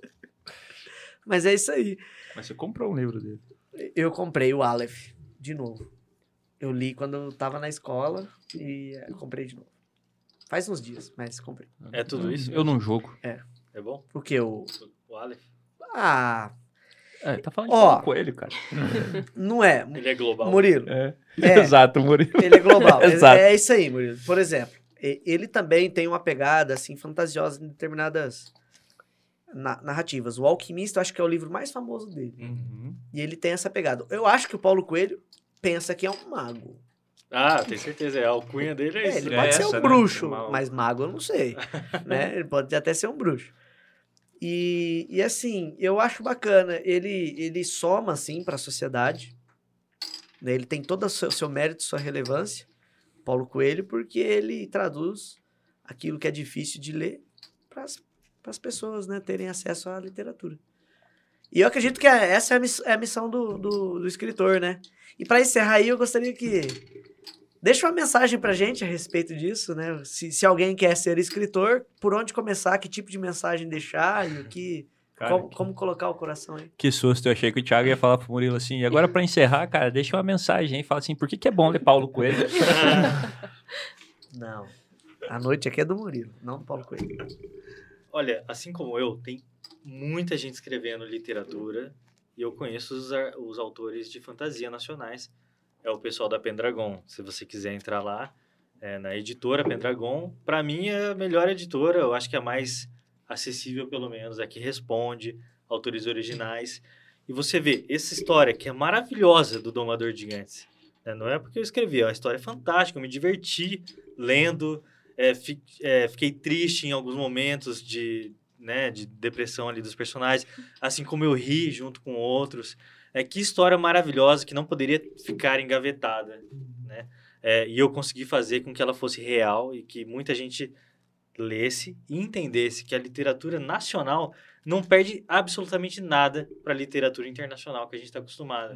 Mas é isso aí. Mas você comprou um livro dele. Eu comprei o Aleph de novo. Eu li quando eu tava na escola e eh, comprei de novo. Faz uns dias, mas comprei. É tudo isso? Eu não jogo. É bom? Porque o... O Aleph? Ah, É, tá falando de Ó. Paulo Coelho, cara. não é. Ele é global. Murilo, É. É. Exato, Murilo. ele é global. Exato. É, é isso aí, Murilo. Por exemplo, e- ele também tem uma pegada, assim, fantasiosa em determinadas na- narrativas. O Alquimista, eu acho que é o livro mais famoso dele. Uhum. E ele tem essa pegada. Eu acho que o Paulo Coelho pensa que é um mago. Ah, tenho certeza. É, a alcunha dele é É, isso. ele É pode ser essa, um né? bruxo, Uma- mas mago eu não sei. né? Ele pode até ser um bruxo. E, e assim, eu acho bacana. Ele, ele soma, assim, para a sociedade. Né? Ele tem todo o seu, seu mérito, sua relevância, Paulo Coelho, porque ele traduz aquilo que é difícil de ler para as pessoas, né, terem acesso à literatura. E eu acredito que é- essa é a, miss- é a missão do, do, do escritor, né? E para encerrar aí, eu gostaria que... Deixa uma mensagem pra gente a respeito disso, né? Se, se alguém quer ser escritor, por onde começar, que tipo de mensagem deixar e o que... Cara, como, como colocar o coração aí. Que susto, eu achei que o Thiago ia falar pro Murilo assim, e agora pra encerrar, cara, deixa uma mensagem aí, fala assim, por que que é bom ler Paulo Coelho? Não. A noite aqui é do Murilo, não do Paulo Coelho. Olha, assim como eu, tem muita gente escrevendo literatura e eu conheço os, ar- os autores de fantasia nacionais. É o pessoal da Pendragon. Se você quiser entrar lá, é, na editora Pendragon, para mim é a melhor editora, eu acho que é a mais acessível, pelo menos, é a que responde, autores originais. E você vê essa história que é maravilhosa do Domador de Gigantes. Né? Não é porque eu escrevi, é uma história fantástica, eu me diverti lendo, é, fi- é, fiquei triste em alguns momentos de, né, de depressão ali dos personagens, assim como eu ri junto com outros. É, que história maravilhosa que não poderia ficar engavetada, né? É, e eu consegui fazer com que ela fosse real e que muita gente lesse e entendesse que a literatura nacional não perde absolutamente nada para a literatura internacional que a gente está acostumado.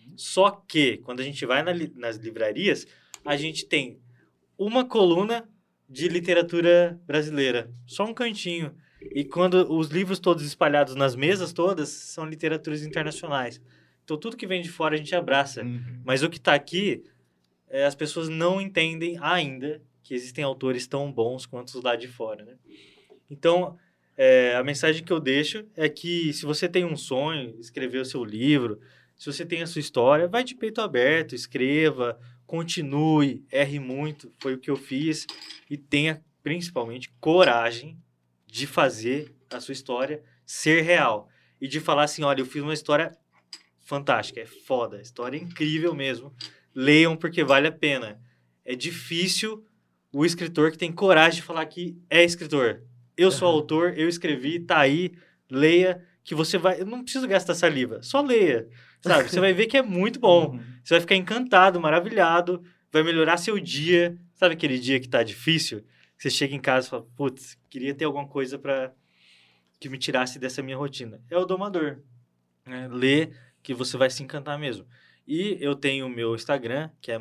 Só que, quando a gente vai na li- nas livrarias, a gente tem uma coluna de literatura brasileira, só um cantinho. E quando os livros todos espalhados nas mesas todas são literaturas internacionais. Então, tudo que vem de fora a gente abraça. Mas o que está aqui, é, as pessoas não entendem ainda que existem autores tão bons quanto os lá de fora, né? Então, é, a mensagem que eu deixo é que se você tem um sonho, escrever o seu livro, se você tem a sua história, vai de peito aberto, escreva, continue, erre muito, foi o que eu fiz, e tenha, principalmente, coragem de fazer a sua história ser real. E de falar assim, olha, eu fiz uma história fantástica, é foda, a história é incrível mesmo. Leiam porque vale a pena. É difícil o escritor que tem coragem de falar que é escritor. Eu sou Uhum. autor, eu escrevi, tá aí, leia, que você vai... Eu não preciso gastar saliva, só leia, sabe? Você vai ver que é muito bom. Você vai ficar encantado, maravilhado, vai melhorar seu dia. Sabe aquele dia que tá difícil? Você chega em casa e fala, putz, queria ter alguma coisa para que me tirasse dessa minha rotina. É o Domador. Né? Lê que você vai se encantar mesmo. E eu tenho o meu Instagram, que é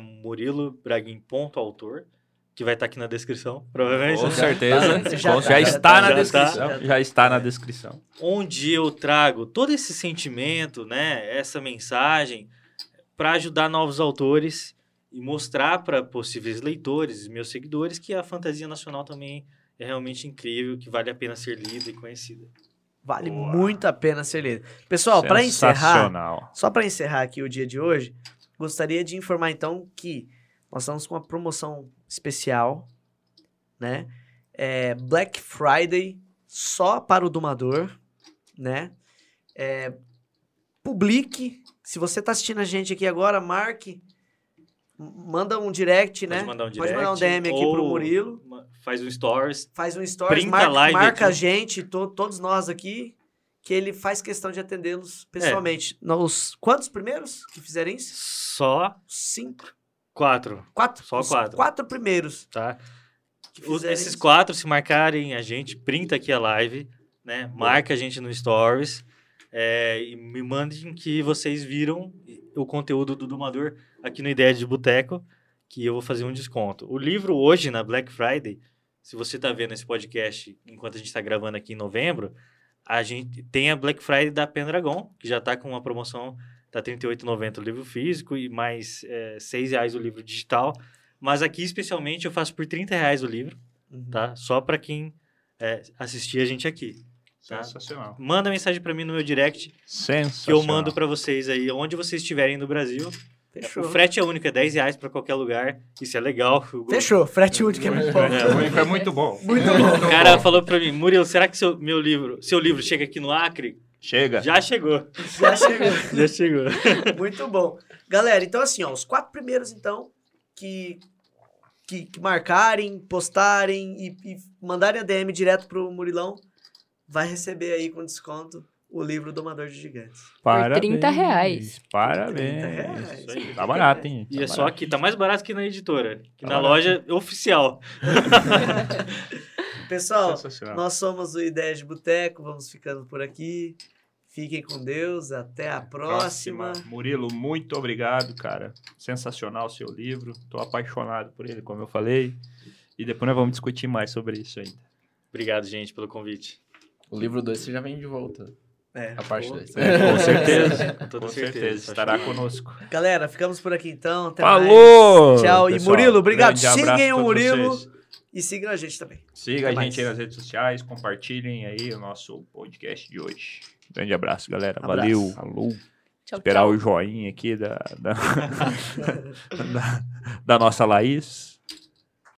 murilobraguin.autor, que vai estar aqui na descrição, provavelmente. Com né? certeza. Já Com- tá, já já está tá, na já tá. descrição. Já tá. Já está na descrição. Onde eu trago todo esse sentimento, né, essa mensagem, para ajudar novos autores e mostrar para possíveis leitores, meus seguidores, que a fantasia nacional também é realmente incrível, que vale a pena ser lida e conhecida. Vale Boa. muito a pena ser lido. Pessoal, para encerrar, Sensacional. só para encerrar aqui o dia de hoje, gostaria de informar então que nós estamos com uma promoção especial, né? É Black Friday só para o Domador, né? É, publique. Se você tá assistindo a gente aqui agora, marque. Manda um direct, Pode né? mandar um Pode direct. mandar um D M aqui ou pro Murilo. ma- Faz um stories. Faz um stories, Printa marca, a live marca aqui. a gente, to- todos nós aqui, que ele faz questão de atendê-los pessoalmente. É. Nos quantos primeiros que fizerem isso? Só Cinco? quatro, Quatro? Só Os quatro. quatro primeiros tá? que Os- fizerem esses isso. quatro, se marcarem a gente, printa aqui a live, né? Marca a gente no stories. é, e me mandem que vocês viram o conteúdo do Domador aqui no Ideia de Boteco, que eu vou fazer um desconto. O livro hoje, na Black Friday, se você está vendo esse podcast enquanto a gente está gravando aqui em novembro, a gente tem a Black Friday da Pendragon, que já está com uma promoção, tá trinta e oito reais e noventa centavos o livro físico e mais é, seis reais o livro digital. Mas aqui, especialmente, eu faço por trinta reais o livro, Uhum. tá? Só para quem é, assistir a gente aqui. Tá? Sensacional. Manda mensagem para mim no meu direct, Sensacional. que eu mando para vocês aí, onde vocês estiverem no Brasil. Fechou. O frete é único, é dez reais para qualquer lugar. Isso é legal. O Fechou. Frete único é muito bom. É, o único é muito bom. Muito bom. O cara falou para mim, Murilo, será que seu, meu livro, seu livro chega aqui no Acre? Chega. Já chegou. Já chegou. Já chegou. Muito bom. Galera, então assim, ó, os quatro primeiros, então, que, que, que marcarem, postarem e, e mandarem a D M direto pro Murilão, vai receber aí com desconto o livro Domador de Gigantes. Parabéns. trinta reais. Parabéns. trinta reais. Isso aí. Tá barato, hein? E Tá é só barato. aqui, tá mais barato que na editora. Que Tá na barato. loja oficial. Pessoal, Sensacional. nós somos o Ideias de Boteco, vamos ficando por aqui. Fiquem com Deus, até a próxima. Murilo, muito obrigado, cara. Sensacional o seu livro. Tô apaixonado por ele, como eu falei. E depois nós vamos discutir mais sobre isso ainda. Obrigado, gente, pelo convite. O livro dois você já vem de volta. É. A parte Pô. dois. Com certeza. Com toda Com certeza. certeza. Estará conosco. Galera, ficamos por aqui então. Até Falou! mais. Tchau. E pessoal. Murilo, obrigado. Grande abraço Sigam a o todos Murilo vocês. e sigam a gente também. Siga Até a gente aí mais. nas redes sociais, compartilhem aí o nosso podcast de hoje. Grande abraço, galera. Abraço. Valeu. Alô. Tchau, Esperar tchau. o joinha aqui da, da, da, da nossa Laís.